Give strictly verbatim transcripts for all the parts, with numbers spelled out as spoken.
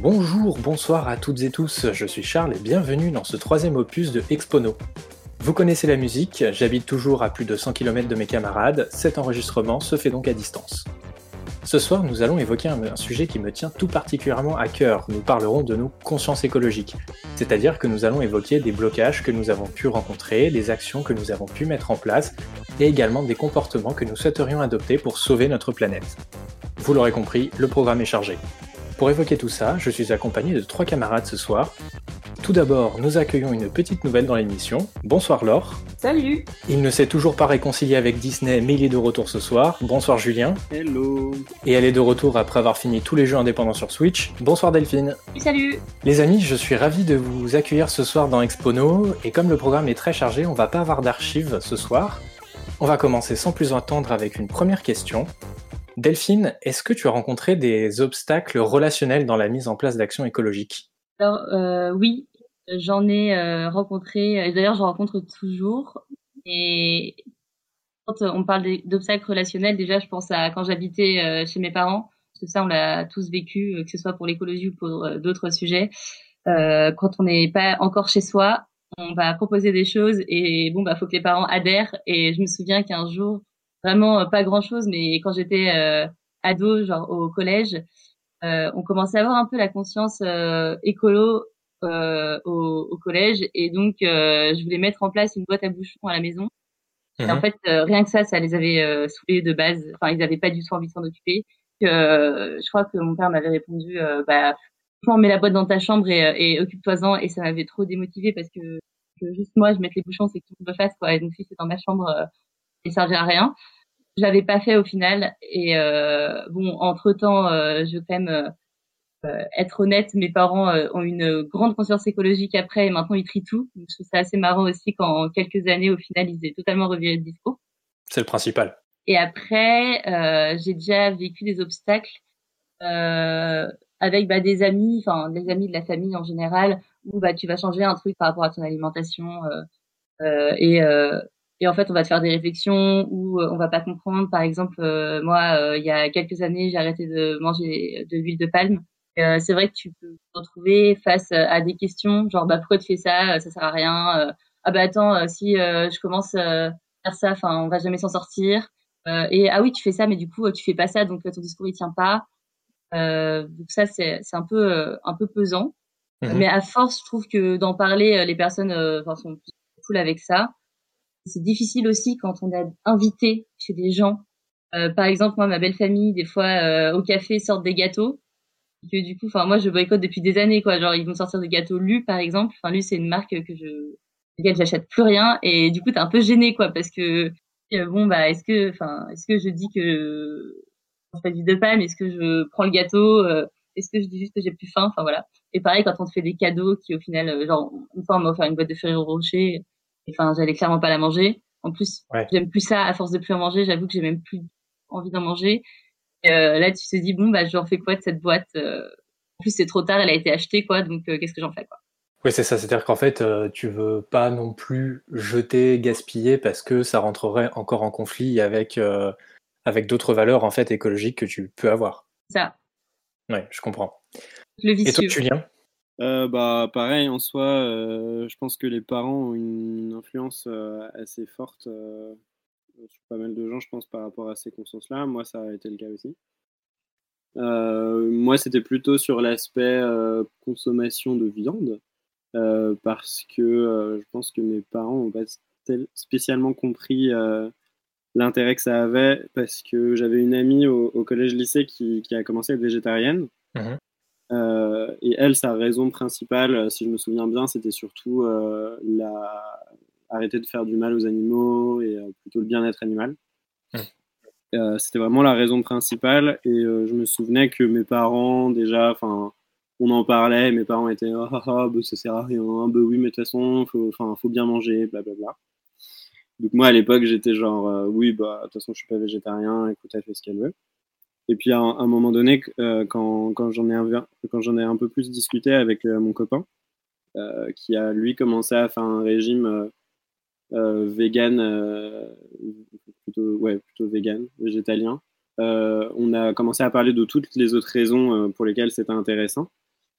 Bonjour, bonsoir à toutes et tous, je suis Charles et bienvenue dans ce troisième opus de Expono. Vous connaissez la musique, j'habite toujours à plus de cent kilomètres de mes camarades, cet enregistrement se fait donc à distance. Ce soir, nous allons évoquer un, un sujet qui me tient tout particulièrement à cœur, nous parlerons de nos consciences écologiques, c'est-à-dire que nous allons évoquer des blocages que nous avons pu rencontrer, des actions que nous avons pu mettre en place, et également des comportements que nous souhaiterions adopter pour sauver notre planète. Vous l'aurez compris, le programme est chargé. Pour évoquer tout ça, je suis accompagné de trois camarades ce soir. Tout d'abord, nous accueillons une petite nouvelle dans l'émission. Bonsoir Laure. Salut. Il ne s'est toujours pas réconcilié avec Disney, mais il est de retour ce soir. Bonsoir Julien. Hello. Et elle est de retour après avoir fini tous les jeux indépendants sur Switch. Bonsoir Delphine. Salut. Les amis, je suis ravi de vous accueillir ce soir dans Expono, et comme le programme est très chargé, on va pas avoir d'archives ce soir. On va commencer sans plus attendre avec une première question. Delphine, est-ce que tu as rencontré des obstacles relationnels dans la mise en place d'actions écologiques ? Alors euh, oui, j'en ai euh, rencontré, et d'ailleurs j'en rencontre toujours. Et quand on parle d'obstacles relationnels, déjà je pense à quand j'habitais euh, chez mes parents, parce que ça on l'a tous vécu, que ce soit pour l'écologie ou pour euh, d'autres sujets. Euh, quand on n'est pas encore chez soi, on va proposer des choses et bon bah faut que les parents adhèrent. Et je me souviens qu'un jour, vraiment pas grand chose, mais quand j'étais euh, ado, genre au collège, euh, on commençait à avoir un peu la conscience euh, écolo euh, au, au collège, et donc euh, je voulais mettre en place une boîte à bouchons à la maison. Mmh. Et en fait, euh, rien que ça, ça les avait euh, saoulés de base. Enfin, ils n'avaient pas du tout envie de s'en occuper. Euh, je crois que mon père m'avait répondu, euh, bah, on met la boîte dans ta chambre et, et occupe-toi-en. Et ça m'avait trop démotivée parce que, que juste moi, je mette les bouchons, c'est que tout le monde le fasse, quoi. Et donc si c'est dans ma chambre, euh, il servirait à rien. Je l'avais pas fait au final. Et euh, bon, entre temps, euh, je vais quand même euh, être honnête. Mes parents euh, ont une grande conscience écologique après, et maintenant ils trient tout. Donc, je trouve ça assez marrant aussi qu'en quelques années, au final, ils aient totalement reviré le discours. C'est le principal. Et après, euh, j'ai déjà vécu des obstacles euh, avec bah, des amis, enfin des amis de la famille en général, où bah tu vas changer un truc par rapport à ton alimentation euh, euh, et euh, et en fait on va te faire des réflexions où on va pas comprendre. Par exemple, euh, moi euh, il y a quelques années j'ai arrêté de manger de l'huile de palme. Euh, c'est vrai que tu peux te retrouver face à des questions genre bah pourquoi tu fais ça, ça sert à rien. Euh, ah bah attends, euh, si euh, je commence euh, à faire ça, enfin on va jamais s'en sortir. Euh, et ah oui tu fais ça mais du coup tu fais pas ça, donc ton discours il tient pas. Euh, donc ça c'est c'est un peu euh, un peu pesant. Mmh. Mais à force je trouve que d'en parler, les personnes euh, enfin sont plus cool avec ça. C'est difficile aussi quand on est invité chez des gens. Euh, par exemple moi ma belle famille des fois euh, au café sortent des gâteaux que du coup enfin moi je boycotte depuis des années, quoi. Genre ils vont sortir des gâteaux Lu par exemple. Enfin Lu c'est une marque que je laquelle j'achète plus rien, et du coup t'es un peu gêné, quoi, parce que euh, bon bah est-ce que enfin est-ce que je dis que je fais du de palme, est-ce que je prends le gâteau, euh, est-ce que je dis juste que j'ai plus faim, enfin voilà. Et pareil quand on te fait des cadeaux qui au final euh, genre une fois on m'a offert une boîte de Ferrero Rocher, enfin j'allais clairement pas la manger. En plus ouais. J'aime plus ça, à force de plus en manger j'avoue que j'ai même plus envie d'en manger. Et euh, là tu te dis bon bah j'en fais quoi de cette boîte, euh, en plus c'est trop tard, elle a été achetée, quoi, donc euh, qu'est-ce que j'en fais, quoi. Oui, c'est ça, c'est-à-dire qu'en fait, euh, tu veux pas non plus jeter, gaspiller, parce que ça rentrerait encore en conflit avec, euh, avec d'autres valeurs en fait écologiques que tu peux avoir. Ça. Ouais, je comprends. Le vicieux. Et toi, Julien ? euh, bah, pareil, en soi, euh, je pense que les parents ont une influence euh, assez forte euh, sur pas mal de gens, je pense, par rapport à ces consciences-là. Moi, ça a été le cas aussi. Euh, moi, c'était plutôt sur l'aspect euh, consommation de viande. Euh, parce que euh, je pense que mes parents n'ont pas spécialement compris euh, l'intérêt que ça avait, parce que j'avais une amie au, au collège-lycée qui, qui a commencé à être végétarienne. Mmh. Euh, et elle, sa raison principale, si je me souviens bien, c'était surtout euh, la... arrêter de faire du mal aux animaux et euh, plutôt le bien-être animal. Mmh. Euh, c'était vraiment la raison principale. Et euh, je me souvenais que mes parents, déjà, enfin, on en parlait, mes parents étaient ah ah ah, bah, ça sert à rien, bah oui, mais de toute façon, faut, faut bien manger, blablabla. Donc moi, à l'époque, j'étais genre euh, oui, bah de toute façon, je suis pas végétarien, écoute, elle fait ce qu'elle veut. Et puis à un, à un moment donné, euh, quand, quand, j'en ai un, quand j'en ai un peu plus discuté avec euh, mon copain, euh, qui a lui commencé à faire un régime euh, euh, vegan, euh, plutôt, ouais, plutôt vegan, végétalien, euh, on a commencé à parler de toutes les autres raisons euh, pour lesquelles c'était intéressant.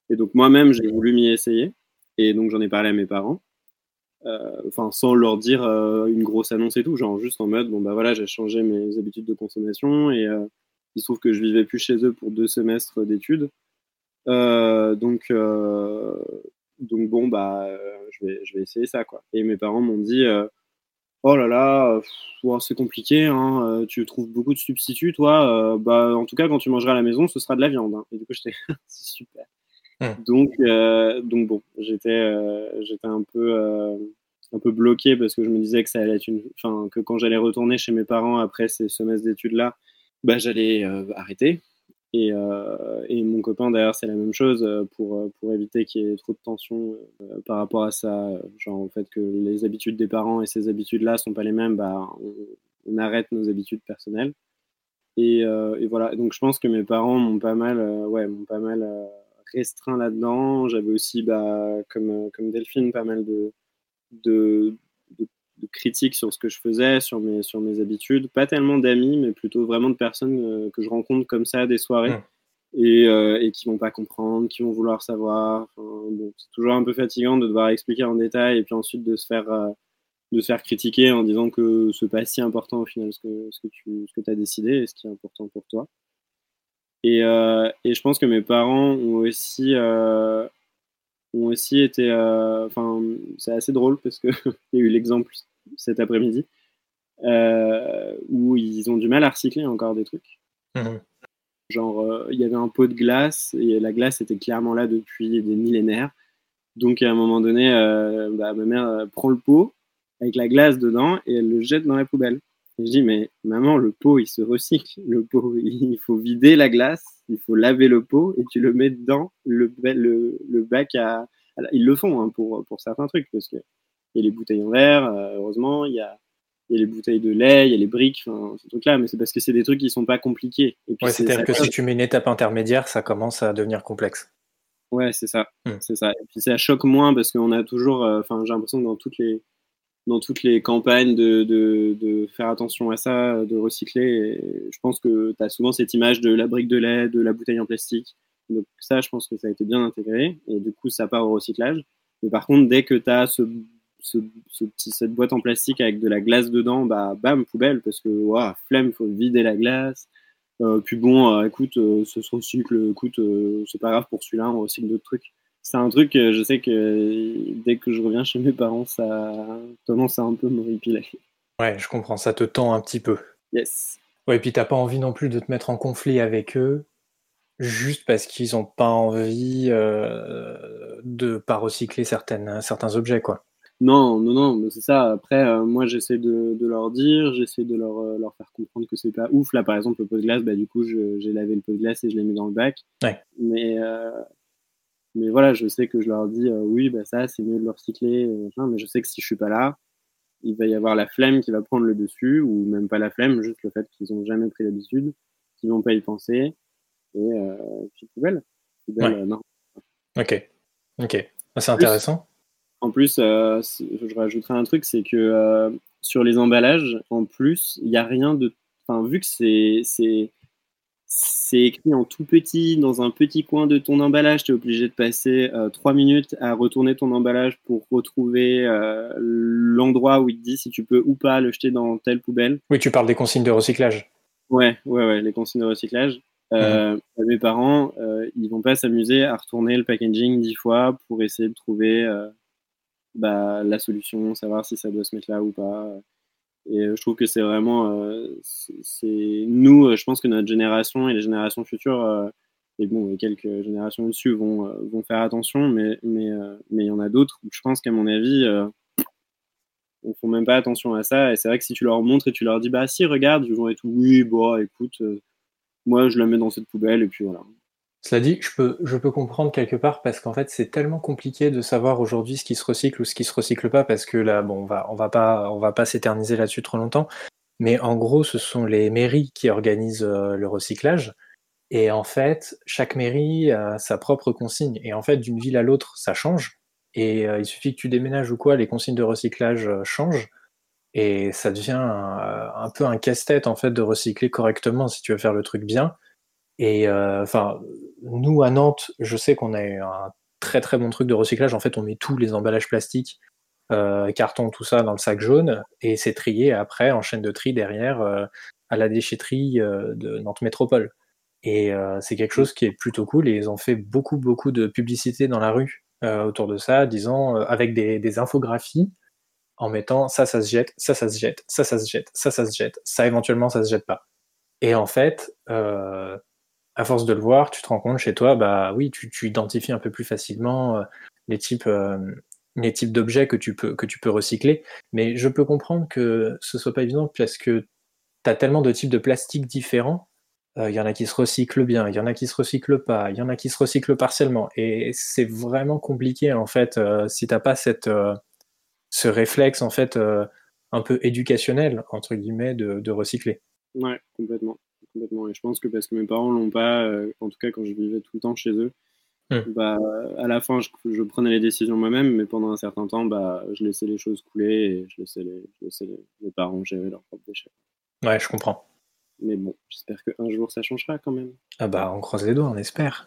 Et donc moi-même, j'ai voulu m'y essayer. Et donc j'en ai parlé à mes parents. Enfin, euh, sans leur dire euh, une grosse annonce et tout, genre juste en mode, bon bah voilà, j'ai changé mes habitudes de consommation et euh, il se trouve que je vivais plus chez eux pour deux semestres d'études. Euh, donc, euh, donc bon, bah, je vais, je vais essayer ça, quoi. Et mes parents m'ont dit, euh, oh là là, pff, ouais, c'est compliqué, hein, euh, tu trouves beaucoup de substituts, toi. Euh, bah, en tout cas, quand tu mangeras à la maison, ce sera de la viande, hein. Et du coup, j'étais, c'est super. Mmh. Donc, euh, donc bon, j'étais, euh, j'étais un peu, euh, un peu bloqué parce que je me disais que ça allait être une, enfin, que quand j'allais retourner chez mes parents après ces semestres d'études-là, bah, j'allais euh, arrêter. Et, euh, et mon copain, d'ailleurs, c'est la même chose pour, pour éviter qu'il y ait trop de tension euh, par rapport à ça. Genre, en fait, que les habitudes des parents et ces habitudes-là sont pas les mêmes, bah, on, on arrête nos habitudes personnelles. Et, euh, et voilà. Donc, je pense que mes parents m'ont pas mal, euh, ouais, m'ont pas mal euh, restreint là-dedans. J'avais aussi, bah, comme, comme Delphine, pas mal de, de, de, de critiques sur ce que je faisais, sur mes, sur mes habitudes. Pas tellement d'amis, mais plutôt vraiment de personnes euh, que je rencontre comme ça à des soirées. Mmh. Et, euh, et qui vont pas comprendre, qui vont vouloir savoir. Enfin, bon, c'est toujours un peu fatigant de devoir expliquer en détail et puis ensuite de se faire, euh, de se faire critiquer en disant que c'est pas si important au final ce que, ce que tu ce que as décidé et ce qui est important pour toi. Et, euh, et je pense que mes parents ont aussi, euh, ont aussi été. Enfin, euh, c'est assez drôle parce qu'il y a eu l'exemple cet après-midi euh, où ils ont du mal à recycler encore des trucs. Mmh. Genre, il euh, y avait un pot de glace et la glace était clairement là depuis des millénaires. Donc, à un moment donné, euh, bah, ma mère euh, prend le pot avec la glace dedans et elle le jette dans la poubelle. Et je dis, mais maman, le pot, il se recycle. Le pot, il faut vider la glace, il faut laver le pot et tu le mets dans le, le, le bac à... Ils le font hein, pour, pour certains trucs parce qu'il y a les bouteilles en verre, euh, heureusement, il y a... Il y a les bouteilles de lait, il y a les briques, enfin, ces trucs-là, mais c'est parce que c'est des trucs qui sont pas compliqués. Et puis ouais, c'est, c'est-à-dire que si tu mets une étape intermédiaire, ça commence à devenir complexe. Ouais, c'est ça, mmh. c'est ça. Et puis ça choque moins parce qu'on a toujours, enfin, euh, j'ai l'impression que dans toutes les, dans toutes les campagnes de, de, de faire attention à ça, de recycler, et je pense que tu as souvent cette image de la brique de lait, de la bouteille en plastique. Donc ça, je pense que ça a été bien intégré, et du coup, ça part au recyclage. Mais par contre, dès que tu as ce Ce, ce petit, cette boîte en plastique avec de la glace dedans, bah bam, poubelle, parce que wow, flemme, faut vider la glace. Euh, puis bon, euh, écoute, euh, ce se recycle, écoute, euh, c'est pas grave pour celui-là, on recycle d'autres trucs. C'est un truc, euh, je sais que euh, dès que je reviens chez mes parents, ça a tendance à un peu m'horripiler. Ouais, je comprends, ça te tend un petit peu. Yes. Ouais, et puis t'as pas envie non plus de te mettre en conflit avec eux, juste parce qu'ils ont pas envie euh, de pas recycler certaines, certains objets, quoi. Non, non, non, c'est ça. Après, euh, moi, j'essaie de, de leur dire, j'essaie de leur, euh, leur faire comprendre que c'est pas ouf. Là, par exemple, le pot de glace, bah, du coup, je, j'ai lavé le pot de glace et je l'ai mis dans le bac. Ouais. Mais, euh, mais voilà, je sais que je leur dis, euh, oui, bah, ça, c'est mieux de le recycler. Euh, mais je sais que si je suis pas là, il va y avoir la flemme qui va prendre le dessus, ou même pas la flemme, juste le fait qu'ils ont jamais pris l'habitude, qu'ils vont pas y penser. Et euh, puis, poubelle. Poubelle, ouais. euh, non. Ok, ok. C'est intéressant. En plus, euh, je rajouterai un truc, c'est que euh, sur les emballages, en plus, il n'y a rien de... Enfin, vu que c'est, c'est, c'est écrit en tout petit, dans un petit coin de ton emballage, tu es obligé de passer euh, trois minutes à retourner ton emballage pour retrouver euh, l'endroit où il te dit si tu peux ou pas le jeter dans telle poubelle. Oui, tu parles des consignes de recyclage. Ouais, ouais, ouais, les consignes de recyclage. Euh, mmh. Mes parents, euh, ils vont pas s'amuser à retourner le packaging dix fois pour essayer de trouver... Euh, Bah, la solution, savoir si ça doit se mettre là ou pas. Et je trouve que c'est vraiment, euh, c'est, c'est nous, je pense que notre génération et les générations futures, euh, et bon, et quelques générations au-dessus vont, euh, vont faire attention, mais mais euh, mais il y en a d'autres où je pense qu'à mon avis, euh, on font même pas attention à ça. Et c'est vrai que si tu leur montres et tu leur dis, bah si, regarde, ils vont être, oui, bon, écoute, euh, moi je la mets dans cette poubelle et puis voilà. Cela dit, je peux, je peux comprendre quelque part parce qu'en fait c'est tellement compliqué de savoir aujourd'hui ce qui se recycle ou ce qui se recycle pas parce que là, bon, on va, on va pas, on va pas s'éterniser là-dessus trop longtemps, mais en gros ce sont les mairies qui organisent euh, le recyclage et en fait chaque mairie a sa propre consigne et en fait d'une ville à l'autre ça change et euh, il suffit que tu déménages ou quoi, les consignes de recyclage euh, changent et ça devient un, un peu un casse-tête en fait de recycler correctement si tu veux faire le truc bien. Et enfin, nous à Nantes, je sais qu'on a eu un très très bon truc de recyclage. En fait, on met tous les emballages plastiques, euh, carton, tout ça dans le sac jaune et c'est trié après en chaîne de tri derrière euh, à la déchetterie euh, de Nantes Métropole. Et euh, c'est quelque chose qui est plutôt cool et ils ont fait beaucoup beaucoup de publicité dans la rue euh, autour de ça, disant euh, avec des, des infographies en mettant ça ça se jette, ça ça se jette, ça ça se jette, ça ça se jette, ça éventuellement ça se jette pas. Et en fait, euh, à force de le voir, tu te rends compte chez toi, bah oui, tu, tu identifies un peu plus facilement euh, les types, euh, les types d'objets que tu peux que tu peux recycler. Mais je peux comprendre que ce soit pas évident parce que tu as tellement de types de plastique différents. Il euh, y en a qui se recyclent bien, il y en a qui se recyclent pas, il y en a qui se recyclent partiellement. Et c'est vraiment compliqué en fait euh, si t'as pas cette euh, ce réflexe en fait euh, un peu éducationnel entre guillemets de, de recycler. Ouais, complètement, complètement. Et je pense que parce que mes parents l'ont pas, euh, en tout cas quand je vivais tout le temps chez eux, mmh. bah à la fin je, je prenais les décisions moi-même, mais pendant un certain temps, bah je laissais les choses couler et je laissais les, je laissais les, les parents gérer leurs propres déchets. Ouais, je comprends. Mais bon, j'espère qu'un jour ça changera quand même. Ah bah on croise les doigts, on espère.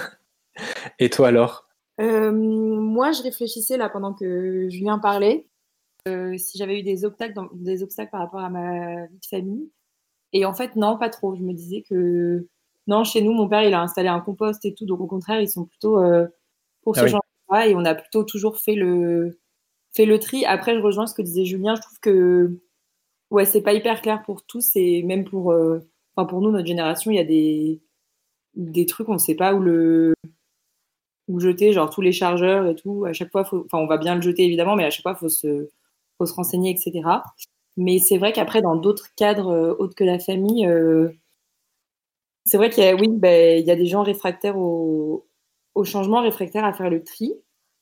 Et toi alors? Euh, moi, je réfléchissais là pendant que Julien parlait, euh, si j'avais eu des obstacles, dans, des obstacles par rapport à ma vie de famille. Et en fait, non, pas trop. Je me disais que non, chez nous, mon père, il a installé un compost et tout, donc au contraire, ils sont plutôt euh, pour ce ah, genre oui. de choses. Et on a plutôt toujours fait le fait le tri. Après, je rejoins ce que disait Julien. Je trouve que ouais, c'est pas hyper clair pour tous et même pour, euh, enfin pour nous, notre génération, il y a des des trucs, on ne sait pas où le ou jeter, genre tous les chargeurs et tout. À chaque fois, faut... enfin, on va bien le jeter évidemment, mais à chaque fois, il faut se... faut se renseigner, et cetera. Mais c'est vrai qu'après, dans d'autres cadres euh, autres que la famille, euh... c'est vrai qu'il y a, oui, ben, il y a des gens réfractaires au, au changement, réfractaires à faire le tri.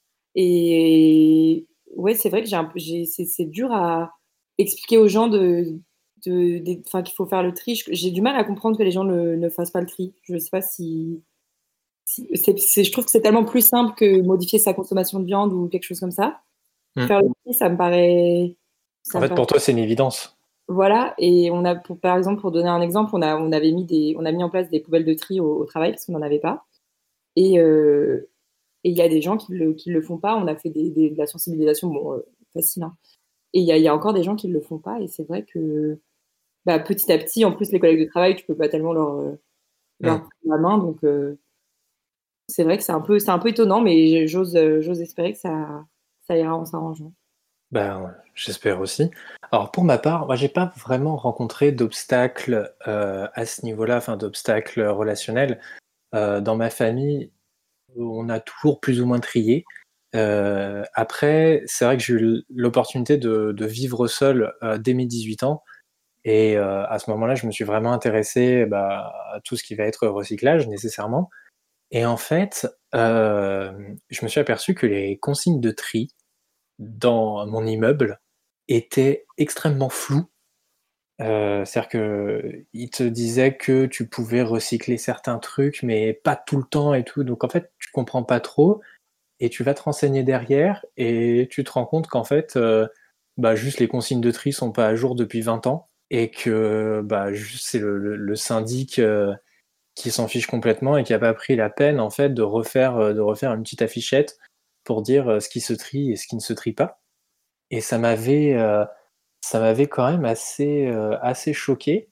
Et ouais, c'est vrai que j'ai un peu... j'ai... C'est... c'est dur à expliquer aux gens de... De... De... Enfin, qu'il faut faire le tri. J'ai du mal à comprendre que les gens ne, ne fassent pas le tri. Je ne sais pas si... C'est, c'est, je trouve que c'est tellement plus simple que modifier sa consommation de viande ou quelque chose comme ça. Mmh. Faire le tri, ça me paraît. Ça en fait, me paraît... pour toi, c'est une évidence. Voilà, et on a, pour, par exemple, pour donner un exemple, on a, on avait mis des, on a mis en place des poubelles de tri au, au travail parce qu'on n'en avait pas. Et il euh, y a des gens qui le, qui le font pas. On a fait des, des, de la sensibilisation, bon, euh, facile. Hein. Et il y a, y a encore des gens qui le font pas. Et c'est vrai que, bah, petit à petit, en plus, les collègues de travail, tu peux pas tellement leur, leur mmh. prendre la main, donc. Euh, C'est vrai que c'est un peu, c'est un peu étonnant, mais j'ose, j'ose espérer que ça, ça ira en s'arrangeant. Ben, j'espère aussi. Alors pour ma part, moi j'ai pas vraiment rencontré d'obstacles euh, à ce niveau-là, enfin d'obstacles relationnels. Euh, dans ma famille, on a toujours plus ou moins trié. Euh, après, c'est vrai que j'ai eu l'opportunité de, de vivre seul euh, dès mes dix-huit ans. Et euh, à ce moment-là, je me suis vraiment intéressé bah, à tout ce qui va être recyclage nécessairement. Et en fait, euh, je me suis aperçu que les consignes de tri dans mon immeuble étaient extrêmement floues. Euh, c'est-à-dire qu'ils te disaient que tu pouvais recycler certains trucs, mais pas tout le temps et tout. Donc en fait, tu comprends pas trop et tu vas te renseigner derrière et tu te rends compte qu'en fait, euh, bah, juste les consignes de tri sont pas à jour depuis vingt ans et que bah, juste c'est le, le, le syndic... Euh, qui s'en fiche complètement et qui n'a pas pris la peine en fait de refaire, de refaire une petite affichette pour dire ce qui se trie et ce qui ne se trie pas. Et ça m'avait, euh, ça m'avait quand même assez, euh, assez choqué.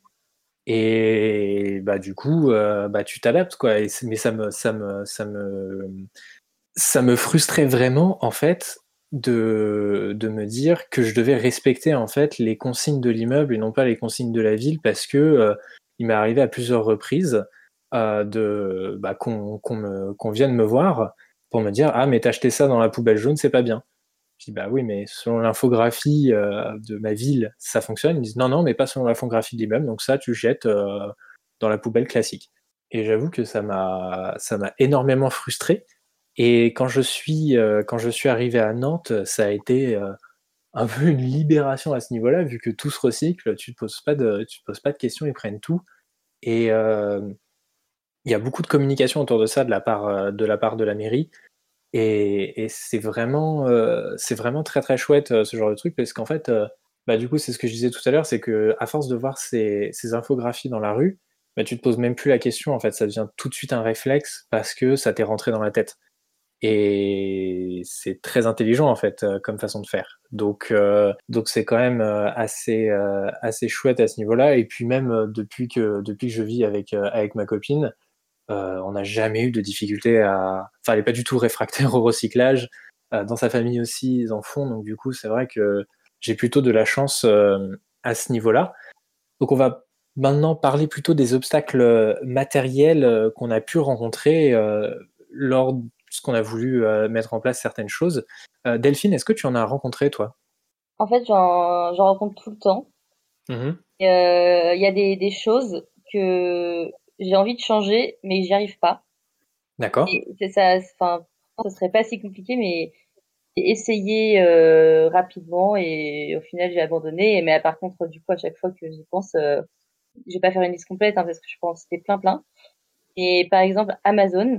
Et bah du coup, euh, bah tu t'adaptes quoi. Et mais ça me, ça me, ça me, ça me frustrait vraiment en fait de, de me dire que je devais respecter en fait les consignes de l'immeuble et non pas les consignes de la ville parce que euh, il m'est arrivé à plusieurs reprises Euh, de bah, qu'on qu'on me qu'on vienne me voir pour me dire ah mais t'as acheté ça dans la poubelle jaune, c'est pas bien. Je dis bah oui mais selon l'infographie euh, de ma ville ça fonctionne. Ils me disent non non mais pas selon l'infographie de l'immeuble, donc ça tu jettes euh, dans la poubelle classique. Et j'avoue que ça m'a ça m'a énormément frustré. Et quand je suis euh, quand je suis arrivé à Nantes, ça a été euh, un peu une libération à ce niveau-là vu que tout se recycle, tu te poses pas de tu te poses pas de questions, ils prennent tout. Et euh, il y a beaucoup de communication autour de ça de la part de la, part de la mairie et, et c'est vraiment euh, c'est vraiment très très chouette euh, ce genre de truc parce qu'en fait euh, bah, du coup c'est ce que je disais tout à l'heure, c'est que à force de voir ces, ces infographies dans la rue bah, tu te poses même plus la question, en fait, ça devient tout de suite un réflexe parce que ça t'est rentré dans la tête. Et c'est très intelligent, en fait, euh, comme façon de faire. Donc, euh, donc c'est quand même euh, assez, euh, assez chouette à ce niveau-là. Et puis même euh, depuis que, depuis que je vis avec, euh, avec ma copine, euh, on n'a jamais eu de difficulté à... Enfin, elle n'est pas du tout réfractaire au recyclage. Euh, dans sa famille aussi, ils en font. Donc du coup, c'est vrai que j'ai plutôt de la chance euh, à ce niveau-là. Donc on va maintenant parler plutôt des obstacles euh, matériels euh, qu'on a pu rencontrer euh, lors de ce qu'on a voulu euh, mettre en place certaines choses. Euh, Delphine, est-ce que tu en as rencontré, toi? En fait, j'en, j'en rencontre tout le temps. Mhm. Et, euh, Il y a des, des choses que j'ai envie de changer, mais j'y arrive pas. D'accord. Et c'est ça, enfin, ce serait pas si compliqué, mais j'ai essayé euh, rapidement et au final j'ai abandonné. Mais par contre, du coup, à chaque fois que j'y pense, euh, je vais pas faire une liste complète hein, parce que je pense que c'était plein plein. Et par exemple, Amazon,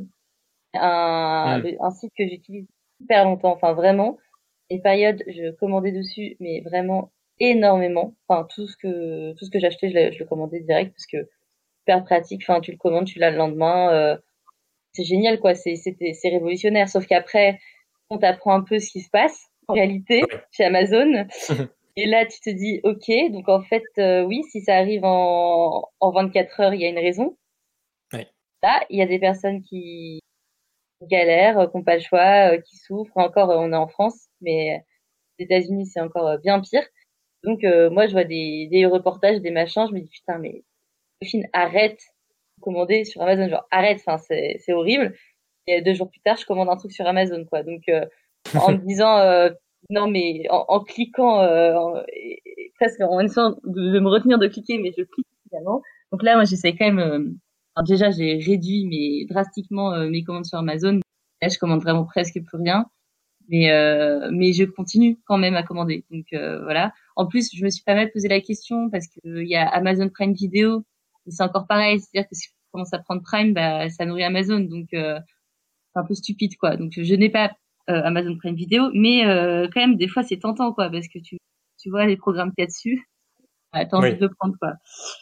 un, Mhm. le- un site que j'utilise super longtemps, enfin vraiment, les périodes, je commandais dessus, mais vraiment énormément. Enfin, tout ce que tout ce que j'achetais, je, le- je le commandais direct parce que super pratique. Enfin, tu le commandes, tu l'as le lendemain. Euh, c'est génial, quoi. C'est c'était c'est révolutionnaire. Sauf qu'après, on t'apprend un peu ce qui se passe en réalité Ouais. chez Amazon. Et là, tu te dis, ok, donc en fait, euh, oui, si ça arrive en, en vingt-quatre heures, il y a une raison. Ouais. Là, il y a des personnes qui galèrent, euh, qui n'ont pas le choix, euh, qui souffrent. Encore, euh, on est en France, mais aux États-Unis, c'est encore euh, bien pire. Donc, euh, moi, je vois des, des reportages, des machins, je me dis, putain, mais Dauphine, arrête de commander sur Amazon. Genre, arrête, enfin, c'est, c'est horrible. Et deux jours plus tard, je commande un truc sur Amazon, quoi. Donc, euh, en me disant, euh, non, mais en, en cliquant, euh, en- et- et presque en essayant de, de me retenir de cliquer, mais je clique finalement. Donc là, moi, j'essaie quand même. Euh, alors déjà, j'ai réduit mais drastiquement euh, mes commandes sur Amazon. Là, je commande vraiment presque plus rien, mais euh, mais je continue quand même à commander. Donc euh, voilà. En plus, je me suis pas mal posé la question parce que il y a Amazon Prime Video, et c'est encore pareil, c'est-à-dire que si je commence à prendre Prime, bah ça nourrit Amazon, donc euh, c'est un peu stupide quoi. Donc je n'ai pas euh, Amazon Prime Video, mais euh, quand même des fois c'est tentant quoi parce que tu tu vois les programmes qu'il y a dessus, bah, t'as envie Oui. de le prendre quoi.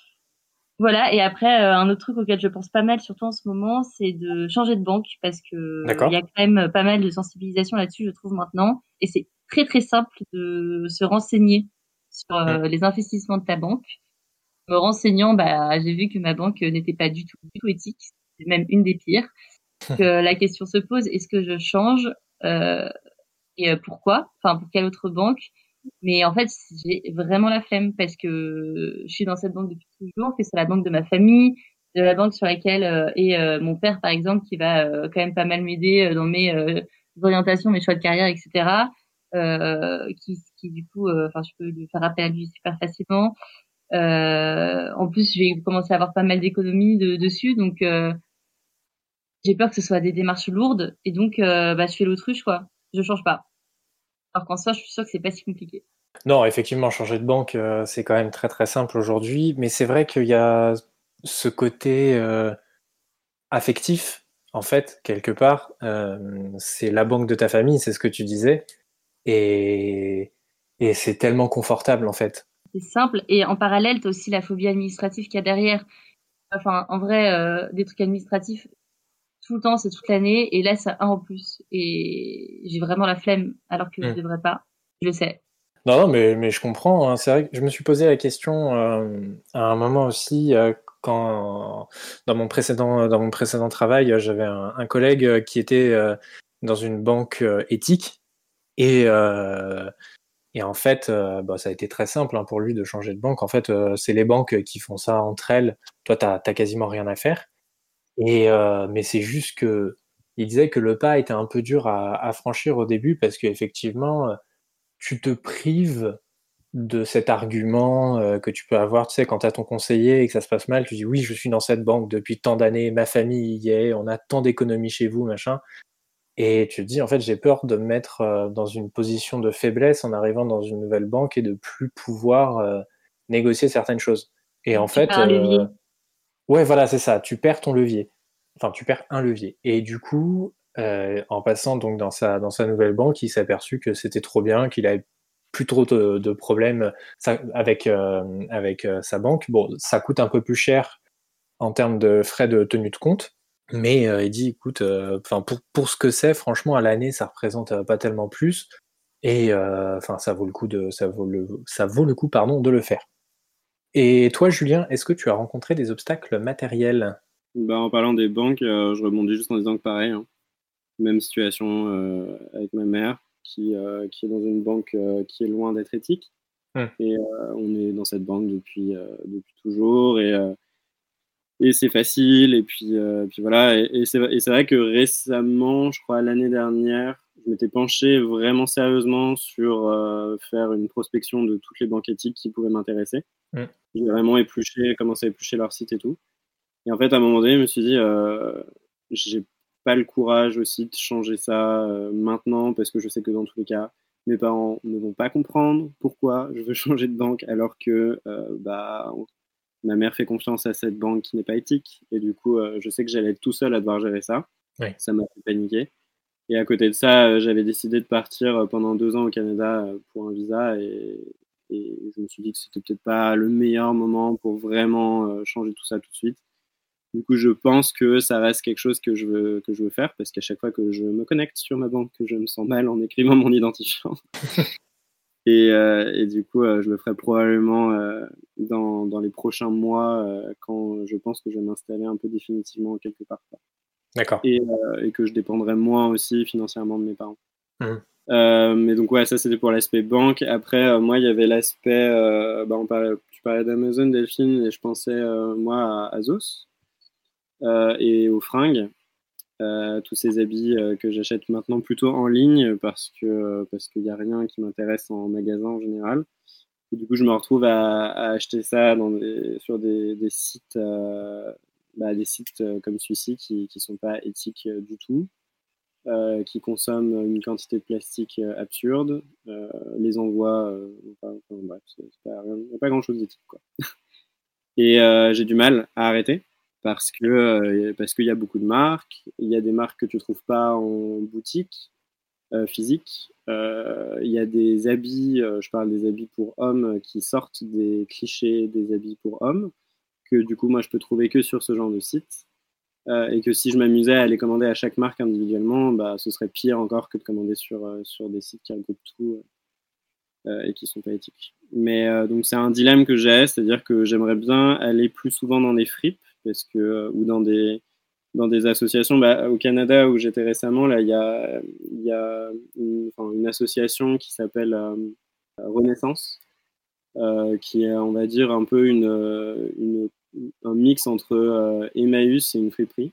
Voilà, et après euh, un autre truc auquel je pense pas mal surtout en ce moment, c'est de changer de banque parce que il y a D'accord. quand même pas mal de sensibilisation là-dessus je trouve maintenant et c'est très très simple de se renseigner sur Mhm. euh, les investissements de ta banque. Me renseignant, bah j'ai vu que ma banque n'était pas du tout du tout éthique, c'est même une des pires. Que la question se pose, est-ce que je change euh, et euh, pourquoi? Enfin, pour quelle autre banque? Mais en fait, j'ai vraiment la flemme parce que je suis dans cette banque depuis toujours, que c'est la banque de ma famille, de la banque sur laquelle euh, est euh, mon père, par exemple, qui va euh, quand même pas mal m'aider euh, dans mes euh, orientations, mes choix de carrière, et cetera. Euh, qui, qui du coup, euh, enfin, je peux lui faire appel à lui super facilement. Euh, en plus, j'ai commencé à avoir pas mal d'économies de, dessus, donc euh, j'ai peur que ce soit des démarches lourdes et donc euh, bah je fais l'autruche quoi. Je change pas. Alors qu'en soi, je suis sûre que c'est pas si compliqué. Non, effectivement, changer de banque, euh, c'est quand même très très simple aujourd'hui, mais c'est vrai qu'il y a ce côté euh, affectif, en fait, quelque part. Euh, c'est la banque de ta famille, c'est ce que tu disais, et, et c'est tellement confortable, en fait. C'est simple et en parallèle, t'as aussi la phobie administrative qu'il y a derrière. Enfin, en vrai, euh, des trucs administratifs tout le temps, c'est toute l'année et là, c'est un en plus et j'ai vraiment la flemme alors que je Hmm. devrais pas. Je le sais. Non, non, mais, mais je comprends, hein. C'est vrai que je me suis posé la question euh, à un moment aussi, euh, quand dans mon précédent, dans mon précédent travail, euh, j'avais un, un collègue euh, qui était euh, dans une banque euh, éthique. Et, euh, et en fait, euh, bah, ça a été très simple hein, pour lui de changer de banque. En fait, euh, c'est les banques qui font ça entre elles. Toi, t'as, t'as quasiment rien à faire. Et euh, mais c'est juste que il disait que le pas était un peu dur à, à franchir au début parce qu'effectivement, euh, tu te prives de cet argument euh, que tu peux avoir, tu sais, quand tu as ton conseiller et que ça se passe mal, tu dis oui, je suis dans cette banque depuis tant d'années, ma famille y est, on a tant d'économies chez vous, machin. Et tu te dis, en fait, j'ai peur de me mettre euh, dans une position de faiblesse en arrivant dans une nouvelle banque et de plus pouvoir euh, négocier certaines choses. Et en Tu fait, perds un euh, levier. ouais, voilà, c'est ça, tu perds ton levier. Enfin, tu perds un levier. Et du coup, euh, en passant donc dans sa, dans sa nouvelle banque, il s'est aperçu que c'était trop bien, qu'il avait plus trop de, de problèmes ça- avec, euh, avec euh, sa banque. Bon, ça coûte un peu plus cher en termes de frais de tenue de compte. Mais euh, il dit, écoute, enfin pour, pour ce que c'est, franchement, à l'année, ça représente euh, pas tellement plus. Et enfin, ça vaut le coup de, ça vaut le, ça vaut le coup, pardon, de le faire. Et toi, Julien, est-ce que tu as rencontré des obstacles matériels? Bah, en parlant des banques, euh, je rebondis juste en disant que pareil, hein, même situation euh, avec ma mère, qui, euh, qui est dans une banque euh, qui est loin d'être éthique. Mm. Et euh, on est dans cette banque depuis, euh, depuis toujours. Et, euh, et c'est facile. Et puis, euh, puis voilà. Et, et, c'est, et c'est vrai que récemment, je crois l'année dernière, je m'étais penché vraiment sérieusement sur euh, faire une prospection de toutes les banques éthiques qui pouvaient m'intéresser. Mm. J'ai vraiment épluché, commencé à éplucher leur site et tout. Et en fait, à un moment donné, je me suis dit, euh, j'ai pas le courage aussi de changer ça euh, maintenant, parce que je sais que dans tous les cas, mes parents ne vont pas comprendre pourquoi je veux changer de banque, alors que euh, bah, ma mère fait confiance à cette banque qui n'est pas éthique. Et du coup, euh, je sais que j'allais être tout seul à devoir gérer ça. Oui. Ça m'a fait paniquer. Et à côté de ça, euh, j'avais décidé de partir pendant deux ans au Canada pour un visa. Et, et je me suis dit que c'était peut-être pas le meilleur moment pour vraiment euh, changer tout ça tout de suite. Du coup, je pense que ça reste quelque chose que je veux, que je veux faire, parce qu'à chaque fois que je me connecte sur ma banque, je me sens mal en écrivant mon identifiant. et, euh, et du coup, euh, je le ferai probablement euh, dans, dans les prochains mois, euh, quand je pense que je vais m'installer un peu définitivement quelque part. D'accord. Et, euh, et que je dépendrai moins aussi financièrement de mes parents. Mmh. Euh, mais donc, ouais, ça, c'était pour l'aspect banque. Après, euh, moi, il y avait l'aspect... Euh, bah, on parlait, tu parlais d'Amazon, Delphine, et je pensais, euh, moi, à Azos. Euh, et aux fringues, euh, tous ces habits euh, que j'achète maintenant plutôt en ligne parce que parce qu'il n'y a rien qui m'intéresse en magasin en général. Et du coup, je me retrouve à, à acheter ça dans des, sur des, des sites, euh, bah, des sites comme celui-ci qui qui sont pas éthiques du tout, euh, qui consomment une quantité de plastique absurde, euh, les envois, euh, enfin, enfin, bref, c'est, c'est pas, il n'y a pas grand-chose d'éthique, quoi. Et euh, j'ai du mal à arrêter. Parce que euh, parce qu'il y a beaucoup de marques, il y a des marques que tu trouves pas en boutique euh, physique, euh, il y a des habits, euh, je parle des habits pour hommes qui sortent des clichés des habits pour hommes, que du coup moi je peux trouver que sur ce genre de site, euh, et que si je m'amusais à les commander à chaque marque individuellement, bah ce serait pire encore que de commander sur euh, sur des sites qui regroupent tout euh, et qui sont pas éthiques. Mais euh, donc c'est un dilemme que j'ai, c'est-à-dire que j'aimerais bien aller plus souvent dans des fripes, parce que ou dans des dans des associations. Bah, au Canada où j'étais récemment, là il y a il y a une, enfin, une association qui s'appelle euh, Renaissance, euh, qui est, on va dire, un peu une, une un mix entre euh, Emmaüs et une friperie.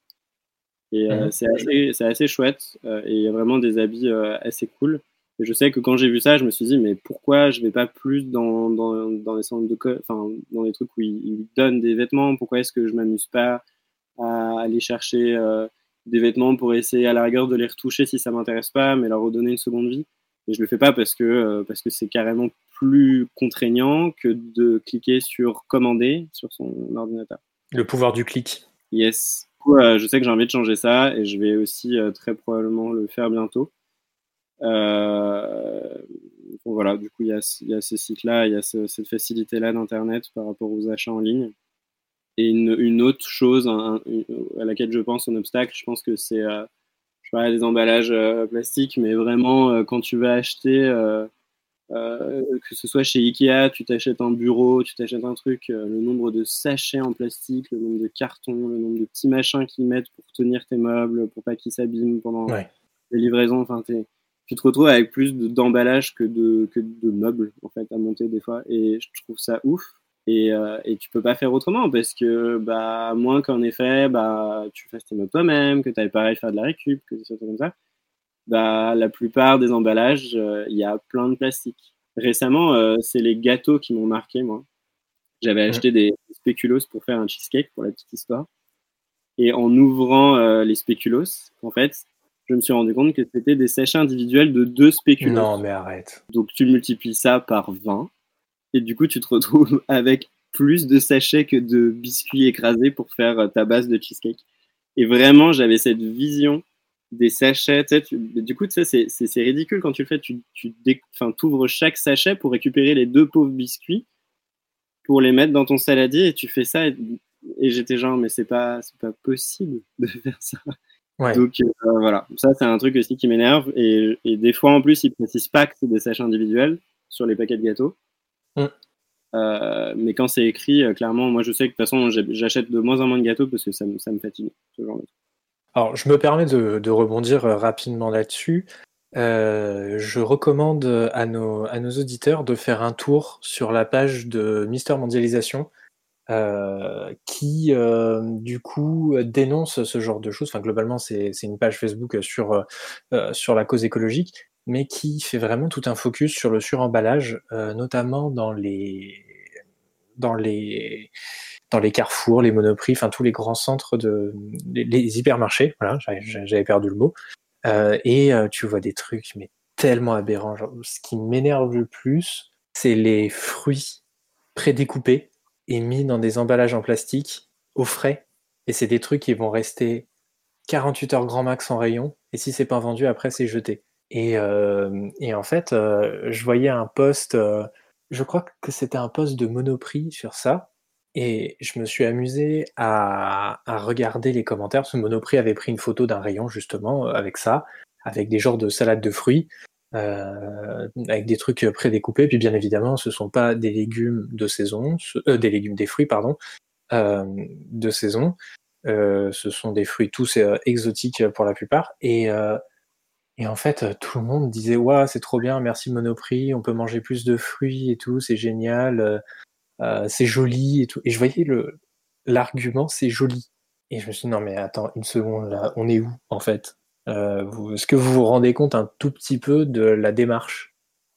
Et euh, mmh. c'est assez c'est assez chouette, euh, et il y a vraiment des habits euh, assez cool. Et je sais que quand j'ai vu ça, je me suis dit, mais pourquoi je vais pas plus dans, dans, dans les centres de co- enfin, dans les trucs où ils, ils donnent des vêtements? Pourquoi est-ce que je m'amuse pas à aller chercher euh, des vêtements pour essayer à la rigueur de les retoucher si ça m'intéresse pas, mais leur redonner une seconde vie? Et je le fais pas parce que, euh, parce que c'est carrément plus contraignant que de cliquer sur commander sur son ordinateur. Le pouvoir du clic. Yes. Du coup, euh, je sais que j'ai envie de changer ça et je vais aussi euh, très probablement le faire bientôt. Euh, bon, voilà, du coup, il y a, y a ces sites-là, il y a ce, cette facilité-là d'Internet par rapport aux achats en ligne. Et une, une autre chose un, une, à laquelle je pense, un obstacle, je pense que c'est, euh, je parlais des emballages euh, plastiques, mais vraiment, euh, quand tu vas acheter, euh, euh, que ce soit chez Ikea, tu t'achètes un bureau, tu t'achètes un truc, euh, le nombre de sachets en plastique, le nombre de cartons, le nombre de petits machins qu'ils mettent pour tenir tes meubles, pour pas qu'ils s'abîment pendant ouais. les livraisons, enfin, t'es, tu te retrouves avec plus de, d'emballage que de, que de meubles, en fait, à monter des fois, et je trouve ça ouf. Et, euh, et tu peux pas faire autrement parce que, bah, à moins qu'en effet, bah, tu fasses tes meubles toi-même, que tu ailles pareil faire de la récup, que des choses comme ça, bah, la plupart des emballages, il euh, y a plein de plastique. Récemment, euh, c'est les gâteaux qui m'ont marqué, moi. J'avais acheté des spéculoos pour faire un cheesecake, pour la petite histoire. Et en ouvrant euh, les spéculoos, en fait, je me suis rendu compte que c'était des sachets individuels de deux spéculoos. Non, mais arrête. Donc, tu multiplies ça par vingt. Et du coup, tu te retrouves avec plus de sachets que de biscuits écrasés pour faire ta base de cheesecake. Et vraiment, j'avais cette vision des sachets. Tu sais, tu, du coup, tu sais, c'est, c'est, c'est ridicule quand tu le fais. Tu, tu dé, ouvres chaque sachet pour récupérer les deux pauvres biscuits, pour les mettre dans ton saladier, et tu fais ça. Et et j'étais genre, mais c'est pas, c'est pas possible de faire ça. Ouais. Donc euh, voilà, ça c'est un truc aussi qui m'énerve. Et, et des fois en plus, ils précisent pas que c'est des sachets individuels sur les paquets de gâteaux. Mm. Euh, mais quand c'est écrit, euh, clairement, moi je sais que de toute façon, j'achète de moins en moins de gâteaux parce que ça, me- ça me fatigue, ce genre de truc. Alors, je me permets de, de rebondir euh, rapidement là-dessus. Euh, je recommande à nos, à nos auditeurs de faire un tour sur la page de Mister Mondialisation, euh, qui, euh, du coup, dénonce ce genre de choses. Enfin, globalement, c'est, c'est une page Facebook sur, euh, sur la cause écologique, mais qui fait vraiment tout un focus sur le suremballage, euh, notamment dans les, dans les, dans les carrefours, les monoprix, enfin tous les grands centres de, les, les hypermarchés. Voilà, j'avais, j'avais perdu le mot. Euh, et euh, tu vois des trucs mais tellement aberrants. Genre, ce qui m'énerve le plus, c'est les fruits prédécoupés et mis dans des emballages en plastique au frais. Et c'est des trucs qui vont rester quarante-huit heures grand max en rayon. Et si c'est pas vendu, après c'est jeté. Et, euh, et en fait, euh, je voyais un post, euh, je crois que c'était un post de Monoprix sur ça. Et je me suis amusé à, à regarder les commentaires. Ce Monoprix avait pris une photo d'un rayon justement avec ça, avec des genres de salades de fruits, euh, avec des trucs prédécoupés. Puis bien évidemment, ce sont pas des légumes de saison, ce- euh, des légumes, des fruits pardon, euh, de saison. Euh, ce sont des fruits tous euh, exotiques pour la plupart. Et, euh, et en fait, euh, tout le monde disait ouais, c'est trop bien, merci Monoprix, on peut manger plus de fruits et tout, c'est génial. Euh, euh, c'est joli et tout. Et je voyais le l'argument, c'est joli. Et je me suis dit, non mais attends, une seconde là, on est où en fait? Euh, vous, est-ce que vous vous rendez compte un tout petit peu de la démarche?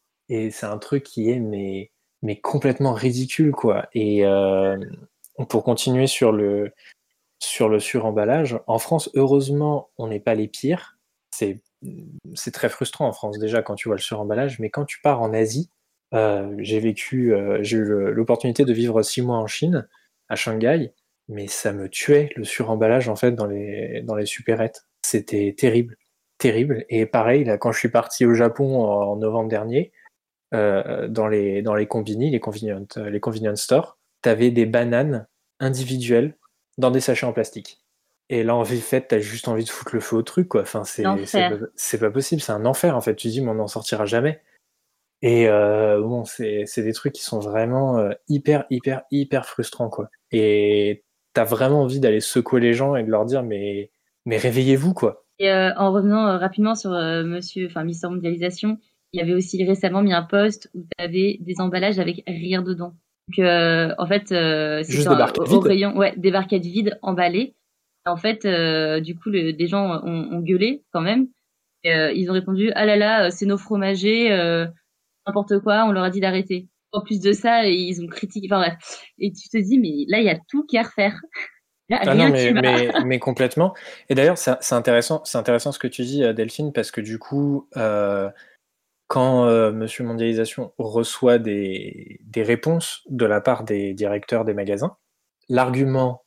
Et c'est un truc qui est mais, mais complètement ridicule quoi. Et euh, pour continuer sur le, sur le suremballage, en France, heureusement, on n'est pas les pires. C'est, c'est très frustrant en France déjà quand tu vois le suremballage, mais quand tu pars en Asie, euh, j'ai vécu, euh, j'ai eu le- l'opportunité de vivre six mois en Chine, à Shanghai, mais ça me tuait le suremballage en fait dans les, dans les supérettes. C'était terrible, terrible. Et pareil, là, quand je suis parti au Japon en, en novembre dernier, euh, dans les, dans les combini, les convenience, les convenience stores, t'avais des bananes individuelles dans des sachets en plastique. Et là, en fait, t'as juste envie de foutre le feu au truc, quoi. Enfin, c'est, c'est, pas, L'enfer. c'est pas possible, c'est un enfer, en fait. Tu dis, mais on n'en sortira jamais. Et euh, bon, c'est, c'est des trucs qui sont vraiment euh, hyper, hyper, hyper frustrants, quoi. Et t'as vraiment envie d'aller secouer les gens et de leur dire, mais, mais réveillez-vous, quoi. Et euh, en revenant euh, rapidement sur euh, Monsieur, enfin Mister Mondialisation, il y avait aussi récemment mis un post où tu avais des emballages avec rien dedans. Donc euh, en fait, euh, c'était Juste des un- barquettes au, au vides. rayon, ouais, des barquettes vides emballées. En fait, euh, du coup, le, des gens ont, ont gueulé quand même. Et, euh, ils ont répondu ah là là, euh, c'est nos fromagers, euh, n'importe quoi, on leur a dit d'arrêter. En plus de ça, ils ont critiqué. Enfin bref. Et tu te dis mais là il y a tout qu'il y a à refaire. Il y a Ah non, rien mais, qui va. mais, mais complètement. Et d'ailleurs, c'est c'est intéressant, c'est intéressant ce que tu dis, euh, Delphine, parce que du coup, euh, quand euh, Monsieur Mondialisation reçoit des, des réponses de la part des directeurs des magasins, l'argument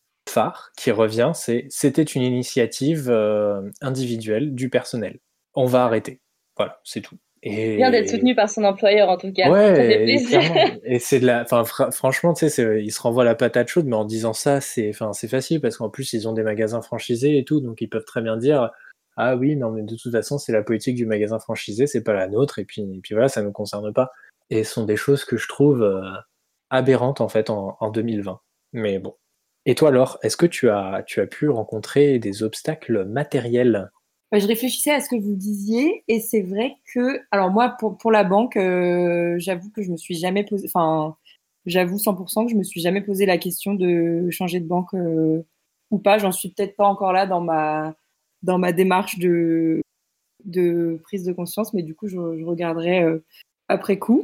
phare qui revient, c'est c'était une initiative euh, individuelle du personnel. On va arrêter. Voilà, c'est tout. Bien d'être Et soutenu par son employeur en tout cas. Ça fait ouais, et plaisir. clairement. Et c'est de la, enfin, fra- franchement, tu sais, c'est- ils se renvoient la patate chaude, mais en disant ça, c'est, enfin, c'est facile parce qu'en plus, ils ont des magasins franchisés et tout, donc ils peuvent très bien dire, ah oui, non, mais de toute façon, c'est la politique du magasin franchisé, c'est pas la nôtre, et puis, et puis voilà, ça nous concerne pas. Et ce sont des choses que je trouve euh, aberrantes, en fait, en, en deux mille vingt. Mais bon. Et toi, Laure, est-ce que tu as, tu as pu rencontrer des obstacles matériels? Bah, je réfléchissais à ce que vous disiez et c'est vrai que, alors moi, pour, pour la banque, euh, j'avoue que je me suis jamais posé, enfin, j'avoue cent pour cent que je me suis jamais posé la question de changer de banque euh, ou pas. J'en suis peut-être pas encore là dans ma, dans ma démarche de, de prise de conscience, mais du coup, je, je regarderai euh, après coup.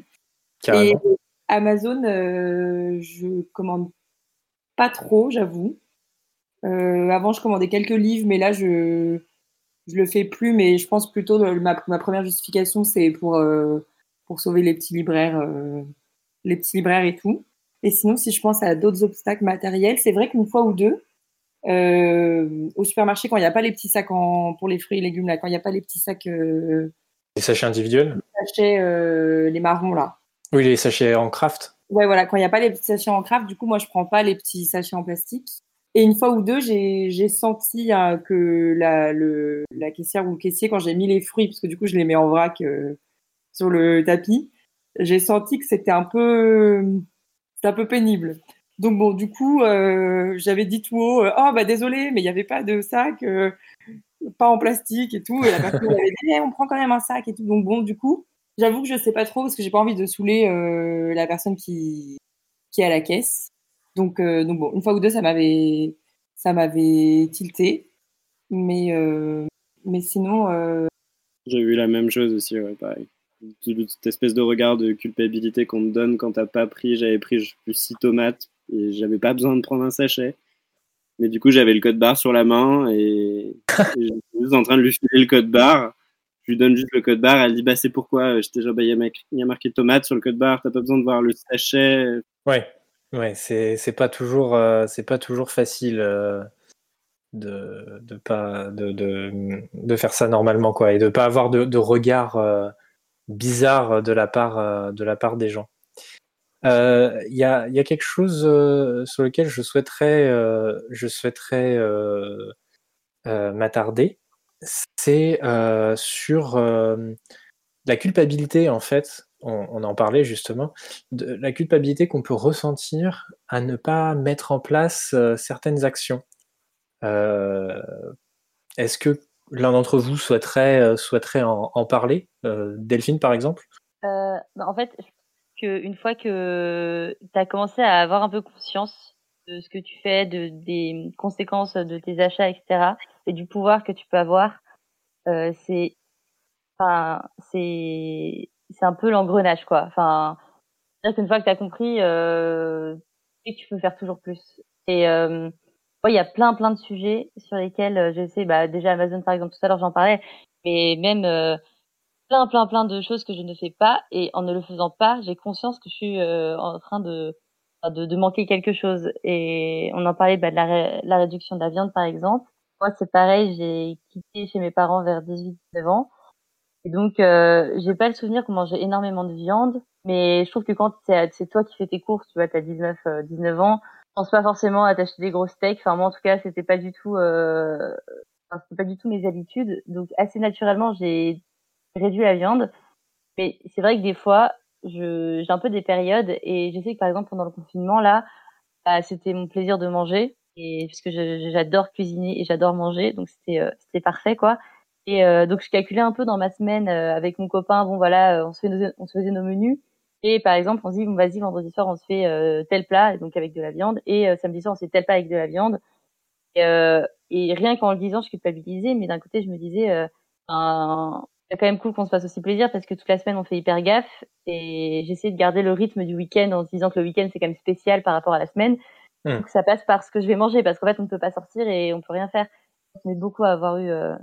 Et Carrément. Amazon, euh, je commande pas trop, j'avoue. Euh, avant, je commandais quelques livres, mais là, je je le fais plus, mais je pense plutôt que ma, ma première justification, c'est pour, euh, pour sauver les petits libraires, euh, les petits libraires et tout. Et sinon, si je pense à d'autres obstacles matériels, c'est vrai qu'une fois ou deux, euh, au supermarché, quand il n'y a pas les petits sacs en, pour les fruits et légumes, là, quand il n'y a pas les petits sacs euh, Les sachets individuels? sachets, euh, les marrons, là. Oui, les sachets en craft. Ouais, voilà, quand il n'y a pas les petits sachets en craft, du coup, moi, je prends pas les petits sachets en plastique. Et une fois ou deux, j'ai, j'ai senti euh, que la, le, la caissière ou le caissier, quand j'ai mis les fruits, parce que du coup, je les mets en vrac euh, sur le tapis, j'ai senti que c'était un peu, c'était un peu pénible. Donc bon, du coup, euh, j'avais dit tout haut, euh, oh bah désolé, mais il n'y avait pas de sac, euh, pas en plastique et tout. Et la personne avait dit, eh, on prend quand même un sac et tout. Donc bon, du coup, j'avoue que je sais pas trop parce que j'ai pas envie de saouler euh, la personne qui qui est à la caisse. Donc, euh, donc bon, une fois ou deux, ça m'avait, ça m'avait tilté. Mais, euh, mais sinon, euh, J'ai eu la même chose aussi, ouais, pareil. Cette espèce de regard de culpabilité qu'on te donne quand t'as pas pris. J'avais pris, je sais plus, six tomates et j'avais pas besoin de prendre un sachet. Mais du coup, j'avais le code barre sur la main et, et j'étais juste en train de lui filer le code barre. Je lui donne juste le code barre. Elle dit, bah, c'est pourquoi? J'étais genre, bah, il y, a ma- il y a marqué tomate sur le code barre. T'as pas besoin de voir le sachet. Ouais, ouais, c'est c'est pas toujours euh, c'est pas toujours facile euh, de de pas de, de de faire ça normalement quoi et de pas avoir de, de regard euh, bizarre de la part euh, de la part des gens. Euh, Il y a il y a quelque chose euh, sur lequel je souhaiterais euh, je souhaiterais euh, euh, m'attarder, c'est euh, sur euh, la culpabilité, en fait, on, on en parlait justement, de la culpabilité qu'on peut ressentir à ne pas mettre en place euh, certaines actions. Euh, Est-ce que l'un d'entre vous souhaiterait, euh, souhaiterait en, en parler? Euh, Delphine, par exemple? Euh, bah, en fait, je pense qu'une fois que tu as commencé à avoir un peu conscience de ce que tu fais, de, des conséquences de tes achats, et cetera, et du pouvoir que tu peux avoir, euh, c'est, enfin, c'est, c'est un peu l'engrenage, quoi. Enfin, c'est-à-dire qu'une fois que tu as compris, euh, tu sais que tu peux faire toujours plus. Et euh, ouais, il y a plein, plein de sujets sur lesquels euh, je sais, bah, déjà Amazon, par exemple, tout à l'heure, j'en parlais, mais même euh, plein, plein, plein de choses que je ne fais pas. Et en ne le faisant pas, j'ai conscience que je suis euh, en train de, enfin, de, de manquer quelque chose. Et on en parlait bah, de la, ré- la réduction de la viande, par exemple. Moi, c'est pareil, j'ai quitté chez mes parents vers dix-huit dix-neuf ans. Et donc, euh, j'ai pas le souvenir qu'on mangeait énormément de viande, mais je trouve que quand c'est, c'est toi qui fais tes courses, tu vois, t'as dix-neuf, euh, dix-neuf ans, je pense pas forcément à t'acheter des gros steaks. Enfin, moi, en tout cas, c'était pas du tout, euh, enfin, c'était pas du tout mes habitudes. Donc, assez naturellement, j'ai réduit la viande. Mais c'est vrai que des fois, je, j'ai un peu des périodes et je sais que par exemple, pendant le confinement, là, bah, c'était mon plaisir de manger et parce que je- j'adore cuisiner et j'adore manger, donc c'était euh, c'était parfait quoi. Et euh, donc je calculais un peu dans ma semaine euh, avec mon copain, bon voilà, euh, on se fait nos, on se faisait nos menus et par exemple on se dit bon vas-y vendredi soir on se fait euh, tel plat et donc avec de la viande et euh, samedi soir on se fait tel plat avec de la viande et, euh, et rien qu'en le disant je culpabilisais mais d'un côté je me disais euh, ben, c'est quand même cool qu'on se fasse aussi plaisir parce que toute la semaine on fait hyper gaffe et j'essaie de garder le rythme du week-end en se disant que le week-end c'est quand même spécial par rapport à la semaine. Hmm. Donc ça passe par ce que je vais manger parce qu'en fait on ne peut pas sortir et on peut rien faire. On est beaucoup à avoir eu euh,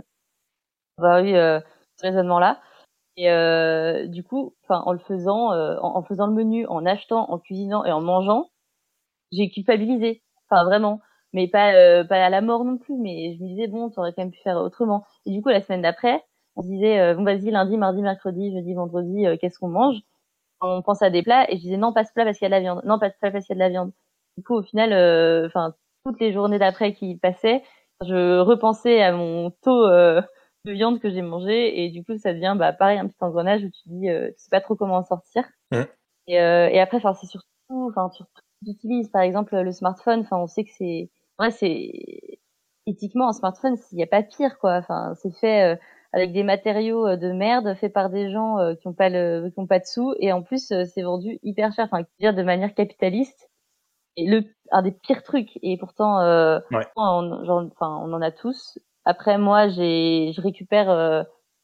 avoir eu euh, ce raisonnement-là et euh, du coup, enfin en le faisant, euh, en, en faisant le menu, en achetant, en cuisinant et en mangeant, j'ai culpabilisé. Enfin vraiment, mais pas euh, pas à la mort non plus. Mais je me disais bon, t'aurais quand même pu faire autrement. Et du coup la semaine d'après, on se disait euh, bon vas-y lundi, mardi, mercredi, jeudi, vendredi, euh, qu'est-ce qu'on mange? On pense à des plats et je disais non pas ce plat parce qu'il y a de la viande, non pas ce plat parce qu'il y a de la viande. Du coup au final, enfin euh, toutes les journées d'après qui passaient, je repensais à mon taux euh, de viande que j'ai mangé et du coup ça devient bah pareil un petit engrenage où tu dis euh, tu sais pas trop comment en sortir. Hmm. Et, euh, et après enfin c'est surtout enfin surtout j'utilise par exemple le smartphone, enfin on sait que c'est ouais c'est éthiquement un smartphone il y a pas pire quoi, enfin c'est fait euh, avec des matériaux euh, de merde faits par des gens euh, qui ont pas le qui ont pas de sous et en plus euh, c'est vendu hyper cher, enfin dire de manière capitaliste et le un des pires trucs et pourtant euh, Ouais. on, genre, enfin on en a tous. Après moi j'ai je récupère euh,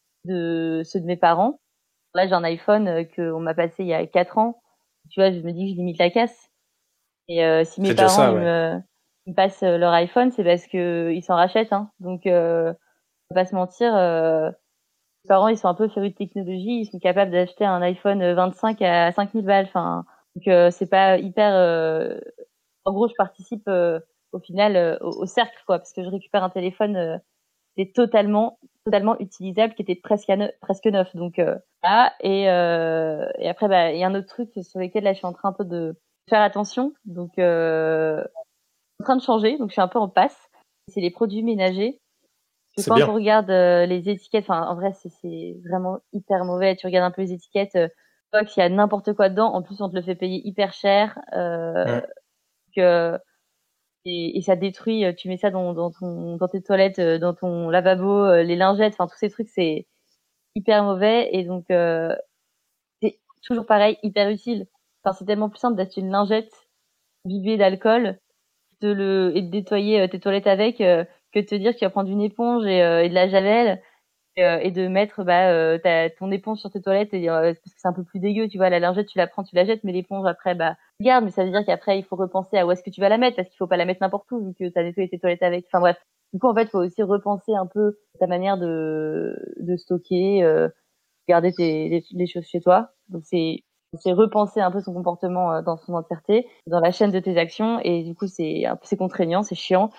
de ceux de mes parents. Là j'ai un iPhone euh, que on m'a passé il y a quatre ans. Tu vois, je me dis que je limite la casse. Et euh, si mes C'est déjà parents ça, ils ouais. me, ils me passent euh, leur iPhone, c'est parce que ils s'en rachètent. Hein. Donc, euh, faut pas se mentir, euh, mes parents ils sont un peu férus de technologie, ils sont capables d'acheter un iPhone vingt-cinq à cinq mille balles. Enfin, donc euh, c'est pas hyper. Euh... En gros, je participe euh, au final euh, au, au cercle, quoi, parce que je récupère un téléphone, euh, c'est totalement totalement utilisable, qui était presque, à neuf, presque neuf. Donc, euh, là, et, euh, et après, bah, il y a un autre truc sur lequel là, je suis en train un peu de faire attention. Donc, euh, en train de changer. Donc, je suis un peu en passe. C'est les produits ménagers. Parce que C'est quand bien. on regarde euh, les étiquettes, enfin, en vrai, c'est, c'est vraiment hyper mauvais. Tu regardes un peu les étiquettes, euh, tu vois qu'il y a n'importe quoi dedans. En plus, on te le fait payer hyper cher. Euh, Mm. que, et, et ça détruit. Tu mets ça dans, dans ton, dans tes toilettes, euh, dans ton lavabo, euh, les lingettes, enfin, tous ces trucs, c'est hyper mauvais. Et donc, euh, c'est toujours pareil, hyper utile. Enfin, c'est tellement plus simple d'acheter une lingette imbibée d'alcool de le, et de nettoyer euh, tes toilettes avec, euh, que de te dire que tu vas prendre une éponge et, euh, et de la javel. Et, euh, et de mettre bah euh, ta, ton éponge sur tes toilettes et, euh, parce que c'est un peu plus dégueu, tu vois, la lingette tu la prends, tu la jettes, mais l'éponge après bah garde, mais ça veut dire qu'après il faut repenser à où est-ce que tu vas la mettre, parce qu'il faut pas la mettre n'importe où vu que t'as nettoyé tes toilettes avec. Enfin bref, du coup en fait il faut aussi repenser un peu ta manière de de stocker, euh, garder tes les, les choses chez toi. Donc c'est c'est repenser un peu son comportement euh, dans son entièreté, dans la chaîne de tes actions, et du coup c'est un peu c'est contraignant, c'est chiant,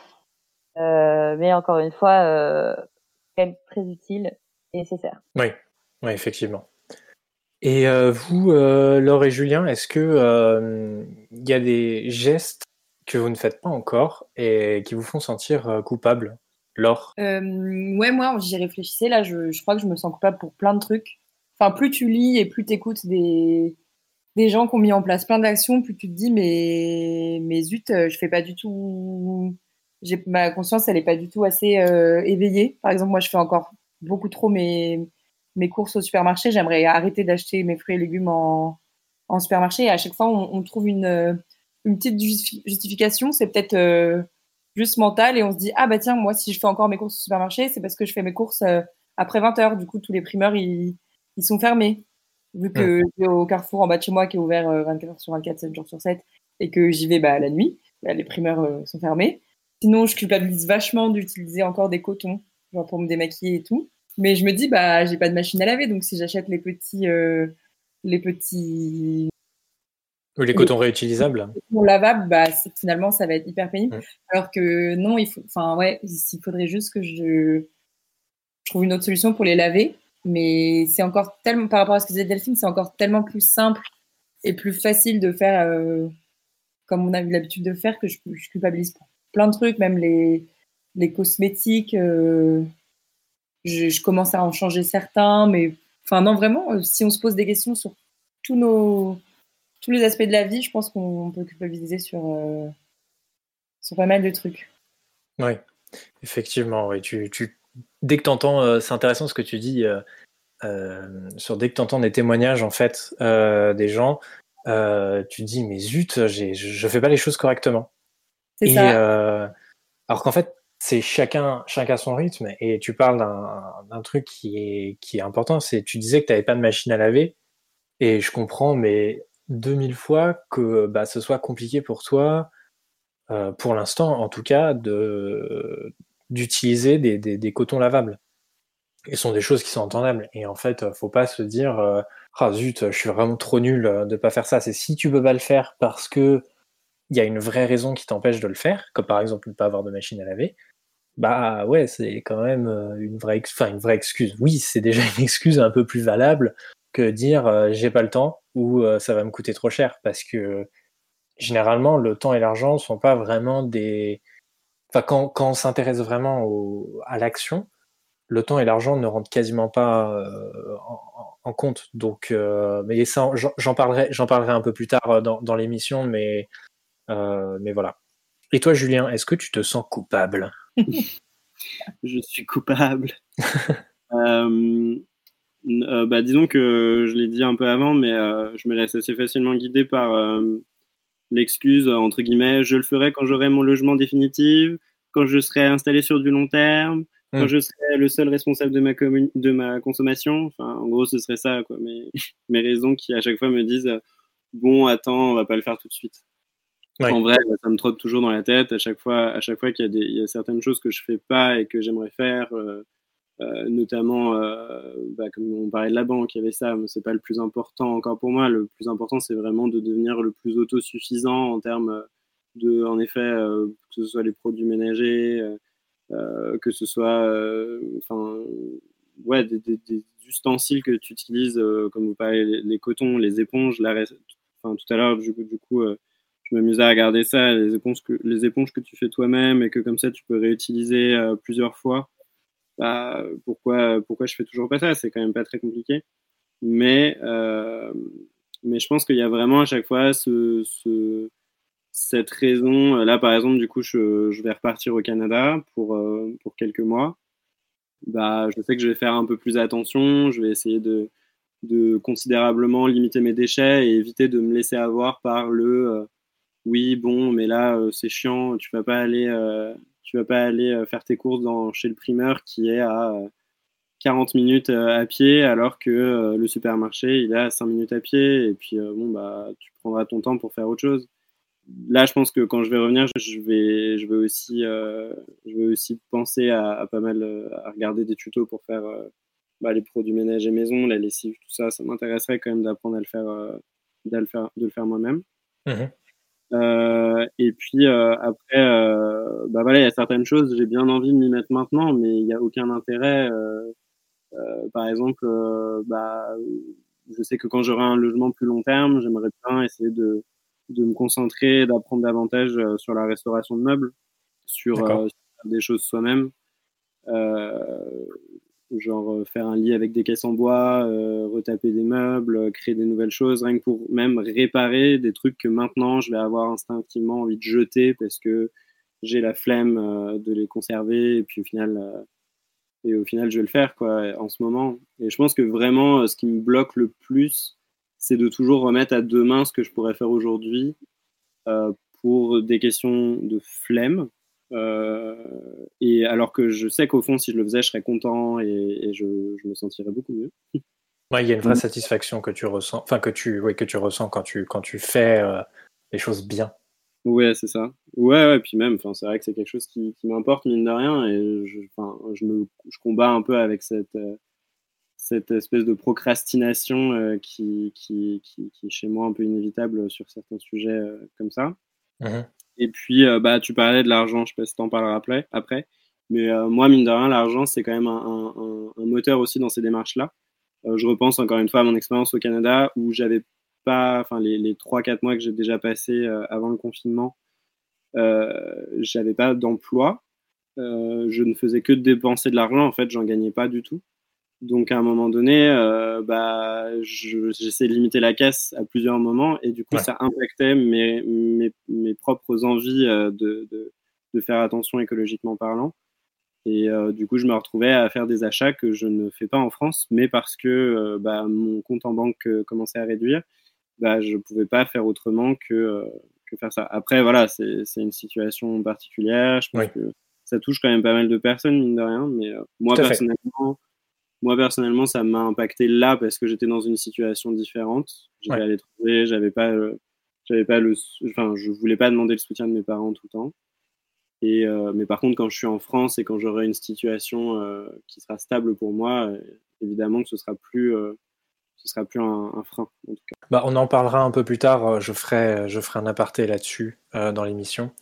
euh, mais encore une fois euh, quand même très utile et nécessaire. Oui, oui, effectivement. Et euh, vous, euh, Laure et Julien, est-ce que euh, il y a des gestes que vous ne faites pas encore et qui vous font sentir euh, coupable? Laure? Euh, ouais, moi, j'y réfléchissais. Là, je, je crois que je me sens coupable pour plein de trucs. Enfin, plus tu lis et plus tu écoutes des, des gens qui ont mis en place plein d'actions, plus tu te dis, mais, mais zut, euh, je fais pas du tout. J'ai, ma conscience, elle est pas du tout assez euh, éveillée. Par exemple, moi, je fais encore beaucoup trop mes, mes courses au supermarché. J'aimerais arrêter d'acheter mes fruits et légumes en, en supermarché. Et à chaque fois, on, on trouve une, euh, une petite justifi- justification. C'est peut-être euh, juste mental. Et on se dit, ah bah tiens, moi, si je fais encore mes courses au supermarché, c'est parce que je fais mes courses euh, après vingt heures. Du coup, tous les primeurs, ils, ils sont fermés. Vu Hmm. que je vais au Carrefour en bas de chez moi qui est ouvert euh, vingt-quatre heures sur vingt-quatre, sept jours sur sept, et que j'y vais bah, la nuit, bah, les primeurs euh, sont fermés. Sinon, je culpabilise vachement d'utiliser encore des cotons, genre pour me démaquiller et tout. Mais je me dis, bah, j'ai pas de machine à laver, donc si j'achète les petits, euh, les petits, Ou les les cotons réutilisables? cotons lavables, bah, c'est- finalement, ça va être hyper pénible. Hmm. Alors que non, il faut, enfin, ouais, il faudrait juste que je, je trouve une autre solution pour les laver. Mais c'est encore tellement, par rapport à ce que disait Delphine, c'est encore tellement plus simple et plus facile de faire euh, comme on a eu l'habitude de faire que je, je culpabilise pour plein de trucs, même les, les cosmétiques. Euh, je, je commence à en changer certains, mais enfin non, vraiment, euh, si on se pose des questions sur tous nos tous les aspects de la vie, je pense qu'on peut culpabiliser sur, euh, sur pas mal de trucs. Oui, effectivement. Oui. Tu, tu... Dès que tu entends, euh, c'est intéressant ce que tu dis, euh, euh, sur dès que tu entends des témoignages en fait euh, des gens, euh, tu te dis mais zut, j'ai, je fais pas les choses correctement. C'est Et ça. euh, alors qu'en fait, c'est chacun, chacun son rythme. Et tu parles d'un, d'un truc qui est, qui est important. C'est, tu disais que tu n'avais pas de machine à laver. Et je comprends, mais deux mille fois que bah, ce soit compliqué pour toi, euh, pour l'instant en tout cas, de, d'utiliser des, des, des cotons lavables. Et ce sont des choses qui sont entendables. Et en fait, faut pas se dire euh, ah zut, je suis vraiment trop nul de pas faire ça. C'est si tu peux pas le faire parce que il y a une vraie raison qui t'empêche de le faire, comme par exemple ne pas avoir de machine à laver, bah ouais, c'est quand même euh, une vraie, ex- enfin, une vraie excuse. Oui, c'est déjà une excuse un peu plus valable que dire euh, j'ai pas le temps ou euh, ça va me coûter trop cher, parce que généralement le temps et l'argent sont pas vraiment des. Enfin, quand, quand on s'intéresse vraiment au, à l'action, le temps et l'argent ne rentrent quasiment pas euh, en, en compte. Donc, euh, mais ça, j'en j'en parlerai, j'en parlerai un peu plus tard dans, dans l'émission, mais euh, mais voilà. Et toi, Julien, est-ce que tu te sens coupable? Je suis coupable. euh, euh, bah, disons que je l'ai dit un peu avant, mais euh, je me laisse assez facilement guider par euh, l'excuse, euh, entre guillemets, je le ferai quand j'aurai mon logement définitif, quand je serai installé sur du long terme, quand Hmm. je serai le seul responsable de ma, commun- de ma consommation. Enfin, en gros, ce serait ça, quoi. Mes, mes raisons qui, à chaque fois, me disent, euh, bon, attends, on va pas le faire tout de suite. Ouais. En vrai, ça me trotte toujours dans la tête. À chaque fois, à chaque fois qu'il y a des, il y a certaines choses que je fais pas et que j'aimerais faire, euh, euh, notamment, euh, bah, comme on parlait de la banque, il y avait ça, mais c'est pas le plus important encore pour moi. Le plus important, c'est vraiment de devenir le plus autosuffisant en termes de, en effet, euh, que ce soit les produits ménagers, euh, euh, que ce soit, euh, enfin, ouais, des, des, des ustensiles que tu utilises, euh, comme vous parlez, les, les cotons, les éponges. La, enfin, tout à l'heure, du coup, du coup euh, je m'amusais à regarder ça, les éponges que, les éponges que tu fais toi-même et que comme ça, tu peux réutiliser euh, plusieurs fois. Bah, pourquoi, pourquoi je fais toujours pas ça? C'est quand même pas très compliqué. Mais, euh, mais je pense qu'il y a vraiment à chaque fois ce, ce, cette raison. Là, par exemple, du coup, je, je vais repartir au Canada pour, euh, pour quelques mois. Bah, je sais que je vais faire un peu plus attention. Je vais essayer de, de considérablement limiter mes déchets et éviter de me laisser avoir par le euh, oui, bon, mais là, euh, c'est chiant. Tu vas pas aller, euh, tu vas pas aller euh, faire tes courses dans, chez le primeur qui est à euh, quarante minutes euh, à pied, alors que euh, le supermarché, il est à cinq minutes à pied. Et puis, euh, bon, bah, tu prendras ton temps pour faire autre chose. Là, je pense que quand je vais revenir, je vais, je vais aussi, euh, je vais aussi penser à, à pas mal, euh, à regarder des tutos pour faire euh, bah, les produits ménagers maison, la lessive, tout ça. Ça m'intéresserait quand même d'apprendre à le faire, euh, de le faire, de le faire moi-même. Mmh. Euh, et puis euh, après, euh, bah voilà, il y a certaines choses, j'ai bien envie de m'y mettre maintenant, mais il n'y a aucun intérêt. Euh, euh, par exemple, euh, bah, je sais que quand j'aurai un logement plus long terme, j'aimerais bien essayer de de me concentrer, d'apprendre davantage euh, sur la restauration de meubles, sur, euh, sur des choses soi-même, euh, genre euh, faire un lit avec des caisses en bois, euh, retaper des meubles, créer des nouvelles choses, rien que pour même réparer des trucs que maintenant je vais avoir instinctivement envie de jeter parce que j'ai la flemme euh, de les conserver et puis au final, euh, et au final je vais le faire quoi, en ce moment. Et je pense que vraiment ce qui me bloque le plus, c'est de toujours remettre à demain ce que je pourrais faire aujourd'hui euh, pour des questions de flemme. Euh, et alors que je sais qu'au fond, si je le faisais, je serais content et, et je, je me sentirais beaucoup mieux. Ouais, il y a une vraie satisfaction que tu ressens, enfin que tu, ouais, que tu ressens quand tu, quand tu fais euh, les choses bien. Ouais, c'est ça. Ouais, ouais, puis même, enfin, c'est vrai que c'est quelque chose qui, qui m'importe mine de rien et je, enfin, je me, je combats un peu avec cette, euh, cette espèce de procrastination euh, qui, qui, qui, qui est chez moi un peu inévitable sur certains sujets euh, comme ça. Mmh. Et puis, euh, bah, tu parlais de l'argent, je sais pas si t'en parleras après, après. mais euh, moi, mine de rien, l'argent, c'est quand même un, un, un moteur aussi dans ces démarches-là. Euh, je repense encore une fois à mon expérience au Canada où j'avais pas, enfin, les, les trois quatre mois que j'ai déjà passé euh, avant le confinement, euh, j'avais pas d'emploi. Euh, je ne faisais que de dépenser de l'argent, en fait, j'en gagnais pas du tout. Donc à un moment donné, euh, bah, je, j'essaie de limiter la casse à plusieurs moments et du coup ouais. ça impactait mes, mes, mes propres envies euh, de, de, de faire attention écologiquement parlant. Et euh, du coup je me retrouvais à faire des achats que je ne fais pas en France, mais parce que euh, bah, mon compte en banque euh, commençait à réduire, bah, je ne pouvais pas faire autrement que, euh, que faire ça. Après voilà, c'est, c'est une situation particulière, je pense oui. que ça touche quand même pas mal de personnes mine de rien, mais euh, moi Tout personnellement... Moi, personnellement, ça m'a impacté là parce que j'étais dans une situation différente. J'étais ouais. à l'étranger, j'avais pas, euh, j'avais pas le, enfin, je voulais pas demander le soutien de mes parents tout le temps. Et, euh, mais par contre, quand je suis en France et quand j'aurai une situation euh, qui sera stable pour moi, euh, évidemment que ce sera plus, euh, ce sera plus un, un frein, en tout cas. Bah, on en parlera un peu plus tard. Je ferai, je ferai un aparté là-dessus euh, dans l'émission.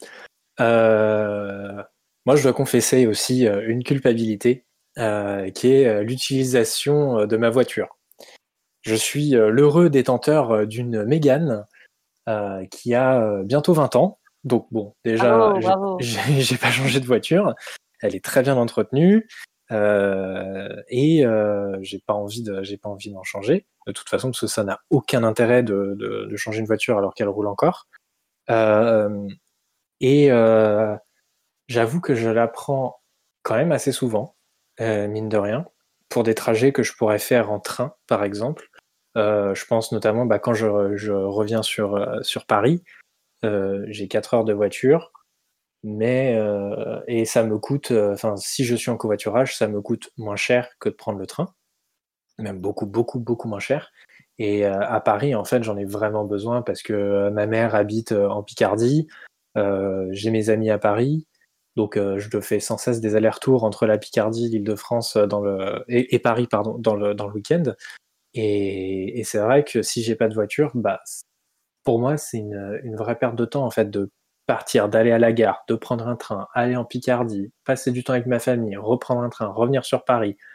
Euh, moi, je dois confesser aussi euh, une culpabilité. Euh, qui est euh, l'utilisation de ma voiture. Je suis euh, l'heureux détenteur d'une Mégane euh, qui a euh, bientôt vingt ans. Donc bon, déjà, bravo, bravo. J'ai, j'ai pas changé de voiture. Elle est très bien entretenue euh, et euh, j'ai pas envie de, j'ai pas envie d'en changer. De toute façon, parce que ça n'a aucun intérêt de, de, de changer une voiture alors qu'elle roule encore. Euh, et euh, j'avoue que je la prends quand même assez souvent. Euh, mine de rien, pour des trajets que je pourrais faire en train, par exemple. Euh, je pense notamment bah, quand je, je reviens sur, euh, sur Paris, euh, j'ai quatre heures de voiture, mais euh, et ça me coûte, enfin, euh, si je suis en covoiturage, ça me coûte moins cher que de prendre le train, même beaucoup, beaucoup, beaucoup moins cher. Et euh, à Paris, en fait, j'en ai vraiment besoin parce que euh, ma mère habite euh, en Picardie, euh, j'ai mes amis à Paris. Donc euh, je fais sans cesse des allers-retours entre la Picardie, l'Île-de-France dans le, et, et Paris pardon, dans le, dans le week-end. Et, et c'est vrai que si j'ai pas de voiture, bah, pour moi c'est une, une vraie perte de temps en fait de partir, d'aller à la gare, de prendre un train, aller en Picardie, passer du temps avec ma famille, reprendre un train, revenir sur Paris.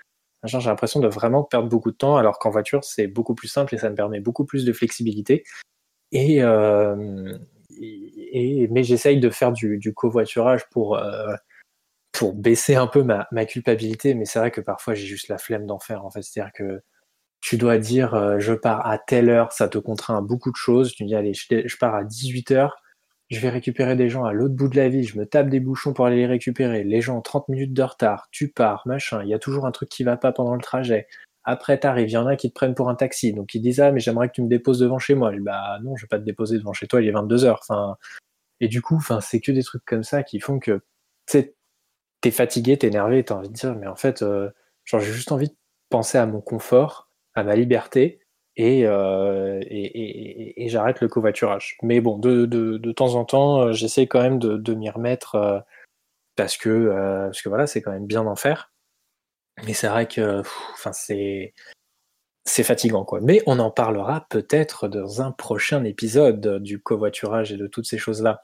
Machin, j'ai l'impression de vraiment perdre beaucoup de temps, alors qu'en voiture, c'est beaucoup plus simple et ça me permet beaucoup plus de flexibilité. Et, euh, et, et- mais j'essaye de faire du, du covoiturage pour, euh, pour baisser un peu ma, ma culpabilité, mais c'est vrai que parfois j'ai juste la flemme d'en faire, en fait. C'est-à-dire que tu dois dire euh, je pars à telle heure, ça te contraint à beaucoup de choses. Tu dis allez, je, je pars à dix-huit heures, je vais récupérer des gens à l'autre bout de la ville, je me tape des bouchons pour aller les récupérer. Les gens ont trente minutes de retard, tu pars, machin, il y a toujours un truc qui va pas pendant le trajet. Après, t'arrives, il y en a qui te prennent pour un taxi, donc ils disent ah mais j'aimerais que tu me déposes devant chez moi. Je dis, bah non, je vais pas te déposer devant chez toi, il est vingt-deux heures. Enfin, et du coup, enfin, c'est que des trucs comme ça qui font que tu sais, t'es fatigué, t'es énervé, t'as envie de dire mais en fait, euh, genre j'ai juste envie de penser à mon confort, à ma liberté, et, euh, et, et, et- et j'arrête le covoiturage. Mais bon, de, de, de temps en temps, euh, j'essaie quand même de, de m'y remettre euh, parce que, euh, parce que voilà, c'est quand même bien d'en faire. Mais c'est vrai que pff, enfin, c'est, c'est fatigant, quoi. Mais on en parlera peut-être dans un prochain épisode du covoiturage et de toutes ces choses-là.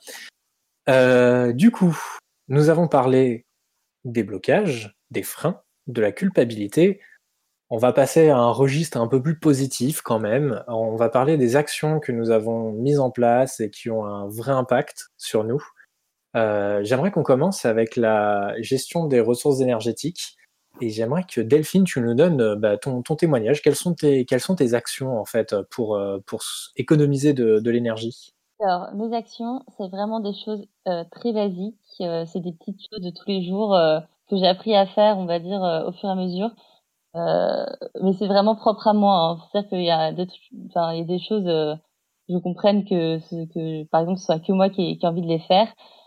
Euh, du coup, nous avons parlé des blocages, des freins, de la culpabilité. On va passer à un registre un peu plus positif quand même. On va parler des actions que nous avons mises en place et qui ont un vrai impact sur nous. Euh, j'aimerais qu'on commence avec la gestion des ressources énergétiques. Et j'aimerais que Delphine, tu nous donnes euh, bah, ton, ton témoignage. Quelles sont tes, quelles sont tes actions en fait pour, euh, pour s- économiser de, de l'énergie? Alors, mes actions, c'est vraiment des choses euh, très basiques. euh, c'est des petites choses de tous les jours euh, que j'ai appris à faire, on va dire, euh, au fur et à mesure. Euh, mais c'est vraiment propre à moi. Hein. C'est-à-dire qu'il y a des, tr- enfin, il y a des choses, euh, je comprenne que, ce- que, par exemple, ce soit que moi qui, qui ai envie de les faire.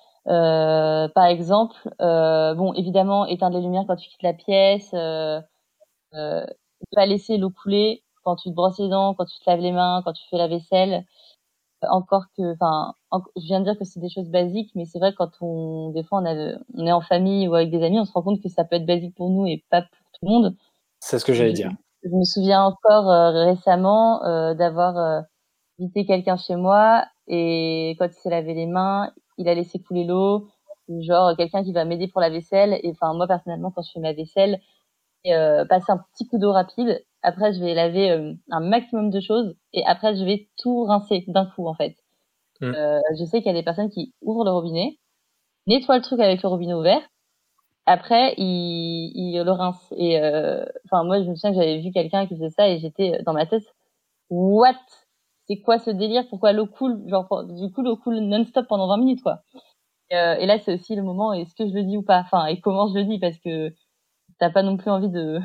Euh, par exemple, euh, bon, évidemment, éteindre les lumières quand tu quittes la pièce, euh, euh, pas laisser l'eau couler quand tu te brosses les dents, quand tu te laves les mains, quand tu fais la vaisselle. Encore que, enfin, en- je viens de dire que c'est des choses basiques, mais c'est vrai que quand on, des fois, on, a, on est en famille ou avec des amis, on se rend compte que ça peut être basique pour nous et pas pour tout le monde. C'est ce que Je, j'allais dire. je me souviens encore euh, récemment euh, d'avoir euh, invité quelqu'un chez moi et quand il s'est lavé les mains, il a laissé couler l'eau. Genre quelqu'un qui va m'aider pour la vaisselle. Et enfin moi personnellement, quand je fais ma vaisselle, et, euh, passer un petit coup d'eau rapide. Après, je vais laver euh, un maximum de choses et après, je vais tout rincer d'un coup en fait. Mm. Euh, je sais qu'il y a des personnes qui ouvrent le robinet, nettoient le truc avec le robinet ouvert. Après, ils, ils le rincent. Et euh, enfin, moi, je me souviens que j'avais vu quelqu'un qui faisait ça et j'étais dans ma tête, what? C'est quoi ce délire? Pourquoi l'eau coule? Genre, pour- du coup, l'eau coule non-stop pendant vingt minutes, quoi. Et, euh, et là, c'est aussi le moment, est-ce que je le dis ou pas? Enfin, et comment je le dis? Parce que t'as pas non plus envie de,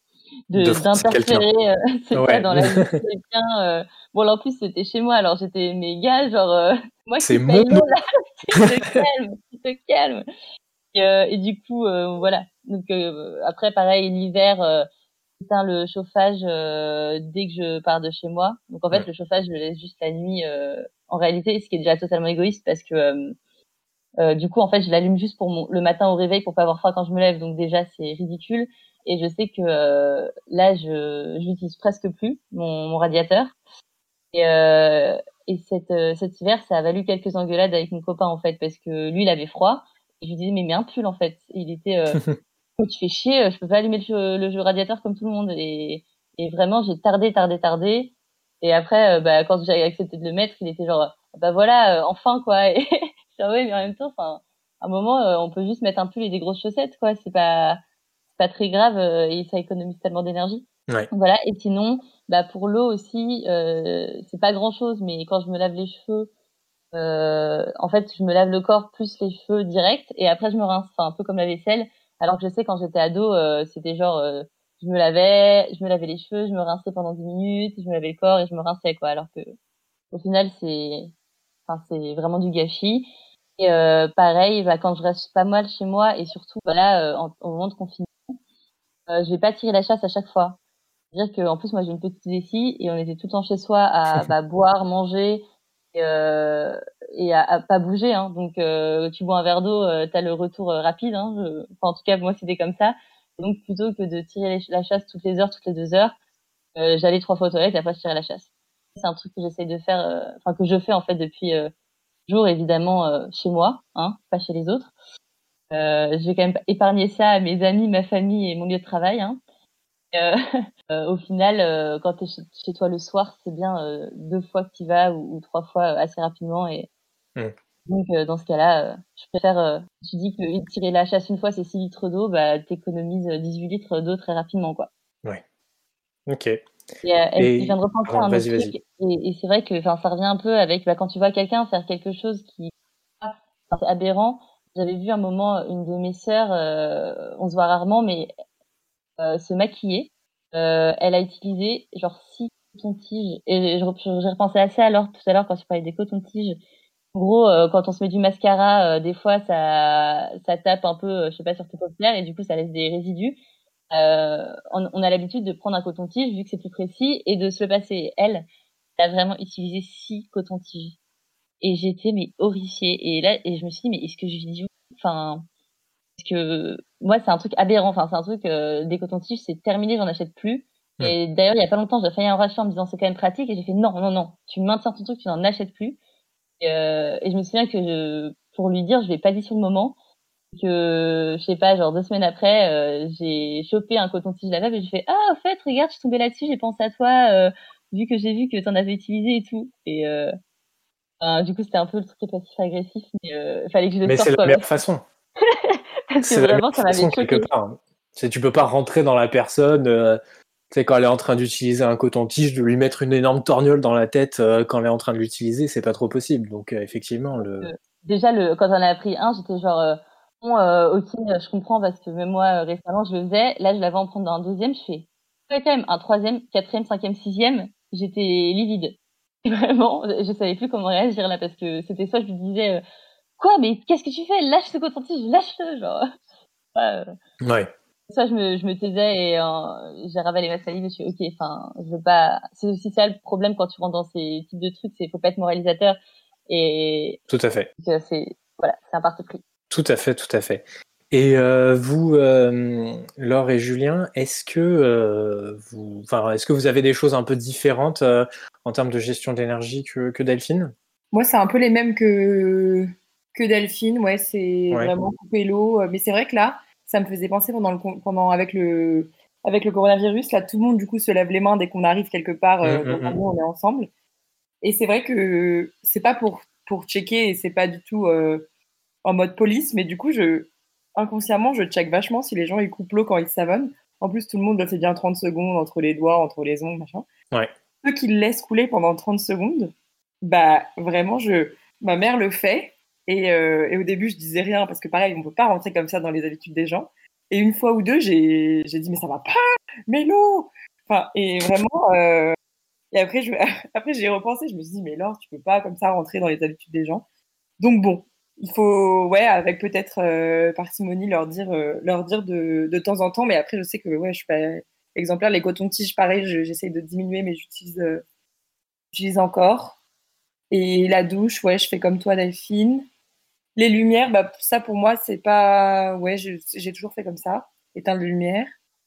De de froisser quelqu'un. d'interférer, euh, c'est ça, Ouais. dans la vie de quelqu'un. Euh... Bon, là, en plus, c'était chez moi, alors j'étais méga, genre, euh, moi C'est qui mon paye l'eau, là, tu te calmes, tu te calmes. Et, euh, et du coup, euh, voilà. Donc, euh, après, pareil, l'hiver, euh, j'éteins le chauffage euh, dès que je pars de chez moi. Donc, en fait, Ouais. le chauffage, je le laisse juste la nuit, euh, en réalité, ce qui est déjà totalement égoïste parce que, euh, euh, du coup, en fait, je l'allume juste pour mon, le matin au réveil pour pas avoir froid quand je me lève. Donc déjà, c'est ridicule. Et je sais que euh, là, je j'utilise presque plus mon, mon radiateur. Et, euh, et cette, euh, cet hiver, ça a valu quelques engueulades avec mon copain en fait, parce que lui, il avait froid. Et je lui disais, mais mets un pull en fait. Et il était, euh, oh, tu fais chier, je peux pas allumer le, le, le radiateur comme tout le monde. Et, et vraiment, j'ai tardé, tardé, tardé. Et après, euh, bah, quand j'ai accepté de le mettre, il était genre, bah voilà, euh, enfin quoi. Et je dis, ouais, mais en même temps, enfin, à un moment, euh, on peut juste mettre un pull et des grosses chaussettes, quoi. C'est pas, c'est pas très grave euh, et ça économise tellement d'énergie. Ouais. Voilà. Et sinon, bah pour l'eau aussi, euh, c'est pas grand chose, mais quand je me lave les cheveux, euh, en fait, je me lave le corps plus les cheveux direct et après je me rince, enfin un peu comme la vaisselle. Alors que je sais quand j'étais ado, euh, c'était genre euh, je me lavais, je me lavais les cheveux, je me rinçais pendant dix minutes, je me lavais le corps et je me rinçais quoi. Alors que au final c'est, enfin c'est vraiment du gâchis. Et euh, pareil, bah, quand je reste pas mal chez moi et surtout voilà euh, en- au moment de confinement, euh, je vais pas tirer la chasse à chaque fois. C'est-à-dire qu'en plus, moi, j'ai une petite vessie et on était tout le temps chez soi à bah, boire, manger et, euh, et à, à pas bouger. Hein. Donc, euh, tu bois un verre d'eau, euh, t'as le retour euh, rapide. Hein. Je... Enfin, en tout cas, moi, c'était comme ça. Donc, plutôt que de tirer les- la chasse toutes les heures, toutes les deux heures, euh, j'allais trois fois aux toilettes et après, je tirais la chasse. C'est un truc que j'essaye de faire, euh, enfin, que je fais en fait depuis euh, toujours, évidemment, euh, chez moi, hein, pas chez les autres. Euh, je vais quand même épargner ça à mes amis, ma famille et mon lieu de travail. Hein. Euh, euh, au final, euh, quand tu es chez, chez toi le soir, c'est bien euh, deux fois que tu y vas ou, ou trois fois euh, assez rapidement. Et Mm. donc, euh, dans ce cas-là, euh, je préfère. Euh, tu dis que tirer la chasse une fois, c'est six litres d'eau, bah, tu économises dix-huit litres d'eau très rapidement, quoi. Ouais. Ok. Et, euh, et je Et viens de repenser à pardon, un autre vas-y, truc. vas-y. Et, et c'est vrai que ça revient un peu avec bah, quand tu vois quelqu'un faire quelque chose qui enfin, c'est aberrant. J'avais vu un moment une de mes sœurs, euh, on se voit rarement, mais euh, se maquiller. Euh, elle a utilisé genre six cotons-tiges. Et je, je- j'ai repensé assez alors tout à l'heure quand tu parlais des cotons-tiges. En gros, euh, quand on se met du mascara, euh, des fois ça ça tape un peu, euh, je sais pas, sur tes paupières et du coup ça laisse des résidus. Euh, on, on a l'habitude de prendre un coton-tige vu que c'est plus précis et de se le passer. Elle, elle a vraiment utilisé six cotons-tiges. Et j'étais mais horrifiée. Et là, et je me suis dit, mais est-ce que je vis où? Enfin, parce que moi, c'est un truc aberrant. Enfin, c'est un truc, euh, des cotons-tiges, c'est terminé, j'en achète plus. Mm. Et d'ailleurs, il y a pas longtemps, j'ai failli en racheter en me disant c'est quand même pratique. Et j'ai fait non, non, non, tu maintiens ton truc, tu n'en achètes plus. Et, euh, et je me souviens que je, pour lui dire, je l'ai pas dit sur le moment, que je sais pas, genre deux semaines après, euh, j'ai chopé un coton-tige lavable et j'ai fait ah, en fait, regarde, je suis tombée là-dessus, j'ai pensé à toi, euh, vu que j'ai vu que t'en avais utilisé et tout. Et euh, enfin, du coup, c'était un peu le truc passif-agressif, mais euh, fallait que je le Mais c'est sorte la quoi, meilleure parce, façon. parce que C'est la vraiment, meilleure ça m'avait façon quelque choqué. part. C'est tu peux pas rentrer dans la personne. Euh, tu sais, quand elle est en train d'utiliser un coton-tige, de lui mettre une énorme torgnole dans la tête euh, quand elle est en train de l'utiliser, c'est pas trop possible. Donc euh, effectivement, le. Euh, déjà, le, quand j'en ai appris un, j'étais genre, euh, bon, euh, ok, je comprends parce que même moi, euh, récemment, je le faisais. Là, je l'avais en prendre un deuxième, je fais, ouais, quand même, un troisième, quatrième, cinquième, sixième, j'étais livide. Vraiment, je, je savais plus comment réagir là parce que c'était soit je lui disais, euh, quoi, mais qu'est-ce que tu fais? Lâche ce coton-tige, lâche-le, genre. Ouais, euh, Ouais. soit je me, je me taisais et euh, j'ai ravalé ma salive et je suis ok, enfin, je veux pas. C'est aussi ça le problème quand tu rentres dans ces types de trucs, c'est faut pas être moralisateur et Tout à fait. que c'est voilà, c'est un parti pris. Tout à fait, tout à fait. Et euh, vous, euh, Laure et Julien, est-ce que euh, vous, enfin, est-ce que vous avez des choses un peu différentes euh, en termes de gestion d'énergie que, que Delphine? Moi, c'est un peu les mêmes que, que Delphine. Ouais, c'est Ouais. vraiment couper l'eau. Mais c'est vrai que là, ça me faisait penser pendant le, con- pendant, avec le, avec le coronavirus, là, tout le monde, du coup, se lève les mains dès qu'on arrive quelque part, Hum, euh, dans hum, un hum. lieu, on est ensemble. Et c'est vrai que c'est pas pour, pour checker et c'est pas du tout euh, en mode police, mais du coup, je, inconsciemment, je check vachement si les gens ils coupent l'eau quand ils savonnent. En plus, tout le monde le fait bien trente secondes entre les doigts, entre les ongles, machin. Ouais. Ceux qui le laissent couler pendant trente secondes, bah vraiment, je, ma mère le fait. Et, euh, et au début, je disais rien parce que pareil, on peut pas rentrer comme ça dans les habitudes des gens. Et une fois ou deux, j'ai, j'ai dit mais ça va pas, mais l'eau. Enfin, et vraiment. Euh, et après, je, après, j'y ai repensé. Je me suis dit mais Laure, tu peux pas comme ça rentrer dans les habitudes des gens. Donc bon, il faut, ouais, avec peut-être euh, parcimonie leur dire, euh, leur dire de, de temps en temps. Mais après, je sais que ouais, je suis pas exemplaire. Les cotons-tiges, pareil, je- j'essaye de diminuer, mais j'utilise, euh, j'utilise encore. Et la douche, ouais, je fais comme toi, Delphine. Les lumières, bah, ça pour moi, c'est pas. Ouais, je- j'ai toujours fait comme ça. Éteindre les lumières.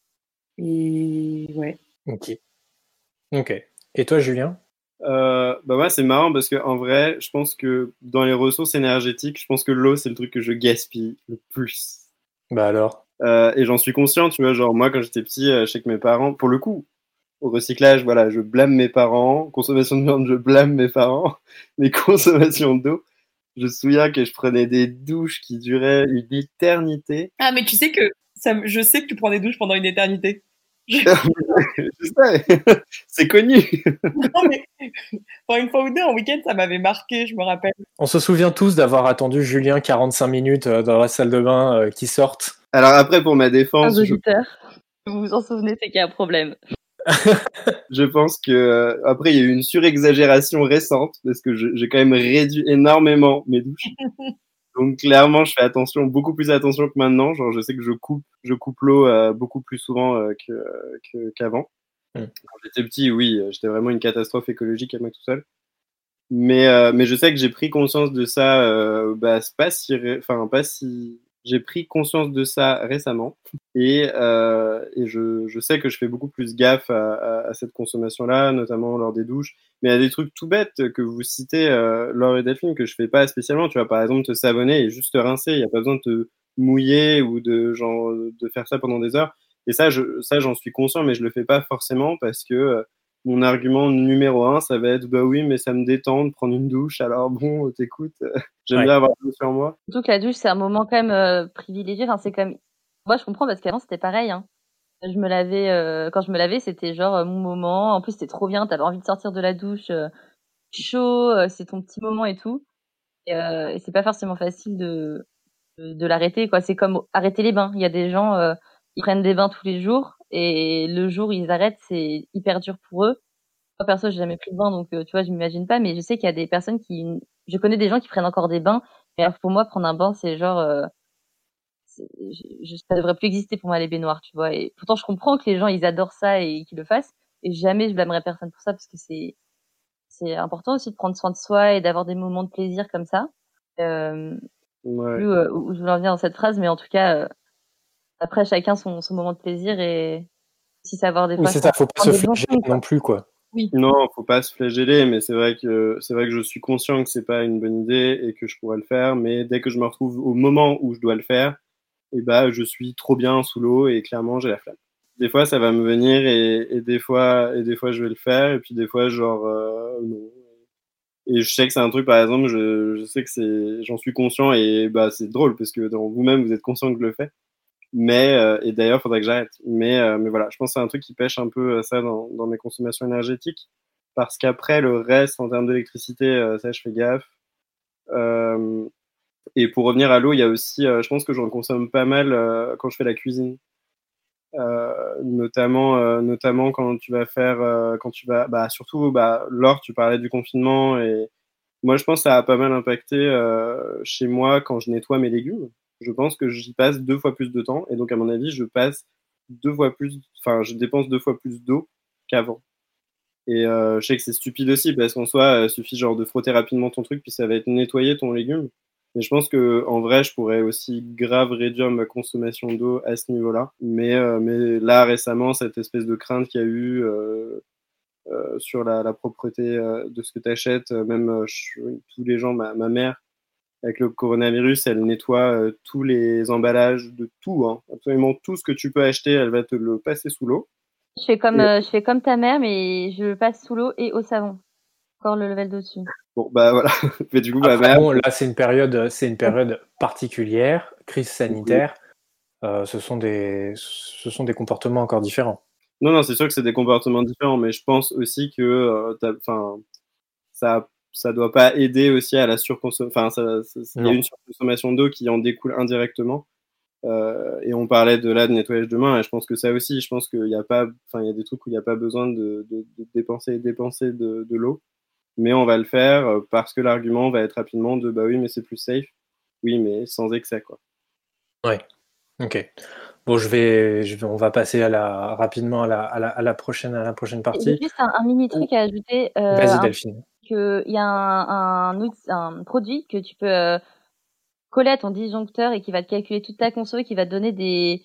Et ouais. Ok. Ok. Et toi, Julien? Euh, bah ouais, c'est marrant parce que en vrai, je pense que dans les ressources énergétiques, je pense que l'eau, c'est le truc que je gaspille le plus. Bah alors. Euh, et j'en suis conscient, tu vois, genre moi quand j'étais petit, euh, je sais que mes parents, pour le coup, au recyclage, voilà, je blâme mes parents. Consommation de viande, je blâme mes parents. Mais consommation d'eau, je me souviens que je prenais des douches qui duraient une éternité. Ah, mais tu sais que ça, me- je sais que tu prends des douches pendant une éternité. Je- Je sais, c'est connu. Non, mais pour une fois ou deux en week-end, ça m'avait marqué, je me rappelle. On se souvient tous d'avoir attendu Julien quarante-cinq minutes euh, dans la salle de bain euh, qui sorte. Alors après, pour ma Un défense, je, auditeurs, vous vous en souvenez, c'est qu'il y a un problème. je pense que euh, après il y a eu une surexagération récente parce que je- j'ai quand même réduit énormément mes douches. Donc clairement, je fais attention, beaucoup plus attention que maintenant. Genre, je sais que je coupe, je coupe l'eau euh, beaucoup plus souvent euh, que, que- qu'avant. Mm. Quand j'étais petit, oui, euh, j'étais vraiment une catastrophe écologique à moi tout seul. Mais, euh, mais je sais que j'ai pris conscience de ça, euh, bah, c'est pas si, ré- enfin, pas si, j'ai pris conscience de ça récemment. Et, euh, et je, je sais que je fais beaucoup plus gaffe à, à, à cette consommation-là, notamment lors des douches. Mais il y a des trucs tout bêtes que vous citez, euh, Laure et Delphine, que je fais pas spécialement. Tu vois, par exemple, te savonner et juste te rincer. Il n'y a pas besoin de te mouiller ou de, genre, de faire ça pendant des heures. Et ça, je, ça, j'en suis conscient, mais je le fais pas forcément parce que euh, mon argument numéro un, ça va être bah oui, mais ça me détend de prendre une douche. Alors bon, t'écoutes, euh, j'aime Ouais. bien avoir l'eau sur moi. Surtout que la douche, c'est un moment quand même euh, privilégié. Enfin, c'est quand même... Moi, je comprends parce qu'avant, c'était pareil. Hein. Je me lavais, euh, quand je me lavais, c'était genre euh, mon moment. En plus, c'était trop bien. T'avais envie de sortir de la douche euh, chaud. euh, c'est ton petit moment et tout. Et, euh, et c'est pas forcément facile de, de, de l'arrêter, quoi. C'est comme arrêter les bains. Il y a des gens, euh, ils prennent des bains tous les jours et le jour où ils arrêtent, c'est hyper dur pour eux. Moi, perso, j'ai jamais pris de bain, donc euh, tu vois, je m'imagine pas. Mais je sais qu'il y a des personnes qui, je connais des gens qui prennent encore des bains. Mais alors, pour moi, prendre un bain, c'est genre, euh, c'est- je, je- ça devrait plus exister pour moi les baignoires, tu vois. Et pourtant, je comprends que les gens ils adorent ça et qu'ils le fassent. Et jamais je blâmerais personne pour ça parce que c'est c'est important aussi de prendre soin de soi et d'avoir des moments de plaisir comme ça. Euh, Ouais. plus euh, où je veux en venir dans cette phrase, mais en tout cas, euh, après chacun son, son moment de plaisir et aussi savoir des Oui, fois c'est ça, faut pas prendre se des bons flageller soins, quoi. non plus, quoi. Oui. Non, faut pas se flageller, mais c'est vrai que c'est vrai que je suis conscient que c'est pas une bonne idée et que je pourrais le faire, mais dès que je me retrouve au moment où je dois le faire, et bah je suis trop bien sous l'eau et clairement j'ai la flamme. Des fois ça va me venir et, et des fois et des fois je vais le faire et puis des fois genre euh, non. Et je sais que c'est un truc par exemple, je, je sais que c'est j'en suis conscient et bah c'est drôle parce que dans vous-même vous êtes conscient que je le fais. Mais euh, et d'ailleurs faudrait que j'arrête. Mais euh, mais voilà, je pense que c'est un truc qui pêche un peu euh, ça dans, dans mes consommations énergétiques parce qu'après le reste en termes d'électricité, euh, ça je fais gaffe. Euh, et pour revenir à l'eau, il y a aussi, euh, je pense que j'en consomme pas mal euh, quand je fais la cuisine. Euh, notamment, euh, notamment quand tu vas faire, euh, quand tu vas, bah, surtout, bah, Laure, tu parlais du confinement et moi, je pense que ça a pas mal impacté euh, chez moi quand je nettoie mes légumes. Je pense que j'y passe deux fois plus de temps et donc, à mon avis, je passe deux fois plus, enfin, je dépense deux fois plus d'eau qu'avant. Et euh, je sais que c'est stupide aussi parce qu'en soi, il suffit genre de frotter rapidement ton truc puis ça va être nettoyé ton légume. Mais je pense que en vrai, je pourrais aussi grave réduire ma consommation d'eau à ce niveau-là. Mais, euh, mais là, récemment, cette espèce de crainte qu'il y a eu euh, euh, sur la, la propreté euh, de ce que tu achètes, euh, même euh, je- tous les gens, ma, ma mère, avec le coronavirus, elle nettoie euh, tous les emballages de tout, hein. Absolument tout ce que tu peux acheter, elle va te le passer sous l'eau. Je fais comme, Et euh, je fais comme ta mère, mais je passe sous l'eau et au savon. Encore le level dessus. bon, bah voilà. Mais du coup, ma Après, mère, bon, là, c'est une période, c'est une période particulière, crise sanitaire. Euh, ce sont des, ce sont des comportements encore différents. non, non, c'est sûr que c'est des comportements différents, mais je pense aussi que euh, t'as- enfin, ça ça doit pas aider aussi à la surconsommation. Enfin, ça- ça- il y a Non. une surconsommation d'eau qui en découle indirectement. Euh, et on parlait de là de nettoyage de main, et je pense que ça aussi, je pense qu'il y a pas, enfin, il y a des trucs où il n'y a pas besoin de, de, de dépenser dépenser de, de l'eau, mais on va le faire euh, parce que l'argument va être rapidement de bah oui, mais c'est plus safe. Oui, mais sans excès, quoi. Ouais. Ok. Bon, je vais, je vais, on va passer à la, rapidement à la, à la, à la prochaine, à la prochaine J'ai partie. juste un, un mini Oh, truc à ajouter. Euh, vas-y, un, Delphine. que, il y a un, un, outil- un produit que tu peux euh, coller à ton disjoncteur et qui va te calculer toute ta conso et qui va te donner des,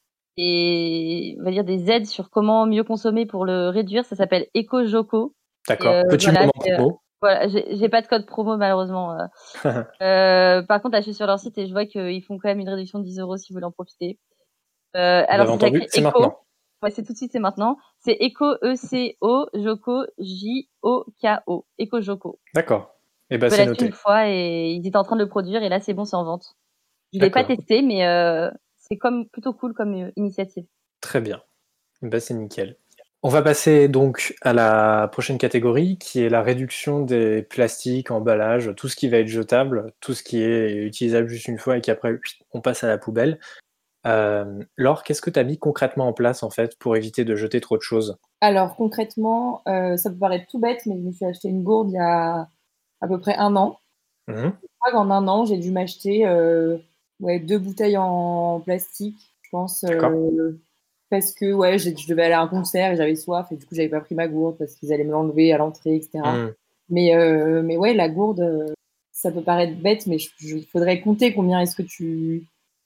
des, on va dire des aides sur comment mieux consommer pour le réduire. Ça s'appelle EcoJoco. Et D'accord. euh, Petit voilà, moment c'est, euh, promo. voilà, j'ai j'ai pas de code promo malheureusement. euh. Euh, par contre, là, je suis sur leur site et je vois qu'ils font quand même une réduction de dix euros si vous voulez en profiter. Euh, Vous alors, avez c'est entendu? écrit C'est Eco. maintenant. Ouais, c'est tout de suite, c'est maintenant. C'est Eco, E C O, Joko, J O K O. Eco Joko. D'accord. Eh ben, Je c'est l'ai acheté une noté. fois et ils étaient en train de le produire et là, c'est bon, c'est en vente. Je l'ai pas D'accord. testé, mais euh, c'est comme plutôt cool comme euh, initiative. Très bien. Eh ben, c'est nickel. On va passer donc à la prochaine catégorie qui est la réduction des plastiques, emballages, tout ce qui va être jetable, tout ce qui est utilisable juste une fois et qu'après on passe à la poubelle. Euh, Laure, qu'est-ce que tu as mis concrètement en place en fait pour éviter de jeter trop de choses? Alors concrètement, euh, ça peut paraître tout bête, mais je me suis acheté une gourde il y a à peu près un an. Mhm. Je crois qu'en un an, j'ai dû m'acheter euh, ouais, deux bouteilles en plastique, je pense, D'accord. euh, parce que ouais, j'ai- je devais aller à un concert et j'avais soif et du coup, j'avais pas pris ma gourde parce qu'ils allaient me l'enlever à l'entrée, et cetera. Mhm. Mais, euh, mais ouais, la gourde, euh, ça peut paraître bête, mais il faudrait compter combien est-ce que tu,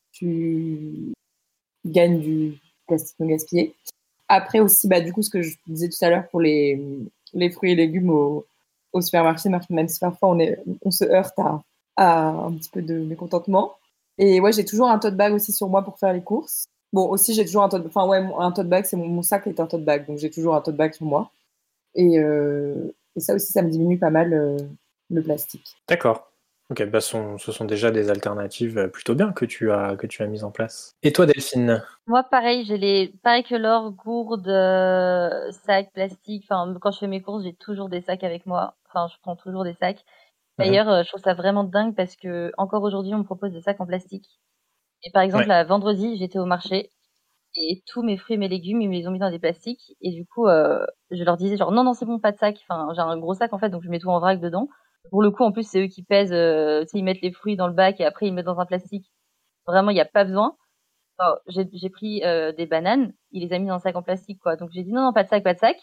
tu gagnes du plastique non gaspillé. Après aussi, bah, du coup, ce que je disais tout à l'heure pour les, les fruits et légumes au, au supermarché, même si parfois on, est, on se heurte à, à un petit peu de mécontentement. Et ouais, j'ai toujours un tote bag aussi sur moi pour faire les courses. Bon, aussi, j'ai toujours un tote, enfin, ouais, un tote bag, c'est mon, mon sac est un tote bag, donc j'ai toujours un tote bag sur moi. Et, euh, et ça aussi, ça me diminue pas mal euh, le plastique. D'accord. Ok, bah son- ce sont déjà des alternatives plutôt bien que tu as, que tu as mises en place. Et toi, Delphine? Moi, pareil, j'ai les, pareil que Laure, gourdes, euh, sacs, plastiques. Enfin, quand je fais mes courses, j'ai toujours des sacs avec moi. Enfin, je prends toujours des sacs. D'ailleurs, euh, je trouve ça vraiment dingue parce que encore aujourd'hui, on me propose des sacs en plastique. Et par exemple, Ouais. là, vendredi, j'étais au marché et tous mes fruits et mes légumes, ils me les ont mis dans des plastiques. Et du coup, euh, je leur disais genre non, non, c'est bon, pas de sac. Enfin, j'ai un gros sac en fait, donc je mets tout en vrac dedans. Pour le coup, en plus, c'est eux qui pèsent. Euh, tu sais, ils mettent les fruits dans le bac et après ils mettent dans un plastique. Vraiment, il n'y a pas besoin. Alors, j'ai, j'ai pris euh, des bananes, il les a mis dans un sac en plastique, quoi. Donc j'ai dit non, non, pas de sac, pas de sac.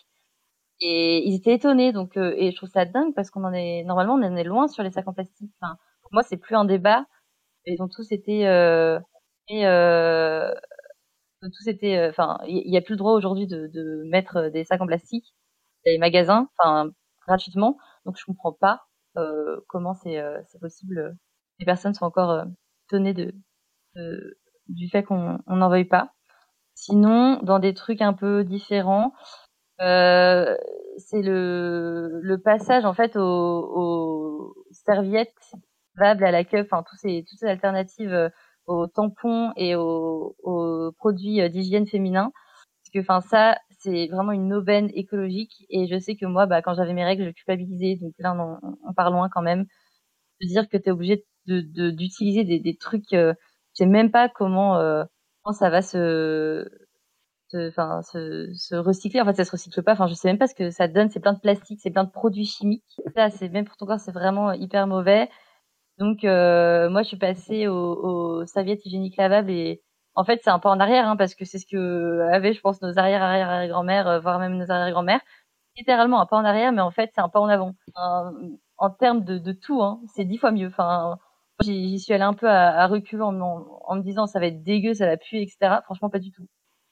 Et ils étaient étonnés. Donc, euh, et je trouve ça dingue parce qu'on en est normalement on en est loin sur les sacs en plastique. Enfin, pour moi, c'est plus un débat. Ils ont tous été euh, et euh, tous été. Enfin, il y, y a plus le droit aujourd'hui de, de mettre des sacs en plastique dans les magasins, enfin gratuitement. Donc je comprends pas euh, comment c'est euh, c'est possible. Les personnes sont encore euh, étonnées de, de du fait qu'on on n'en veuille pas. Sinon, dans des trucs un peu différents, euh, c'est le, le passage en fait aux, aux serviettes lavables à la cup, enfin tous ces toutes ces alternatives euh, aux tampons et aux, aux produits euh, d'hygiène féminin. Parce que enfin ça, c'est vraiment une aubaine écologique et je sais que moi, bah quand j'avais mes règles, je culpabilisais. Donc là, on, on part loin quand même de dire que t'es obligé de, de d'utiliser des, des trucs. Euh, je sais même pas comment, euh, comment ça va se enfin se, se recycler. En fait, ça se recycle pas. Enfin, je sais même pas ce que ça donne. C'est plein de plastique, c'est plein de produits chimiques. Là, c'est même pour ton corps, c'est vraiment hyper mauvais. Donc, euh, moi, je suis passée aux, aux serviettes hygiéniques lavables et en fait, c'est un pas en arrière, hein, parce que c'est ce que avaient, je pense, nos arrière arrière arrière grand-mères, euh, voire même nos arrière grand-mères. Littéralement un pas en arrière, mais en fait, c'est un pas en avant. En, en termes de, de tout, hein, c'est dix fois mieux. Enfin, j'y, j'y suis allée un peu à, à reculons en, en, en me disant ça va être dégueu, ça va puer, et cetera. Franchement, pas du tout.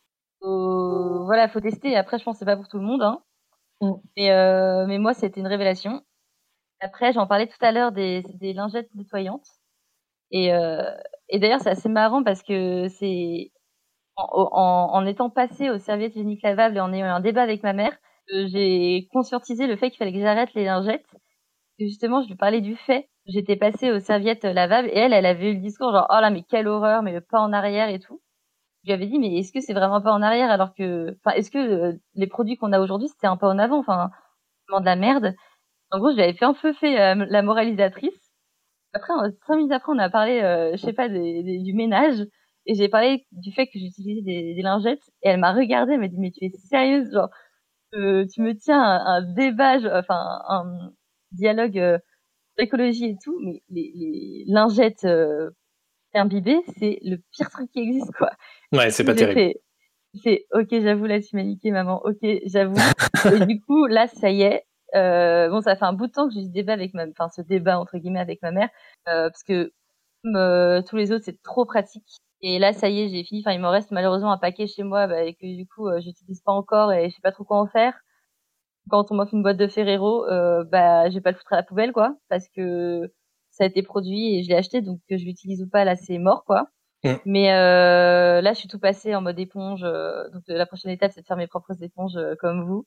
Faut, voilà, faut tester. Après, je pense que c'est pas pour tout le monde, hein. Mm. Mais, euh, mais moi, c'était une révélation. Après, j'en parlais tout à l'heure des, des lingettes nettoyantes. Et, euh, et d'ailleurs, c'est assez marrant parce que c'est en, en, en étant passée aux serviettes hygiéniques lavables et en ayant un débat avec ma mère, euh, j'ai conscientisé le fait qu'il fallait que j'arrête les lingettes. Et justement, je lui parlais du fait. J'étais passée aux serviettes lavables et elle, elle avait eu le discours genre, oh là, mais quelle horreur, mais le pas en arrière et tout. Je lui avais dit, mais est-ce que c'est vraiment un pas en arrière alors que, enfin, est-ce que euh, les produits qu'on a aujourd'hui, c'était un pas en avant, enfin, vraiment de la merde. En gros, je lui avais fait un peu fait euh, la moralisatrice. Après, euh, cinq minutes après, on a parlé, euh, je sais pas, des, des, du ménage. Et j'ai parlé du fait que j'utilisais des, des lingettes. Et elle m'a regardée, elle m'a dit, mais tu es sérieuse, genre, euh, tu me tiens un, un débat, enfin, un dialogue euh, d'écologie et tout, mais les, les lingettes euh, imbibées, c'est le pire truc qui existe, quoi. Ouais, c'est pas J'ai terrible. fait, c'est ok, j'avoue, là tu m'as niqué, maman. Ok, j'avoue. Et du coup, là, ça y est. Euh, bon, ça fait un bout de temps que j'ai ce débat avec ma, enfin ce débat entre guillemets avec ma mère, euh, parce que comme euh, tous les autres, c'est trop pratique. Et là, ça y est, j'ai fini. Enfin, il me reste malheureusement un paquet chez moi, bah, et que du coup, euh, j'utilise pas encore et je sais pas trop quoi en faire. Quand on m'offre une boîte de Ferrero, euh, bah, je vais pas le foutre à la poubelle, quoi, parce que ça a été produit et je l'ai acheté, donc que je l'utilise ou pas, là, c'est mort, quoi. Mm. Mais euh, là, je suis tout passée en mode éponge. Euh, donc la prochaine étape, c'est de faire mes propres éponges euh, comme vous.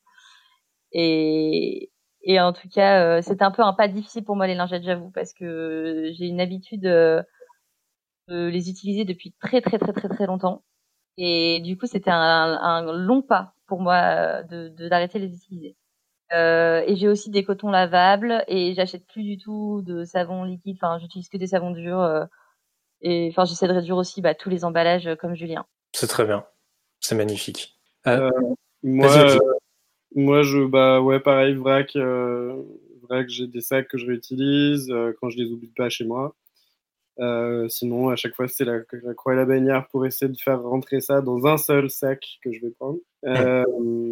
Et, et en tout cas, euh, c'était un peu un pas difficile pour moi les lingettes, j'avoue, parce que j'ai une habitude euh, de les utiliser depuis très très très très très longtemps. Et du coup, c'était un, un long pas pour moi euh, de, de d'arrêter de les utiliser. Euh, et j'ai aussi des cotons lavables et j'achète plus du tout de savon liquide. Enfin, j'utilise que des savons durs. Euh, et enfin, j'essaie de réduire aussi bah, tous les emballages euh, comme Julien. C'est très bien. C'est magnifique. Euh, Euh, Vas-y, moi, Olivier. euh, moi, je, bah ouais, pareil, vrac, euh, vrac, j'ai des sacs que je réutilise euh, quand je les oublie pas chez moi. Euh, sinon, à chaque fois, c'est la, la croix et la bannière pour essayer de faire rentrer ça dans un seul sac que je vais prendre. Euh,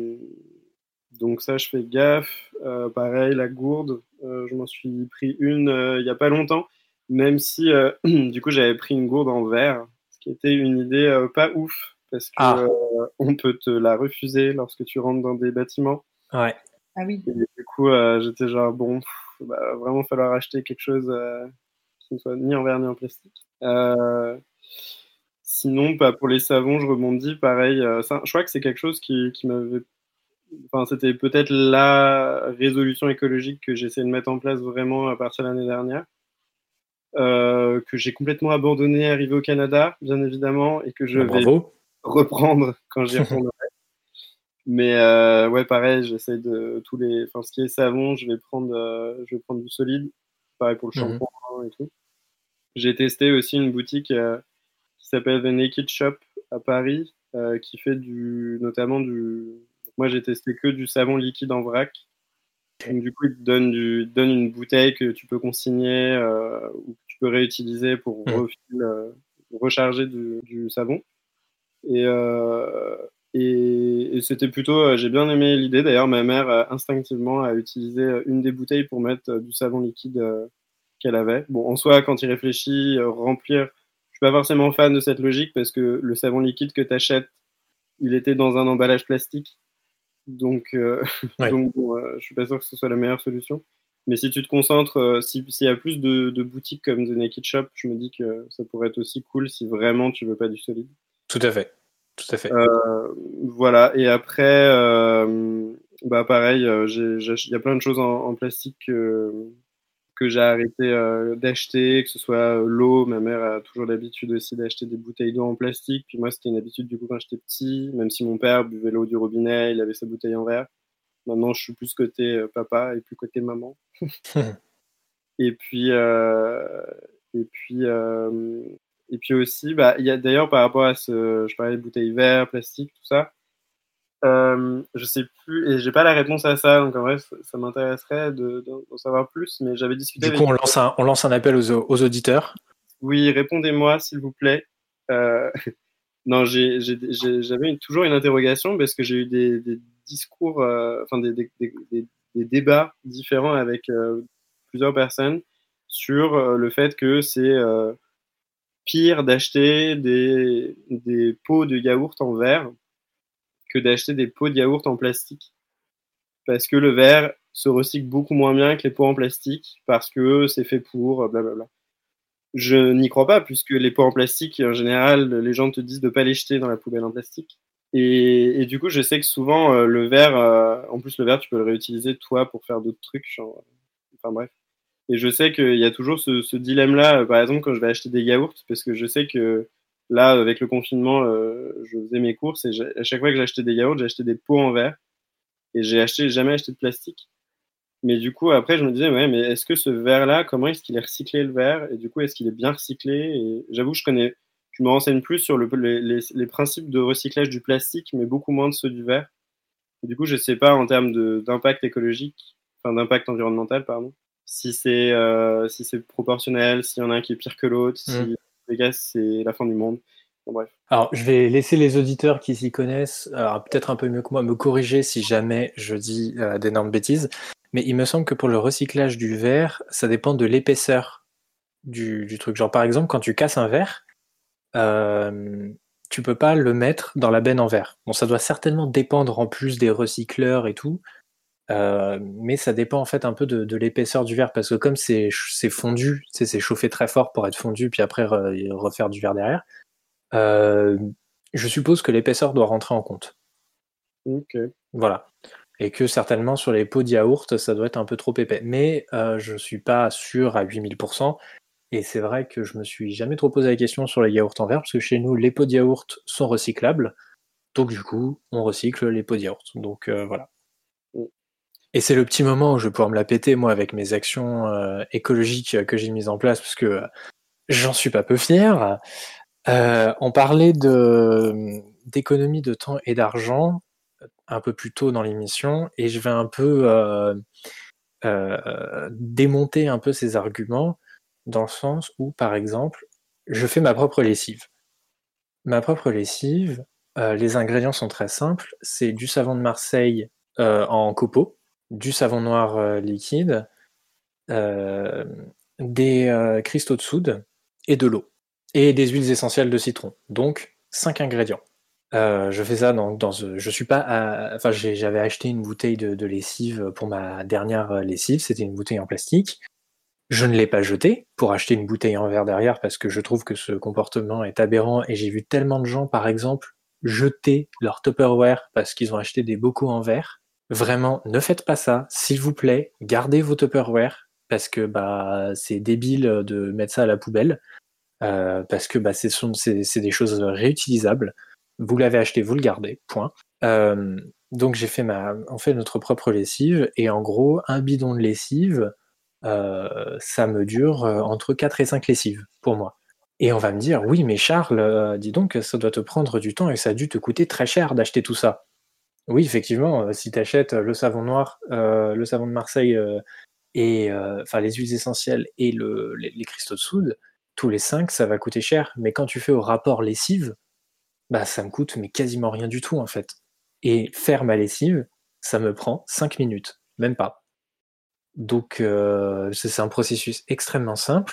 donc ça, je fais gaffe. Euh, pareil, la gourde, euh, je m'en suis pris une euh, il y a pas longtemps, même si euh, du coup j'avais pris une gourde en verre, ce qui était une idée euh, pas ouf parce que Ah, euh, on peut te la refuser lorsque tu rentres dans des bâtiments. ouais. Ah oui. Et du coup, euh, j'étais genre bon, pff, bah, vraiment falloir acheter quelque chose euh, qui ne soit ni en verre ni en plastique. Euh, sinon, bah, pour les savons, je rebondis, pareil. Euh, ça, je crois que c'est quelque chose qui, qui m'avait... Enfin, c'était peut-être la résolution écologique que j'essaie de mettre en place vraiment à partir de l'année dernière. Euh, que j'ai complètement abandonné, arrivé au Canada, bien évidemment, et que je Ah, vais bravo. reprendre quand j'y retournerai. Mais euh, ouais, pareil, j'essaie de tous les, enfin, ce qui est savon, je vais prendre, euh, je vais prendre du solide. Pareil pour le Mhm. shampoing et tout. J'ai testé aussi une boutique euh, qui s'appelle The Naked Shop à Paris, euh, qui fait du, notamment du. Moi, j'ai testé que du savon liquide en vrac. Donc, du coup, il te donne, du, il te donne une bouteille que tu peux consigner euh, ou que tu peux réutiliser pour Mhm. refil, euh, recharger du, du savon. Et, euh, et, et c'était plutôt, euh, j'ai bien aimé l'idée. D'ailleurs, ma mère euh, instinctivement a utilisé euh, une des bouteilles pour mettre euh, du savon liquide euh, qu'elle avait. Bon, en soi, quand il réfléchit, euh, remplir, je suis pas forcément fan de cette logique parce que le savon liquide que tu achètes, il était dans un emballage plastique. Donc, euh, Ouais. donc bon, euh, je suis pas sûr que ce soit la meilleure solution. Mais si tu te concentres, euh, si- s'il y a plus de, de boutiques comme The Naked Shop, je me dis que ça pourrait être aussi cool si vraiment tu veux pas du solide. Tout à fait. Tout à fait. Euh, voilà. Et après, euh, bah pareil, euh, j'ai- j'ai- il y a plein de choses en, en plastique que, que j'ai arrêté euh, d'acheter, que ce soit euh, l'eau. Ma mère a toujours l'habitude aussi d'acheter des bouteilles d'eau en plastique. Puis moi, c'était une habitude du coup quand j'étais petit, même si mon père buvait l'eau du robinet, il avait sa bouteille en verre. Maintenant, je suis plus côté euh, papa et plus côté maman. Et puis, euh, et puis, euh, et puis aussi, bah, il y a d'ailleurs par rapport à ce, je parlais de bouteilles vertes, plastique, tout ça. Euh, je sais plus, et j'ai pas la réponse à ça, donc en vrai, ça, ça m'intéresserait de, de- d'en savoir plus. Mais j'avais discuté Du coup, avec. on lance un, on lance un appel aux, aux auditeurs. Oui, répondez-moi s'il vous plaît. Euh, non, j'ai, j'ai, j'ai- j'avais une- toujours une interrogation parce que j'ai eu des, des discours, euh, enfin des, des, des, des- des débats différents avec euh, plusieurs personnes sur euh, le fait que c'est euh, pire d'acheter des, des pots de yaourt en verre que d'acheter des pots de yaourt en plastique. Parce que le verre se recycle beaucoup moins bien que les pots en plastique, parce que c'est fait pour, blablabla. Je n'y crois pas, puisque les pots en plastique, en général, les gens te disent de ne pas les jeter dans la poubelle en plastique. Et, et du coup, je sais que souvent, euh, le verre, euh, en plus, le verre, tu peux le réutiliser, toi, pour faire d'autres trucs. Genre, enfin bref. Et je sais qu'il y a toujours ce, ce dilemme-là, euh, par exemple, quand je vais acheter des yaourts, parce que je sais que là, avec le confinement, euh, je faisais mes courses, et à chaque fois que j'achetais des yaourts, j'achetais des pots en verre, et j'ai acheté, jamais acheté de plastique. Mais du coup, après, je me disais, ouais, mais est-ce que ce verre-là, comment est-ce qu'il est recyclé le verre? Et du coup, est-ce qu'il est bien recyclé? Et j'avoue, je connais, je me renseigne plus sur le, les, les, les principes de recyclage du plastique, mais beaucoup moins de ceux du verre. Et du coup, je sais pas en termes de, d'impact écologique, enfin d'impact environnemental, pardon, si c'est euh, si c'est proportionnel, s'il y en a un qui est pire que l'autre, Mm. si les gars, c'est la fin du monde. Bon, bref. Alors, je vais laisser les auditeurs qui s'y connaissent, alors, peut-être un peu mieux que moi, me corriger si jamais je dis euh, d'énormes bêtises. Mais il me semble que pour le recyclage du verre, ça dépend de l'épaisseur du, du truc. Genre, par exemple, quand tu casses un verre, euh, tu peux pas le mettre dans la benne en verre. Bon, ça doit certainement dépendre en plus des recycleurs et tout, euh, mais ça dépend en fait un peu de, de l'épaisseur du verre, parce que comme c'est c'est fondu, tu sais, c'est chauffé très fort pour être fondu, puis après re- refaire du verre derrière, euh, je suppose que l'épaisseur doit rentrer en compte. Ok. Voilà. Et que certainement sur les pots de yaourt, ça doit être un peu trop épais. Mais euh, je suis pas sûr à huit mille pour cent. Et c'est vrai que je me suis jamais trop posé la question sur les yaourts en verre, parce que chez nous, les pots de yaourt sont recyclables. Donc du coup, on recycle les pots de yaourt. Donc euh, voilà. Mm. Et c'est le petit moment où je vais pouvoir me la péter, moi, avec mes actions euh, écologiques que j'ai mises en place, parce que euh, j'en suis pas peu fier. Euh, on parlait de, d'économie de temps et d'argent un peu plus tôt dans l'émission, et je vais un peu euh, euh, démonter un peu ces arguments, dans le sens où, par exemple, je fais ma propre lessive. Ma propre lessive, euh, les ingrédients sont très simples, c'est du savon de Marseille euh, en copeaux, du savon noir euh, liquide, euh, des euh, cristaux de soude et de l'eau, et des huiles essentielles de citron. Donc, cinq ingrédients. Euh, je fais ça dans, dans je suis pas à, enfin j'ai- j'avais acheté une bouteille de, de lessive pour ma dernière lessive, c'était une bouteille en plastique. Je ne l'ai pas jeté pour acheter une bouteille en verre derrière parce que je trouve que ce comportement est aberrant et j'ai vu tellement de gens, par exemple, jeter leur Tupperware parce qu'ils ont acheté des bocaux en verre. Vraiment, ne faites pas ça, s'il vous plaît, gardez vos Tupperware parce que bah c'est débile de mettre ça à la poubelle euh, parce que bah c'est, c'est, c'est des choses réutilisables. Vous l'avez acheté, vous le gardez, point. Euh, donc j'ai fait ma, on fait notre propre lessive et en gros un bidon de lessive, euh, ça me dure euh, entre quatre et cinq lessives pour moi. Et on va me dire oui mais Charles, euh, dis donc ça doit te prendre du temps et ça a dû te coûter très cher d'acheter tout ça. Oui effectivement, euh, si tu achètes le savon noir, euh, le savon de Marseille euh, et euh, enfin les huiles essentielles et le, les, les cristaux de soude, tous les cinq ça va coûter cher. Mais quand tu fais au rapport lessive, bah ça me coûte mais quasiment rien du tout en fait. Et faire ma lessive, ça me prend cinq minutes, même pas. Donc euh, c'est, c'est un processus extrêmement simple.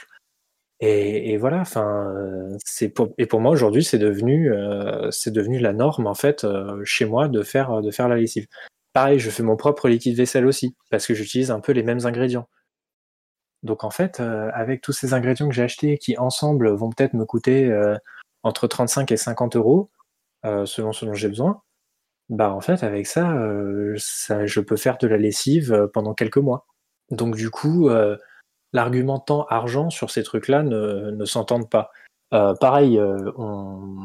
Et, et voilà, enfin, euh, c'est pour, et pour moi aujourd'hui, c'est devenu, euh, c'est devenu la norme en fait euh, chez moi de faire, de faire la lessive. Pareil, je fais mon propre liquide vaisselle aussi parce que j'utilise un peu les mêmes ingrédients. Donc en fait, euh, avec tous ces ingrédients que j'ai achetés qui ensemble vont peut-être me coûter euh, entre trente-cinq et cinquante euros euh, selon ce dont j'ai besoin, bah en fait avec ça, euh, ça, je peux faire de la lessive euh, pendant quelques mois. Donc du coup, euh, l'argument temps argent sur ces trucs-là ne, ne s'entendent pas. Euh, pareil, euh, on,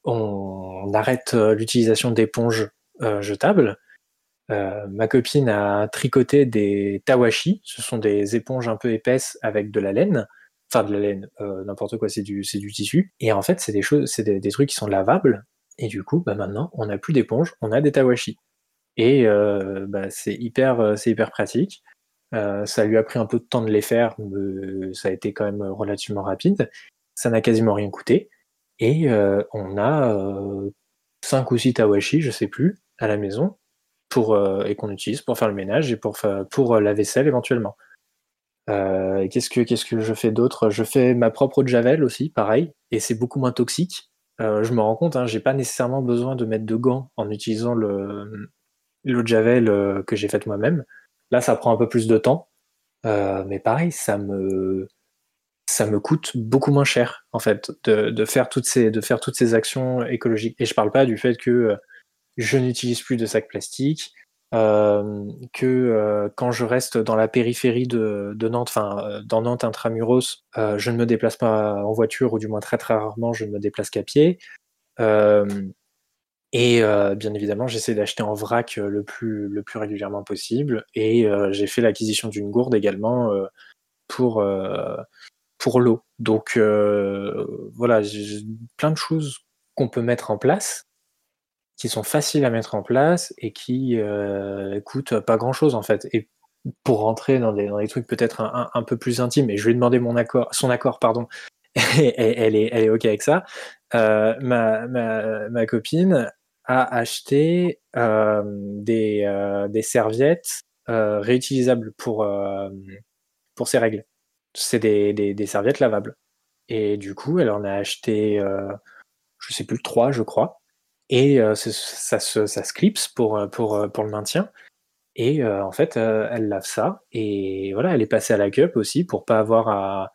on arrête euh, l'utilisation d'éponges euh, jetables. Euh, ma copine a tricoté des tawashi, ce sont des éponges un peu épaisses avec de la laine, enfin de la laine, euh, n'importe quoi, c'est du, c'est du tissu. Et en fait, c'est des choses, c'est des, des trucs qui sont lavables. Et du coup, bah maintenant, on n'a plus d'éponges, on a des tawashi. Et euh, bah, c'est hyper, euh, c'est hyper pratique. Euh, ça lui a pris un peu de temps de les faire, mais ça a été quand même relativement rapide. Ça n'a quasiment rien coûté. Et euh, on a euh, cinq ou six tawashi, je sais plus, à la maison, pour, euh, et qu'on utilise pour faire le ménage et pour, fa- pour euh, la vaisselle éventuellement. Euh, qu'est-ce que, qu'est-ce que je fais d'autre? Je fais ma propre eau de Javel aussi, pareil, et c'est beaucoup moins toxique. Euh, je me rends compte, hein, j'ai pas nécessairement besoin de mettre de gants en utilisant le, l'eau de Javel euh, que j'ai faite moi-même. Là, ça prend un peu plus de temps, euh, mais pareil, ça me, ça me coûte beaucoup moins cher, en fait, de, de faire toutes ces, de faire toutes ces actions écologiques. Et je parle pas du fait que euh, je n'utilise plus de sacs plastiques, euh, que euh, quand je reste dans la périphérie de, de Nantes, enfin euh, dans Nantes intramuros, euh, je ne me déplace pas en voiture, ou du moins très très rarement, je ne me déplace qu'à pied. Euh, et euh, bien évidemment, j'essaie d'acheter en vrac euh, le plus, le plus régulièrement possible. Et euh, j'ai fait l'acquisition d'une gourde également euh, pour, euh, pour l'eau. Donc euh, voilà, j'ai plein de choses qu'on peut mettre en place, qui sont faciles à mettre en place et qui euh, coûtent pas grand-chose en fait. Et pour rentrer dans des, dans des trucs peut-être un, un, un peu plus intimes, et je lui ai demandé mon accord, son accord, pardon, et elle est, elle est OK avec ça, euh, ma, ma, ma copine a acheté euh, des, euh, des serviettes euh, réutilisables pour, euh, pour ses règles. C'est des, des, des serviettes lavables. Et du coup, elle en a acheté, euh, je sais plus, trois, je crois. Et euh, c'est- ça, se, ça se clipse pour, euh, pour, euh, pour le maintien. Et euh, en fait, euh, elle lave ça. Et voilà, elle est passée à la cup aussi pour pas avoir à,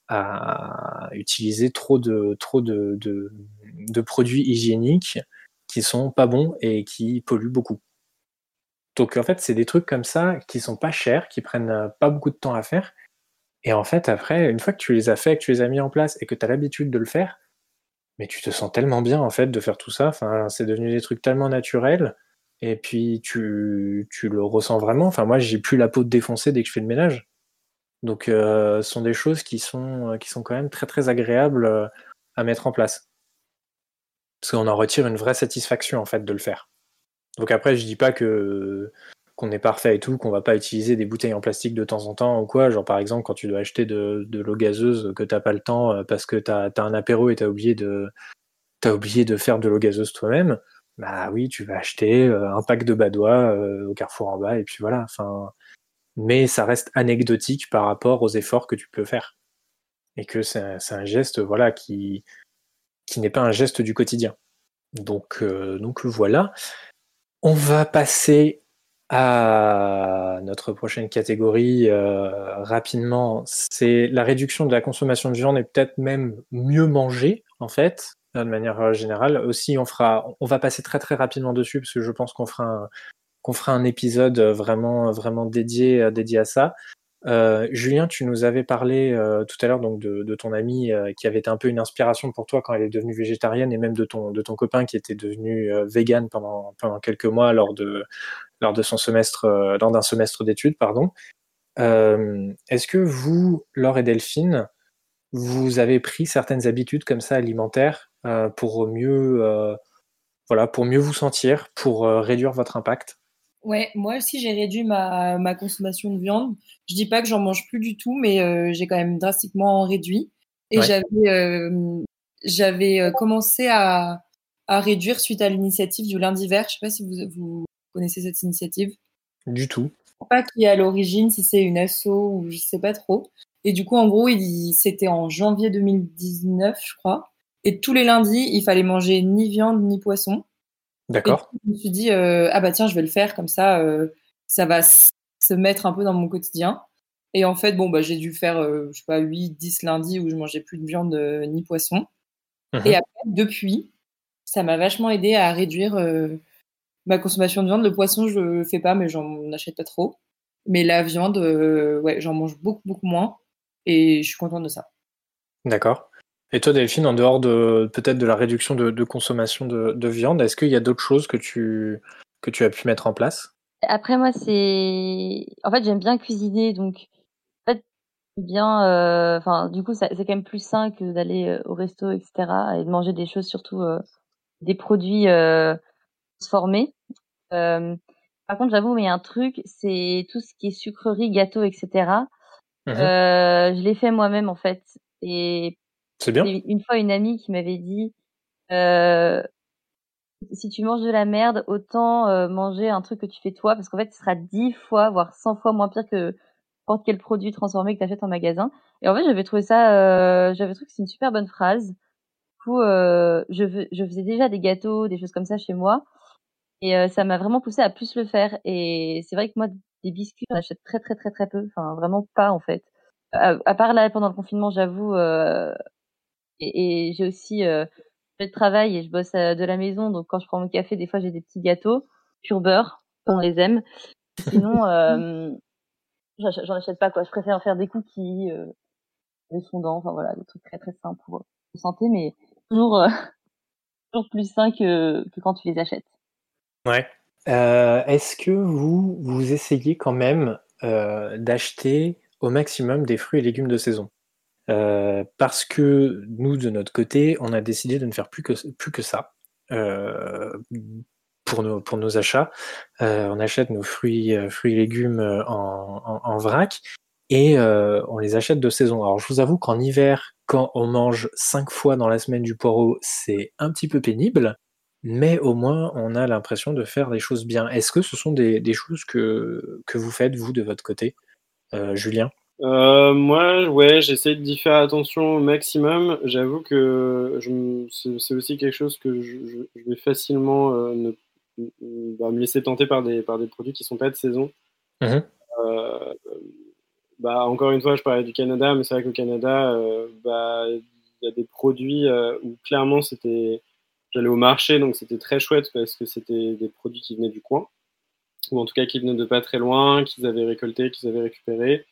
à utiliser trop de, trop de, de, de produits hygiéniques qui sont pas bons et qui polluent beaucoup. Donc en fait, c'est des trucs comme ça qui sont pas chers, qui prennent euh, pas beaucoup de temps à faire. Et en fait, après, une fois que tu les as fait, que tu les as mis en place et que tu as l'habitude de le faire, mais tu te sens tellement bien en fait de faire tout ça. Enfin, c'est devenu des trucs tellement naturels. Et puis tu, tu le ressens vraiment. Enfin, moi, j'ai plus la peau défoncée dès que je fais le ménage. Donc, euh, ce sont des choses qui sont, qui sont quand même très très agréables euh, à mettre en place. Parce qu'on en retire une vraie satisfaction en fait de le faire. Donc après, je dis pas que qu'on est parfait et tout, qu'on va pas utiliser des bouteilles en plastique de temps en temps ou quoi. Genre par exemple, quand tu dois acheter de, de l'eau gazeuse, que t'as pas le temps euh, parce que t'as as un apéro et t'as oublié de t'as oublié de faire de l'eau gazeuse toi-même, bah oui, tu vas acheter euh, un pack de Badois euh, au Carrefour en bas et puis voilà. Enfin, mais ça reste anecdotique par rapport aux efforts que tu peux faire et que c'est c'est un geste voilà qui qui n'est pas un geste du quotidien. Donc euh, donc voilà. On va passer à notre prochaine catégorie euh, rapidement, c'est la réduction de la consommation de viande et peut-être même mieux manger en fait, de manière générale. Aussi, on fera, on va passer très très rapidement dessus parce que je pense qu'on fera un, qu'on fera un épisode vraiment vraiment dédié dédié à ça. Euh, Julien, tu nous avais parlé euh, tout à l'heure donc de, de ton amie euh, qui avait été un peu une inspiration pour toi quand elle est devenue végétarienne et même de ton de ton copain qui était devenu euh, vegan pendant pendant quelques mois lors de lors de son semestre euh, lors d'un semestre d'études pardon. Euh, est-ce que vous, Laure et Delphine, vous avez pris certaines habitudes comme ça alimentaires euh, pour mieux euh, voilà pour mieux vous sentir, pour euh, réduire votre impact? Ouais, moi aussi j'ai réduit ma, ma consommation de viande. Je dis pas que j'en mange plus du tout, mais euh, j'ai quand même drastiquement réduit. Et Ouais. j'avais euh, j'avais euh, commencé à, à réduire suite à l'initiative du lundi vert. Je sais pas si vous, vous connaissez cette initiative. Du tout. Je sais pas qui est à l'origine, si c'est une asso ou je sais pas trop. Et du coup, en gros, il, c'était en janvier deux mille dix-neuf, je crois. Et tous les lundis, il fallait manger ni viande ni poisson. Et du D'accord. coup, je me suis dit, euh, ah bah tiens, je vais le faire comme ça, euh, ça va s- se mettre un peu dans mon quotidien. Et en fait, bon, bah, j'ai dû faire, euh, je sais pas, huit dix lundis où je mangeais plus de viande euh, ni poisson. Et Mhm. après, depuis, ça m'a vachement aidé à réduire euh, ma consommation de viande. Le poisson, je le fais pas, mais j'en achète pas trop. Mais la viande, euh, ouais, j'en mange beaucoup, beaucoup moins. Et je suis contente de ça. D'accord. Et toi, Delphine, en dehors de peut-être de la réduction de, de consommation de, de viande, est-ce qu'il y a d'autres choses que tu, que tu as pu mettre en place? Après, moi, c'est... En fait, j'aime bien cuisiner, donc... En fait, j'aime bien... euh, Enfin, du coup, ça, c'est quand même plus sain que d'aller euh, au resto, et cetera. Et de manger des choses, surtout euh, des produits euh, transformés. Euh, Par contre, j'avoue, mais il y a un truc, c'est tout ce qui est sucrerie, gâteau, et cetera. Mhm. Euh, je l'ai fait moi-même, en fait. Et C'est bien. c'est une fois une amie qui m'avait dit... Euh, si tu manges de la merde, autant euh, manger un truc que tu fais toi, parce qu'en fait, ce sera dix fois, voire cent fois moins pire que n'importe quel produit transformé que tu achètes en magasin. Et en fait, j'avais trouvé ça, euh, j'avais trouvé que c'est une super bonne phrase. Du coup, euh, je, fais- je faisais déjà des gâteaux, des choses comme ça chez moi, et euh, ça m'a vraiment poussé à plus le faire. Et c'est vrai que moi, des biscuits, j'en achète très très très très peu, enfin vraiment pas en fait. À, à part là, pendant le confinement, j'avoue, euh, et, et j'ai aussi euh, je fais le travail et je bosse euh, de la maison, donc quand je prends mon café, des fois j'ai des petits gâteaux pur beurre, on les aime. Sinon, euh, j'en j'en achète pas quoi. Je préfère faire des cookies, euh, des fondants, enfin voilà, des trucs très très simples pour la santé, mais toujours euh, toujours plus sain que que quand tu les achètes. Ouais. Euh, est-ce que vous, vous essayez quand même euh, d'acheter au maximum des fruits et légumes de saison? Euh, parce que nous, de notre côté, on a décidé de ne faire plus que, plus que ça euh, pour, nos, pour nos achats. Euh, on achète nos fruits, euh, fruits et légumes euh, en, en, en vrac et euh, on les achète de saison. Alors, je vous avoue qu'en hiver, quand on mange cinq fois dans la semaine du poireau, c'est un petit peu pénible, mais au moins, on a l'impression de faire des choses bien. Est-ce que ce sont des, des choses que, que vous faites, vous, de votre côté, euh, Julien? Euh, moi, ouais, j'essaie d'y faire attention au maximum. J'avoue que je me- c'est c'est aussi quelque chose que je, je- je vais facilement euh, ne- bah, me laisser tenter par des, par des produits qui sont pas de saison. Mhm. Euh, Bah, encore une fois, je parlais du Canada, mais c'est vrai qu'au Canada, euh, bah, il y a des produits euh, où clairement c'était. J'allais au marché, donc c'était très chouette parce que c'était des produits qui venaient du coin, ou en tout cas qui venaient de pas très loin, qu'ils avaient récolté, qu'ils avaient récupéré.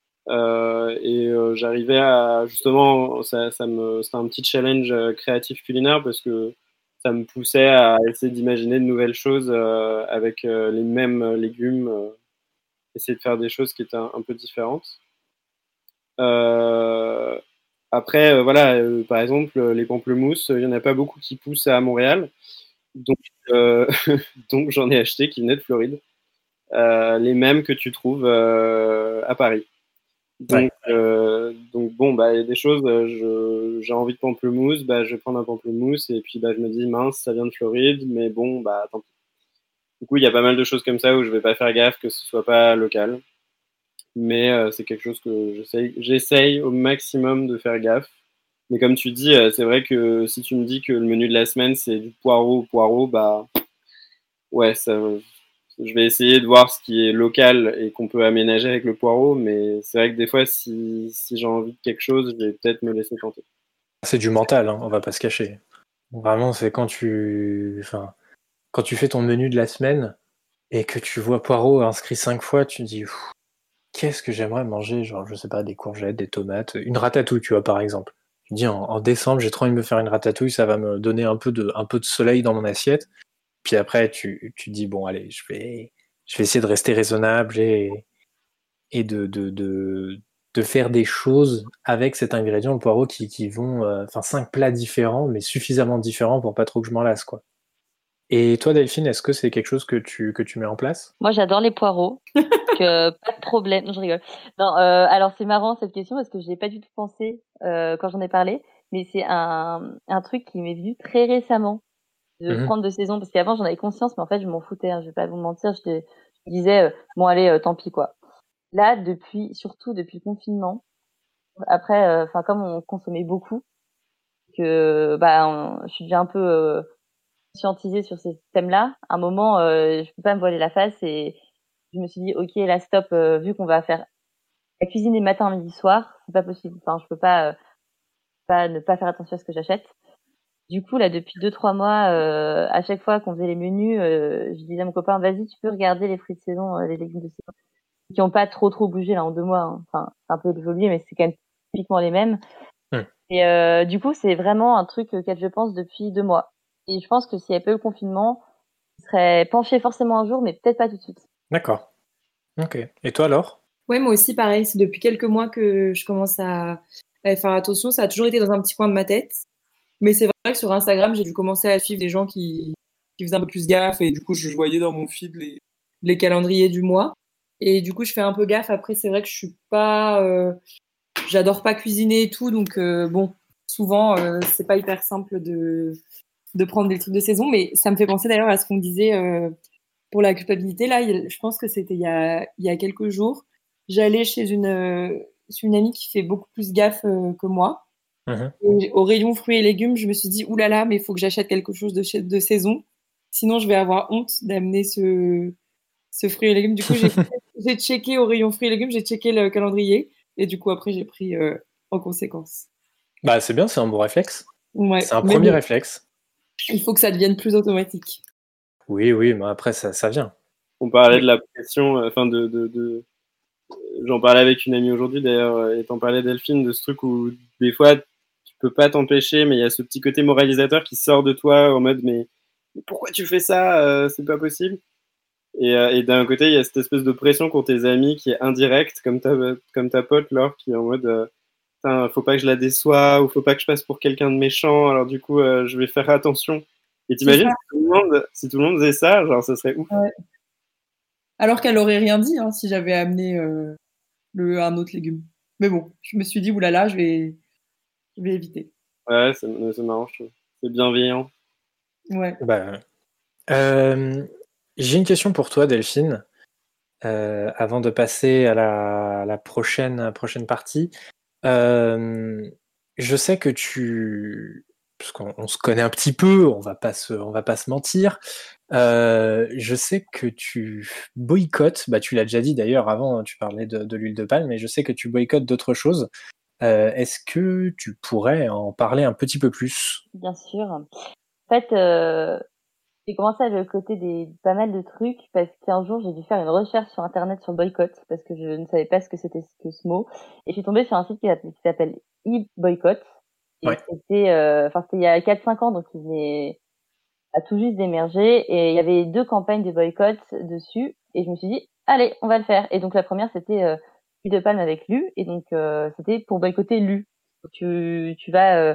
Euh, et euh, j'arrivais à justement, ça, ça me, c'était un petit challenge euh, créatif culinaire parce que ça me poussait à essayer d'imaginer de nouvelles choses euh, avec euh, les mêmes légumes, euh, essayer de faire des choses qui étaient un, un peu différentes. Euh, Après, euh, voilà, euh, par exemple, euh, les pamplemousses, il n'y en a pas beaucoup qui poussent à Montréal. Donc, euh, donc j'en ai acheté qui venaient de Floride. Euh, les mêmes que tu trouves euh, à Paris. Ouais. Donc, euh, donc bon, bah, il y a des choses, euh, je, j'ai envie de pamplemousse, bah, je vais prendre un pamplemousse et puis bah, je me dis, mince, ça vient de Floride, mais bon, bah, tant pis. Du coup, il y a pas mal de choses comme ça où je vais pas faire gaffe que ce soit pas local. Mais euh, c'est quelque chose que j'essaye, j'essaye au maximum de faire gaffe. Mais comme tu dis, euh, c'est vrai que si tu me dis que le menu de la semaine c'est du poireau au poireau, bah ouais, ça, je vais essayer de voir ce qui est local et qu'on peut aménager avec le poireau, mais c'est vrai que des fois, si, si j'ai envie de quelque chose, je vais peut-être me laisser tenter. C'est du mental, hein, on va pas se cacher. Vraiment, c'est quand tu, enfin, quand tu fais ton menu de la semaine et que tu vois poireau inscrit cinq fois, tu te dis, Pff, qu'est-ce que j'aimerais manger, genre, je sais pas, des courgettes, des tomates, une ratatouille, tu vois, par exemple. Tu te dis, en, en décembre, j'ai trop envie de me faire une ratatouille, ça va me donner un peu de, un peu de soleil dans mon assiette. Puis après, tu, tu te dis, bon, allez, je vais, je vais essayer de rester raisonnable et, et de, de, de, de faire des choses avec cet ingrédient, le poireau, qui, qui vont, euh, enfin, cinq plats différents, mais suffisamment différents pour pas trop que je m'en lasse, quoi. Et toi, Delphine, est-ce que c'est quelque chose que tu, que tu mets en place? Moi, j'adore les poireaux. Donc, euh, pas de problème. Non, je rigole. Non, euh, alors c'est marrant cette question parce que je n'ai pas du tout pensé euh, quand j'en ai parlé, mais c'est un, un truc qui m'est venu très récemment de Mhm. prendre de saison parce qu'avant j'en avais conscience, mais en fait je m'en foutais. Hein, je vais pas vous mentir, je, te, je me disais euh, bon allez, euh, tant pis quoi. Là, depuis, surtout depuis le confinement, après, enfin comme on consommait beaucoup, que bah on, je suis déjà un peu euh, conscientisée sur ces thèmes-là. À un moment, euh, je peux pas me voiler la face et je me suis dit ok là stop, euh, vu qu'on va faire la cuisine les matins, midi, soir, c'est pas possible. Enfin, je peux pas, euh, pas ne pas faire attention à ce que j'achète. Du coup, là, depuis deux, trois mois, euh, à chaque fois qu'on faisait les menus, euh, je disais à mon copain, vas-y, tu peux regarder les fruits de saison, euh, les légumes de saison, qui ont pas trop, trop bougé, là, en deux mois. Hein. Enfin, c'est un peu évolué, mais c'est quand même typiquement les mêmes. Hmm. Et, euh, du coup, c'est vraiment un truc auquel je pense depuis deux mois. Et je pense que s'il n'y avait pas eu le confinement, je serais penchée forcément un jour, mais peut-être pas tout de suite. D'accord. Ok. Et toi, alors? Ouais, moi aussi, pareil. C'est depuis quelques mois que je commence à, à faire attention. Ça a toujours été dans un petit coin de ma tête. Mais c'est vrai que sur Instagram, j'ai dû commencer à suivre des gens qui, qui faisaient un peu plus gaffe. Et du coup, je voyais dans mon feed les, les calendriers du mois. Et du coup, je fais un peu gaffe. Après, c'est vrai que je suis pas... Euh, j'adore pas cuisiner et tout. Donc, euh, bon, souvent, euh, c'est pas hyper simple de, de prendre des trucs de saison. Mais ça me fait penser d'ailleurs à ce qu'on disait euh, pour la culpabilité. Là, il- je pense que c'était il y a, il y a quelques jours. J'allais chez une, euh, chez une amie qui fait beaucoup plus gaffe euh, que moi. Mhm. Et au rayon fruits et légumes, je me suis dit, oulala, mais il faut que j'achète quelque chose de, chez- de saison. Sinon, je vais avoir honte d'amener ce, ce fruit et légumes. Du coup, j'ai j'ai checké au rayon fruits et légumes, j'ai checké le calendrier. Et du coup, après, j'ai pris euh, en conséquence. Bah, c'est bien, c'est un bon réflexe. Ouais, C'est un mais premier bon, réflexe. il faut que ça devienne plus automatique. Oui, oui, mais après, ça, ça vient. On parlait Oui. de la pression, euh, enfin de, de, de... J'en parlais avec une amie aujourd'hui d'ailleurs, euh, et t'en parlais Delphine, de ce truc où des fois tu peux pas t'empêcher, mais il y a ce petit côté moralisateur qui sort de toi en mode mais, mais pourquoi tu fais ça, euh, c'est pas possible. Et, euh, et d'un côté, il y a cette espèce de pression contre tes amis qui est indirecte, comme ta, comme ta pote Laure, qui est en mode euh, Putain, faut pas que je la déçoie, ou faut pas que je passe pour quelqu'un de méchant, alors du coup, euh, je vais faire attention. Et C'est t'imagines ça. si tout le monde, si tout le monde faisait ça, genre, ça serait ouf. Ouais. Alors qu'elle aurait rien dit hein, si j'avais amené euh, le, un autre légume. Mais bon, je me suis dit, oulala, je vais, je vais éviter. Ouais, c'est c'est marrant, je trouve. C'est bienveillant. Ouais. Bah, euh, j'ai une question pour toi, Delphine, euh, avant de passer à la, la prochaine, prochaine partie. Euh, je sais que tu, parce qu'on on se connaît un petit peu, on va pas se, on va pas se mentir. Euh, je sais que tu boycottes, bah tu l'as déjà dit d'ailleurs avant, hein, tu parlais de, de l'huile de palme, mais je sais que tu boycottes d'autres choses. Euh, est-ce que tu pourrais en parler un petit peu plus? Bien sûr. En fait, euh, j'ai commencé à boycotter des, pas mal de trucs parce qu'un jour, j'ai dû faire une recherche sur Internet sur boycott parce que je ne savais pas ce que c'était que ce mot. Et je suis tombée sur un site qui, qui s'appelle e-boycott. Et Ouais. c'était, euh, enfin, c'était il y a quatre cinq ans, donc il venait à tout juste d'émerger. Et il y avait deux campagnes de boycott dessus. Et je me suis dit, allez, on va le faire. Et donc la première, c'était euh, huile de palme avec Lu. Et donc, euh, c'était pour boycotter Lu. Donc, tu, tu vas... Euh,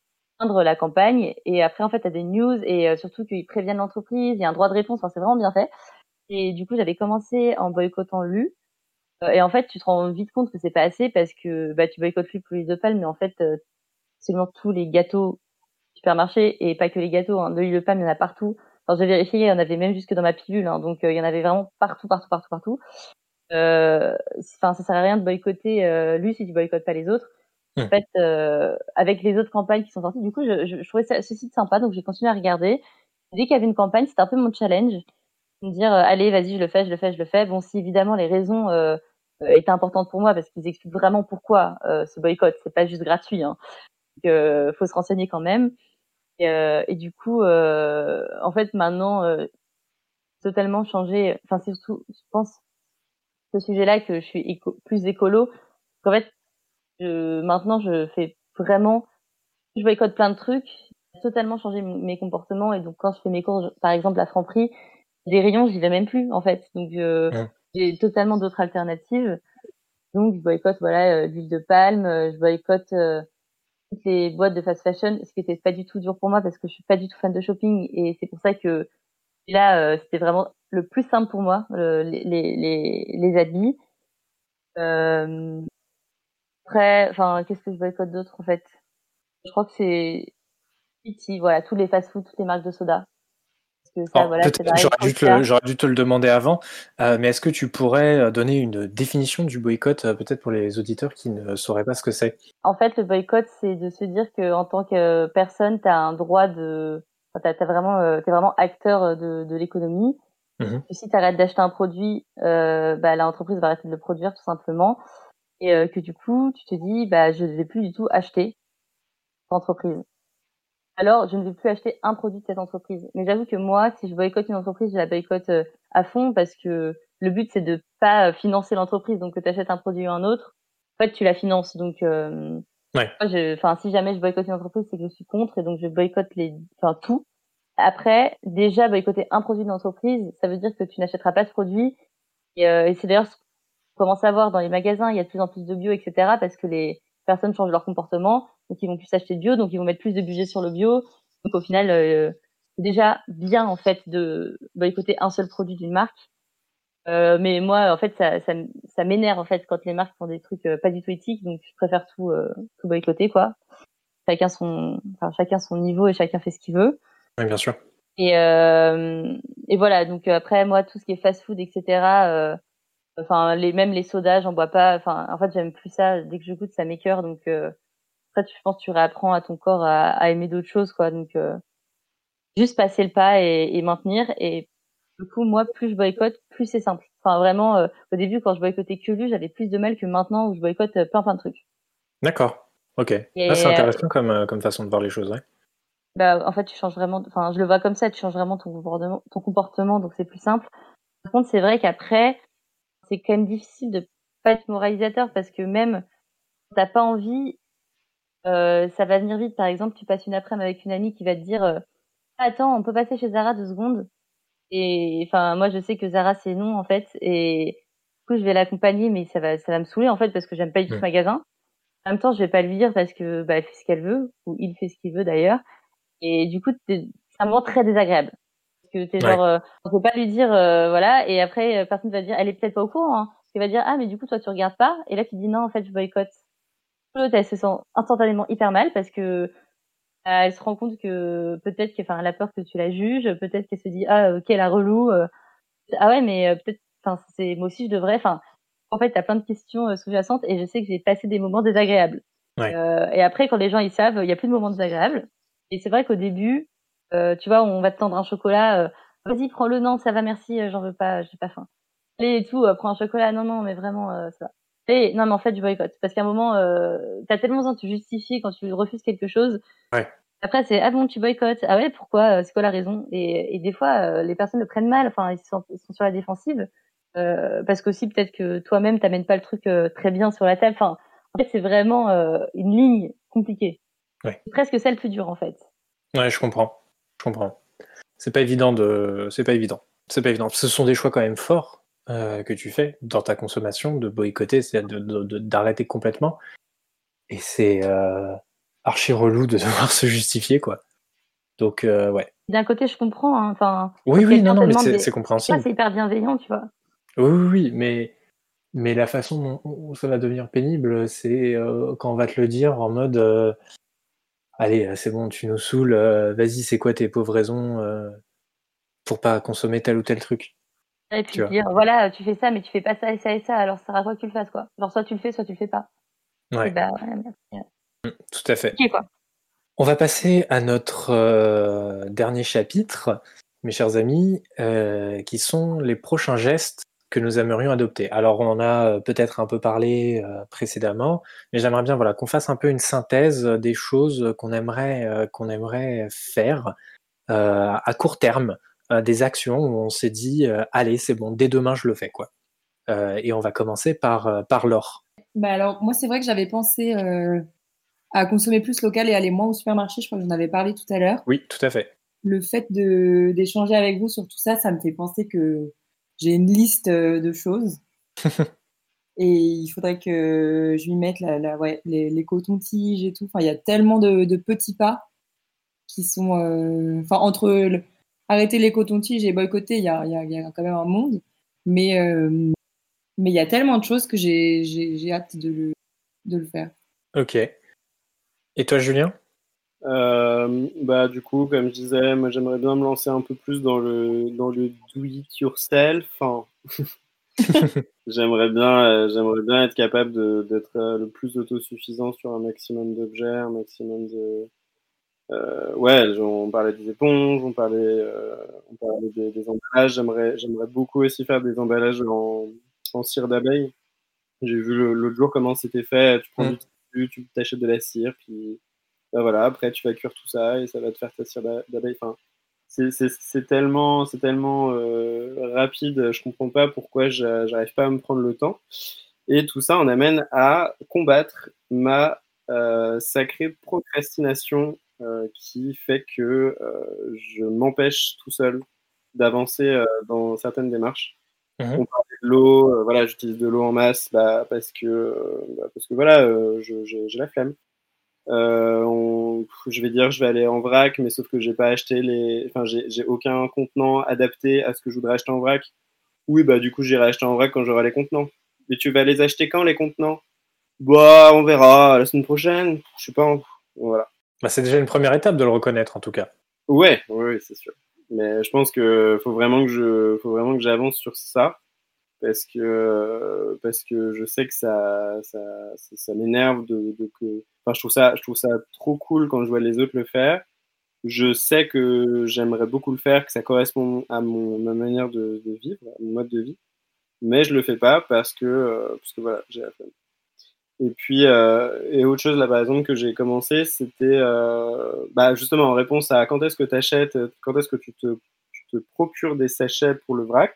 la campagne et après en fait t'as des news et euh, surtout qu'ils préviennent l'entreprise, il y a un droit de réponse, enfin c'est vraiment bien fait. Et du coup j'avais commencé en boycottant Lu euh, et en fait tu te rends vite compte que c'est pas assez parce que bah tu boycottes Lu pour l'huile de palme mais en fait euh, seulement tous les gâteaux supermarché et pas que les gâteaux hein, de l'huile de palme il y en a partout. Enfin j'ai vérifié, il y en avait même jusque dans ma pilule hein, donc euh, il y en avait vraiment partout partout partout partout. Euh, enfin ça sert à rien de boycotter euh, Lu si tu boycottes pas les autres. En Hmm. fait, euh, avec les autres campagnes qui sont sorties, du coup, je, je, je trouvais ça, ce site sympa, donc j'ai continué à regarder. Dès qu'il y avait une campagne, c'était un peu mon challenge. me dire euh, allez, vas-y, je le fais, je le fais, je le fais. Bon, si évidemment les raisons euh, euh, étaient importantes pour moi parce qu'ils expliquent vraiment pourquoi euh, ce boycott, c'est pas juste gratuit. Hein. Donc, euh, faut se renseigner quand même. Et, euh, et du coup, euh, en fait, maintenant, euh, totalement changé. Enfin, c'est surtout, je pense, ce sujet-là que je suis éco- plus écolo. En fait, je, maintenant, je fais vraiment, je boycotte plein de trucs, j'ai totalement changé m- mes comportements. Et donc, quand je fais mes courses, par exemple, à Franprix, des rayons, j'y vais même plus, en fait. Donc, euh, Mm. j'ai totalement d'autres alternatives. Donc, je boycotte, voilà, euh, l'huile de palme, euh, je boycotte euh, toutes les boîtes de fast fashion, ce qui était pas du tout dur pour moi parce que je suis pas du tout fan de shopping. Et c'est pour ça que là, euh, c'était vraiment le plus simple pour moi, euh, les, les, les, les habits. Euh, après, enfin, qu'est-ce que je boycotte d'autre, en fait? Je crois que c'est Pity, voilà, tous les fast-food, toutes les marques de soda. Parce que ça, Alors, voilà, c'est peut-être, pareil, j'aurais trop dû te le, cher. j'aurais dû te le demander avant, euh, mais est-ce que tu pourrais euh, donner une définition du boycott, euh, peut-être pour les auditeurs qui ne sauraient pas ce que c'est? En fait, le boycott, c'est de se dire que en tant que personne, t'as un droit de, enfin, t'as, t'as vraiment, euh, t'es vraiment acteur de, de l'économie. Mhm. Que si t'arrêtes d'acheter un produit, euh, bah, l'entreprise va arrêter de le produire, tout simplement. Et euh, que du coup, tu te dis, bah, je ne vais plus du tout acheter d'entreprise. Alors, je ne vais plus acheter un produit de cette entreprise. Mais j'avoue que moi, si je boycotte une entreprise, je la boycotte euh, à fond parce que le but, c'est de pas euh, financer l'entreprise. Donc, que tu achètes un produit ou un autre, en fait, tu la finances. Donc, euh, Ouais. moi, je, enfin, si jamais je boycotte une entreprise, c'est que je suis contre et donc je boycotte les, enfin, tout. Après, déjà, boycotter un produit d'entreprise, ça veut dire que tu n'achèteras pas ce produit. Et, euh, et c'est d'ailleurs ce qu'on commence à voir dans les magasins. Il y a de plus en plus de bio, et cetera. Parce que les personnes changent leur comportement. Donc, ils vont plus s'acheter de bio. Donc, ils vont mettre plus de budget sur le bio. Donc, au final, euh, c'est déjà bien, en fait, de boycotter un seul produit d'une marque. Euh, mais moi, en fait, ça, ça, m- ça m'énerve, en fait, quand les marques font des trucs euh, pas du tout éthiques. Donc, je préfère tout, euh, tout boycotter, quoi. Chacun son, enfin, chacun son niveau et chacun fait ce qu'il veut. Oui, bien sûr. Et, euh, et voilà. Donc, euh, après, moi, tout ce qui est fast-food, et cetera, euh, enfin, les, même les sodas, j'en bois pas. Enfin, en fait, j'aime plus ça. Dès que je goûte, ça m'écœure. Donc, euh, après, tu- je pense que tu réapprends à ton corps à, à aimer d'autres choses, quoi. Donc, euh, juste passer le pas et, et maintenir. Et du coup, moi, plus je boycotte, plus c'est simple. Enfin, vraiment, euh, au début, quand je boycottais que lui, j'avais plus de mal que maintenant où je boycotte euh, plein, plein de trucs. D'accord. Ok. Ah, c'est Et euh, intéressant comme, euh, comme façon de voir les choses, ouais. bah, en fait, tu changes vraiment. Enfin, je le vois comme ça. Tu changes vraiment ton comportement, ton comportement. Donc, c'est plus simple. Par contre, c'est vrai qu'après, c'est quand même difficile de pas être moralisateur parce que même quand t'as pas envie, euh, ça va venir vite. Par exemple, tu passes une après-midi avec une amie qui va te dire euh, ah, attends, on peut passer chez Zara deux secondes. Et enfin, moi, je sais que Zara, c'est non, en fait. Et du coup, je vais l'accompagner, mais ça va, ça va me saouler, en fait, parce que j'aime pas du tout Mm. ce magasin. En même temps, je vais pas lui dire parce que, bah, elle fait ce qu'elle veut, ou il fait ce qu'il veut d'ailleurs. Et du coup, t'es- c'est un moment très désagréable. Parce que t'es Ouais. genre, euh, on peut pas lui dire, euh, voilà, et après, euh, personne va dire, elle est peut-être pas au courant, hein. Parce qu'elle va dire, ah, mais du coup, toi, tu regardes pas. Et là, tu dis, non, en fait, je boycotte. L'autre, elle se sent instantanément hyper mal parce que euh, elle se rend compte que peut-être que, enfin, elle a peur que tu la juges, peut-être qu'elle se dit, ah, ok, la relou, euh, ah ouais, mais euh, peut-être, enfin, c'est moi aussi je devrais. Enfin, en fait, t'as plein de questions euh, sous-jacentes et je sais que j'ai passé des moments désagréables. Ouais. Euh, et après, quand les gens ils savent, il y a plus de moments désagréables. Et c'est vrai qu'au début, euh, tu vois, on va te tendre un chocolat. Euh, Vas-y, prends-le. Non, ça va, merci. euh, J'en veux pas. J'ai pas faim. Allez et tout. Euh, prends un chocolat. Non, non, mais vraiment, euh, ça va. Et non, mais en fait, du boycott. Parce qu'à un moment, euh, t'as tellement besoin de te justifier quand tu refuses quelque chose. Ouais. Après, c'est ah bon, tu boycottes. Ah ouais, pourquoi? Euh, C'est quoi la raison? Et, et des fois, euh, les personnes le prennent mal. Enfin, ils sont, ils sont sur la défensive euh, parce qu'aussi peut-être que toi-même t'amènes pas le truc euh, très bien sur la table. Enfin, en fait, c'est vraiment euh, une ligne compliquée. Ouais. C'est presque celle plus dure en fait. Ouais, je comprends. Je comprends. C'est pas évident de. C'est pas évident. C'est pas évident. Ce sont des choix quand même forts euh, que tu fais dans ta consommation, de boycotter, c'est-à-dire de, de- de- d'arrêter complètement. Et c'est euh, archi relou de devoir se justifier, quoi. Donc, euh, ouais. D'un côté, je comprends. Hein. Enfin, Oui, quand oui, non, quelqu'un te non, mais demande c'est des, c'est ça, compréhensible. c'est hyper bienveillant, tu vois. Oui, oui, oui, mais, mais la façon dont ça va devenir pénible, c'est euh, quand on va te le dire en mode euh, allez, euh, c'est bon, tu nous saoules, euh, vas-y, c'est quoi tes pauvres raisons euh, pour pas consommer tel ou tel truc, Et tu puis vois. dire voilà, tu fais ça, mais tu fais pas ça et ça et ça. Alors, ça sert à quoi que tu le fasses quoi? Genre, soit tu le fais, soit tu le fais pas. Et Ouais, bah ouais, merci. tout à fait. Ok quoi. On va passer à notre euh, dernier chapitre, mes chers amis, euh, qui sont les prochains gestes que nous aimerions adopter. Alors, on en a peut-être un peu parlé euh, précédemment, mais j'aimerais bien voilà, qu'on fasse un peu une synthèse des choses qu'on aimerait, euh, qu'on aimerait faire euh, à court terme, euh, des actions où on s'est dit euh, allez, c'est bon, dès demain, je le fais, quoi. Euh, et on va commencer par, euh, par Laure. Bah alors, moi, c'est vrai que j'avais pensé euh, à consommer plus local et aller moins au supermarché. Je crois que j'en avais parlé tout à l'heure. Oui, tout à fait. Le fait de, d'échanger avec vous sur tout ça, ça me fait penser que j'ai une liste euh, de choses. Et il faudrait que je lui mette la, la, ouais, les, les cotons-tiges et tout. Enfin, il y a tellement de, de petits pas qui sont... euh, Enfin, entre le- arrêter les cotons-tiges et boycotter, il y a, il y a, il y a quand même un monde. Mais euh, mais il y a tellement de choses que j'ai, j'ai, j'ai hâte de le, de le faire. Ok. Et toi, Julien? Euh, bah, du coup, comme je disais, moi j'aimerais bien me lancer un peu plus dans le, dans le do it yourself. Enfin, j'aimerais bien, euh, j'aimerais bien être capable de, d'être euh, le plus autosuffisant sur un maximum d'objets, un maximum de. Euh, ouais, on parlait des éponges, on parlait, euh, on parlait des, des emballages. J'aimerais, j'aimerais beaucoup aussi faire des emballages en, en cire d'abeille. J'ai vu le- l'autre jour comment c'était fait. Tu prends Mm. du tissu, tu t'achètes de la cire, puis bah voilà, après tu vas cuire tout ça et ça va te faire ta cire d'a- d'abeille. Enfin, c'est, c'est, c'est tellement, c'est tellement euh, rapide, je comprends pas pourquoi j'a- j'arrive pas à me prendre le temps. Et tout ça en amène à combattre ma euh, sacrée procrastination euh, qui fait que euh, je m'empêche tout seul d'avancer euh, dans certaines démarches. Mhm. On parlait de l'eau, euh, voilà, j'utilise de l'eau en masse bah, parce que, euh, bah, parce que voilà, euh, je- j'ai j'ai la flemme. Euh, on- je vais dire, je vais aller en vrac, mais sauf que j'ai pas acheté les, enfin, j'ai j'ai aucun contenant adapté à ce que je voudrais acheter en vrac. Oui, bah du coup, j'irai acheter en vrac quand j'aurai les contenants. Mais tu vas les acheter quand les contenants? Bah, on verra la semaine prochaine. Je sais pas. en- Voilà. Bah, c'est déjà une première étape de le reconnaître, en tout cas. Ouais, ouais, ouais, c'est sûr. Mais je pense que faut vraiment que je, faut vraiment que j'avance sur ça. Parce que parce que je sais que ça ça ça, ça m'énerve de, de que enfin je trouve ça je trouve ça trop cool quand je vois les autres le faire. Je sais que j'aimerais beaucoup le faire, que ça correspond à mon ma manière de, de vivre, à mon mode de vie, mais je le fais pas parce que euh, parce que voilà, j'ai la flemme. Et puis euh, et autre chose là par exemple que j'ai commencé, c'était euh, bah justement en réponse à quand est-ce que tu achètes, quand est-ce que tu te tu te procures des sachets pour le vrac.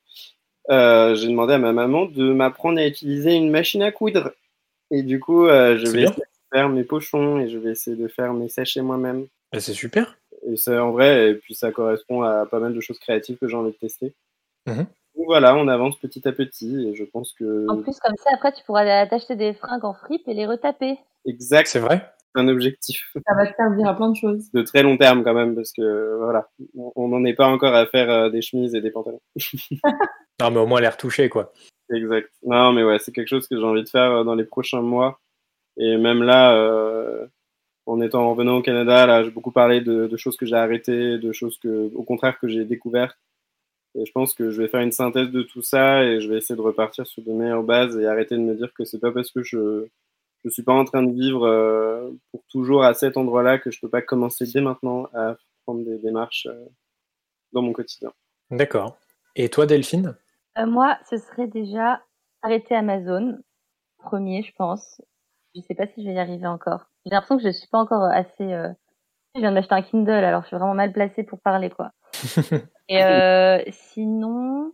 Euh, j'ai demandé à ma maman de m'apprendre à utiliser une machine à coudre. Et du coup, euh, je C'est vais bien. essayer de faire mes pochons et je vais essayer de faire mes sachets moi-même. Bah, c'est super. Et c'est en vrai, et puis ça correspond à pas mal de choses créatives que j'ai envie de tester. Mhm. Donc voilà, on avance petit à petit et je pense En que plus, comme ça, après, tu pourras t'acheter des fringues en fripe et les retaper. exact, C'est vrai? c'est un objectif Ça va te servir à plein de choses. de très long terme quand même parce que voilà, on n'en est pas encore à faire euh, des chemises et des pantalons. Non, mais au moins l'air touché, quoi. Exact. Non, mais ouais, c'est quelque chose que j'ai envie de faire euh, dans les prochains mois. Et même là, euh, en étant en revenant au Canada, là, j'ai beaucoup parlé de, de choses que j'ai arrêtées, de choses que, au contraire, que j'ai découvertes. Et je pense que je vais faire une synthèse de tout ça et je vais essayer de repartir sur de meilleures bases et arrêter de me dire que c'est pas parce que je je suis pas en train de vivre euh, pour toujours à cet endroit-là que je peux pas commencer dès maintenant à prendre des démarches euh, dans mon quotidien. D'accord. Et toi, Delphine? Euh, moi, ce serait déjà arrêter Amazon, premier, je pense. Je sais pas si je vais y arriver encore. J'ai l'impression que je suis pas encore assez... euh, Je viens de m'acheter un Kindle, alors je suis vraiment mal placée pour parler, quoi. Et euh, sinon,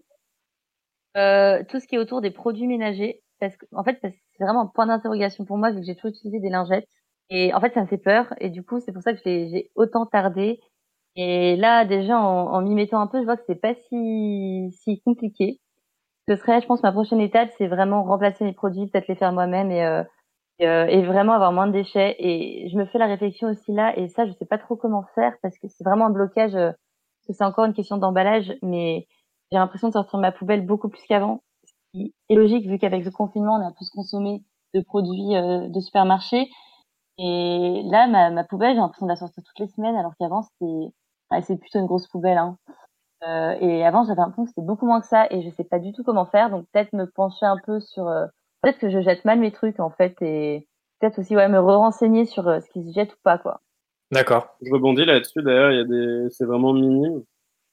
euh, tout ce qui est autour des produits ménagers, parce que en fait, parce que c'est vraiment un point d'interrogation pour moi, vu que j'ai toujours utilisé des lingettes. Et en fait, ça me fait peur. Et du coup, c'est pour ça que je l'ai- j'ai autant tardé. Et là, déjà, en, en m'y mettant un peu, je vois que c'est pas si, si compliqué. Ce serait, je pense, ma prochaine étape, c'est vraiment remplacer mes produits, peut-être les faire moi-même et, euh, et, euh, et vraiment avoir moins de déchets. Et je me fais la réflexion aussi là, et ça, je sais pas trop comment faire parce que c'est vraiment un blocage, euh, parce que c'est encore une question d'emballage, mais j'ai l'impression de sortir ma poubelle beaucoup plus qu'avant. Ce qui est logique vu qu'avec le confinement, on a plus consommé de produits euh, de supermarché. Et là, ma, ma poubelle, j'ai l'impression de la sortir toutes les semaines, alors qu'avant, c'était, ouais, c'est plutôt une grosse poubelle, hein. Euh, et avant, j'avais l'impression que c'était beaucoup moins que ça et je sais pas du tout comment faire. Donc peut-être me pencher un peu sur... euh, peut-être que je jette mal mes trucs en fait et peut-être aussi ouais me re-renseigner sur euh, ce qui se jette ou pas quoi. D'accord. Je rebondis là-dessus d'ailleurs, il y a des, c'est vraiment minime.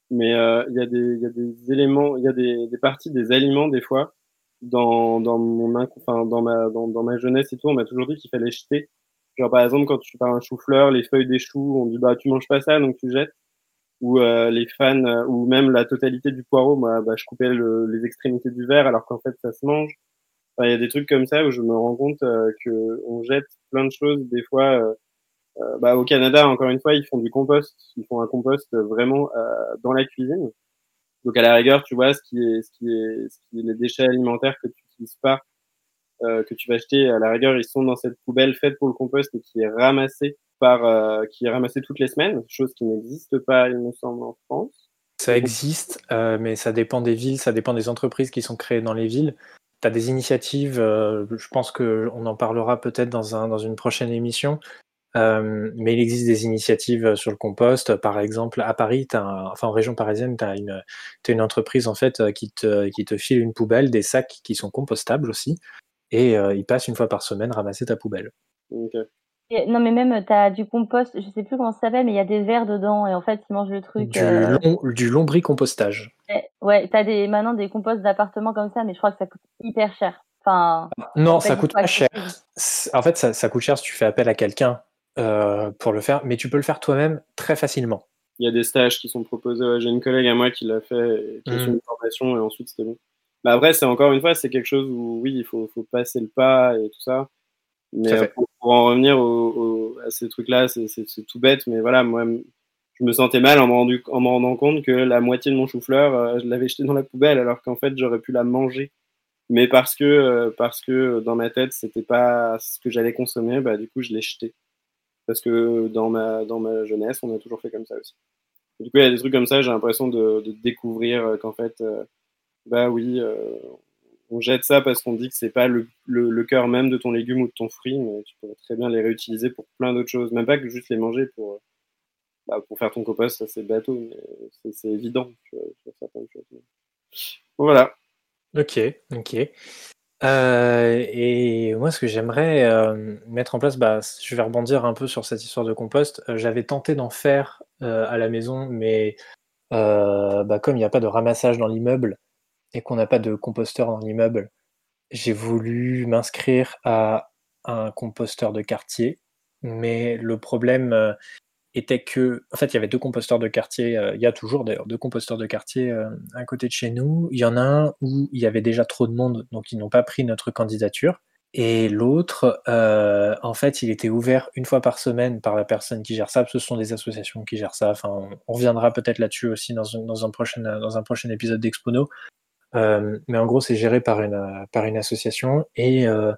mais euh, il y a des, il y a des éléments, il y a des, des parties des aliments des fois dans dans mon inc- enfin dans ma dans, dans ma jeunesse et tout, on m'a toujours dit qu'il fallait jeter. Genre par exemple quand tu fais un chou-fleur, les feuilles des choux, on dit bah tu manges pas ça donc tu jettes. Ou euh, les fans euh, ou même la totalité du poireau, moi bah je coupais le, les extrémités du verre alors qu'en fait ça se mange. Enfin, il y a des trucs comme ça où je me rends compte euh, que on jette plein de choses des fois. Euh, euh, bah, au Canada, encore une fois, ils font du compost. Ils font un compost vraiment euh, dans la cuisine. Donc à la rigueur, tu vois, ce qui est, ce qui est, ce qui est les déchets alimentaires que tu n'utilises pas, euh, que tu vas acheter, à la rigueur, ils sont dans cette poubelle faite pour le compost et qui est ramassée par, euh, qui est ramassée toutes les semaines, chose qui n'existe pas, il me semble, en France. Ça existe, euh, mais ça dépend des villes, ça dépend des entreprises qui sont créées dans les villes. Tu as des initiatives, euh, je pense qu'on en parlera peut-être dans, un, dans une prochaine émission, euh, mais il existe des initiatives sur le compost. Par exemple, à Paris, t'as un, enfin en région parisienne, tu as une, t'as une entreprise en fait, qui, te, qui te file une poubelle, des sacs qui sont compostables aussi, et euh, ils passent une fois par semaine ramasser ta poubelle. Okay. Et, non, mais même, t'as du compost, je sais plus comment ça s'appelle, mais il y a des vers dedans, et en fait, ils mangent le truc. Du, euh... long, du lombricompostage. Ouais, t'as des, maintenant des composts d'appartements comme ça, mais je crois que ça coûte hyper cher. Enfin, non, ça coûte pas cher. En fait, ça, ça coûte cher si tu fais appel à quelqu'un euh, pour le faire, mais tu peux le faire toi-même très facilement. Il y a des stages qui sont proposés. Ouais, j'ai une collègue à moi qui l'a fait, qui a fait mmh. une formation et ensuite c'était bon. Mais après, c'est encore une fois, c'est quelque chose où oui, il faut, faut passer le pas et tout ça. Mais pour, pour en revenir au, au, à ces trucs-là, c'est, c'est, c'est tout bête. Mais voilà, moi, je me sentais mal en me, rendu, en me rendant compte que la moitié de mon chou-fleur, euh, je l'avais jeté dans la poubelle, alors qu'en fait, j'aurais pu la manger. Mais parce que, euh, parce que dans ma tête, c'était pas ce que j'allais consommer, bah du coup, je l'ai jeté. Parce que dans ma, dans ma jeunesse, on a toujours fait comme ça aussi. Et du coup, il y a des trucs comme ça, j'ai l'impression de, de découvrir qu'en fait, euh, bah oui, euh, on jette ça parce qu'on dit que c'est pas le, le, le cœur même de ton légume ou de ton fruit, mais tu pourrais très bien les réutiliser pour plein d'autres choses. Même pas que juste les manger pour, bah, pour faire ton compost, ça c'est bateau, mais c'est, c'est évident sur, sur certaines choses. Bon, voilà. Ok, ok. Euh, et moi, ce que j'aimerais euh, mettre en place, bah, je vais rebondir un peu sur cette histoire de compost. Euh, j'avais tenté d'en faire euh, à la maison, mais euh, bah, comme il n'y a pas de ramassage dans l'immeuble et qu'on n'a pas de composteur dans l'immeuble, j'ai voulu m'inscrire à un composteur de quartier. Mais le problème euh, était que, en fait, il y avait deux composteurs de quartier, euh, il y a toujours d'ailleurs deux composteurs de quartier euh, à côté de chez nous. Il y en a un où il y avait déjà trop de monde, donc ils n'ont pas pris notre candidature. Et l'autre, euh, en fait, il était ouvert une fois par semaine par la personne qui gère ça, parce que ce sont des associations qui gèrent ça. Enfin, on, on reviendra peut-être là-dessus aussi dans, un, dans, un, prochain, dans un prochain épisode d'Expono. Euh, mais en gros, c'est géré par une, par une association et euh,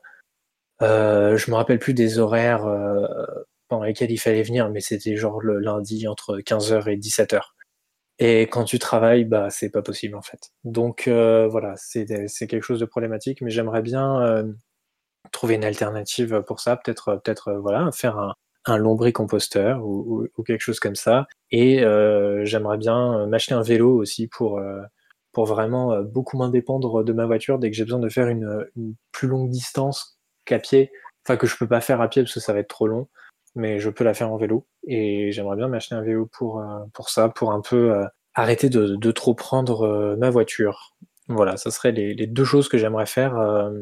euh, je me rappelle plus des horaires euh, pendant lesquels il fallait venir, mais c'était genre le lundi entre quinze heures et dix-sept heures. Et quand tu travailles, bah c'est pas possible en fait. Donc euh, voilà, c'est, c'est quelque chose de problématique, mais j'aimerais bien euh, trouver une alternative pour ça, peut-être peut-être euh, voilà, faire un, un lombricomposteur ou, ou, ou quelque chose comme ça. Et euh, j'aimerais bien m'acheter un vélo aussi pour euh, pour vraiment euh, beaucoup moins dépendre de ma voiture dès que j'ai besoin de faire une, une plus longue distance qu'à pied. Enfin, que je peux pas faire à pied parce que ça va être trop long, mais je peux la faire en vélo. Et j'aimerais bien m'acheter un vélo pour, euh, pour ça, pour un peu euh, arrêter de, de trop prendre euh, ma voiture. Voilà, ça serait les, les deux choses que j'aimerais faire euh,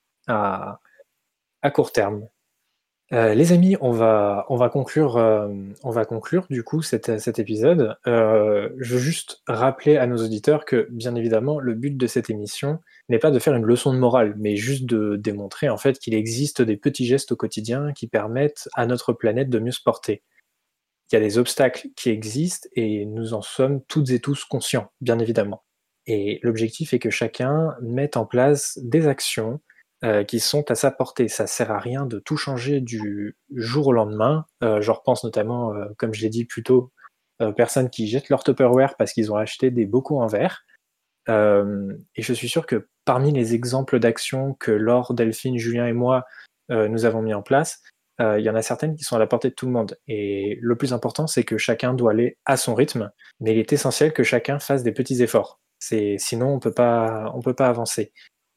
à, à court terme. Euh, les amis, on va, on va conclure, euh, on va conclure du coup cet, cet épisode. Euh, je veux juste rappeler à nos auditeurs que, bien évidemment, le but de cette émission n'est pas de faire une leçon de morale, mais juste de démontrer en fait qu'il existe des petits gestes au quotidien qui permettent à notre planète de mieux se porter. Il y a des obstacles qui existent et nous en sommes toutes et tous conscients, bien évidemment. Et l'objectif est que chacun mette en place des actions Euh, qui sont à sa portée. Ça sert à rien de tout changer du jour au lendemain. Euh, je repense notamment, euh, comme je l'ai dit plus tôt, aux personnes qui jettent leur Tupperware parce qu'ils ont acheté des bocaux en verre. Euh, et je suis sûr que parmi les exemples d'actions que Laure, Delphine, Julien et moi, euh, nous avons mis en place, il euh, y en a certaines qui sont à la portée de tout le monde. Et le plus important, c'est que chacun doit aller à son rythme, mais il est essentiel que chacun fasse des petits efforts. C'est, sinon, on peut pas, on peut pas avancer.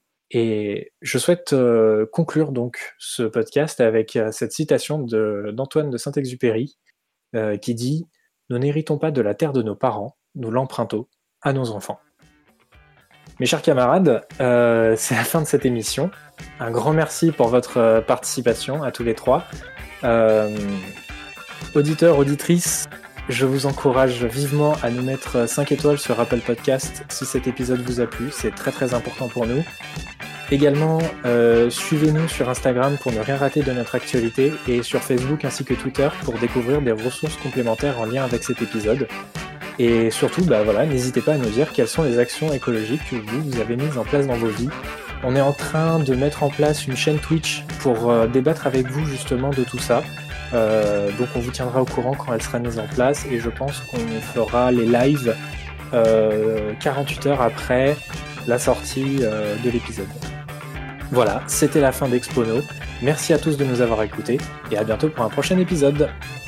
Et je souhaite euh, conclure donc ce podcast avec euh, cette citation de, d'Antoine de Saint-Exupéry euh, qui dit « Nous n'héritons pas de la terre de nos parents, nous l'empruntons à nos enfants. Mes chers camarades, euh, c'est la fin de cette émission. Un grand merci pour votre participation à tous les trois. Euh, auditeurs, auditrices, je vous encourage vivement à nous mettre cinq étoiles sur Apple Podcast si cet épisode vous a plu, c'est très très important pour nous. Également, euh, suivez-nous sur Instagram pour ne rien rater de notre actualité et sur Facebook ainsi que Twitter pour découvrir des ressources complémentaires en lien avec cet épisode. Et surtout, bah voilà, n'hésitez pas à nous dire quelles sont les actions écologiques que vous, vous avez mises en place dans vos vies. On est en train de mettre en place une chaîne Twitch pour euh, débattre avec vous justement de tout ça. Euh, donc on vous tiendra au courant quand elle sera mise en place et je pense qu'on fera les lives euh, quarante-huit heures après la sortie euh, de l'épisode. Voilà, c'était la fin d'Expono. Merci à tous de nous avoir écoutés et à bientôt pour un prochain épisode.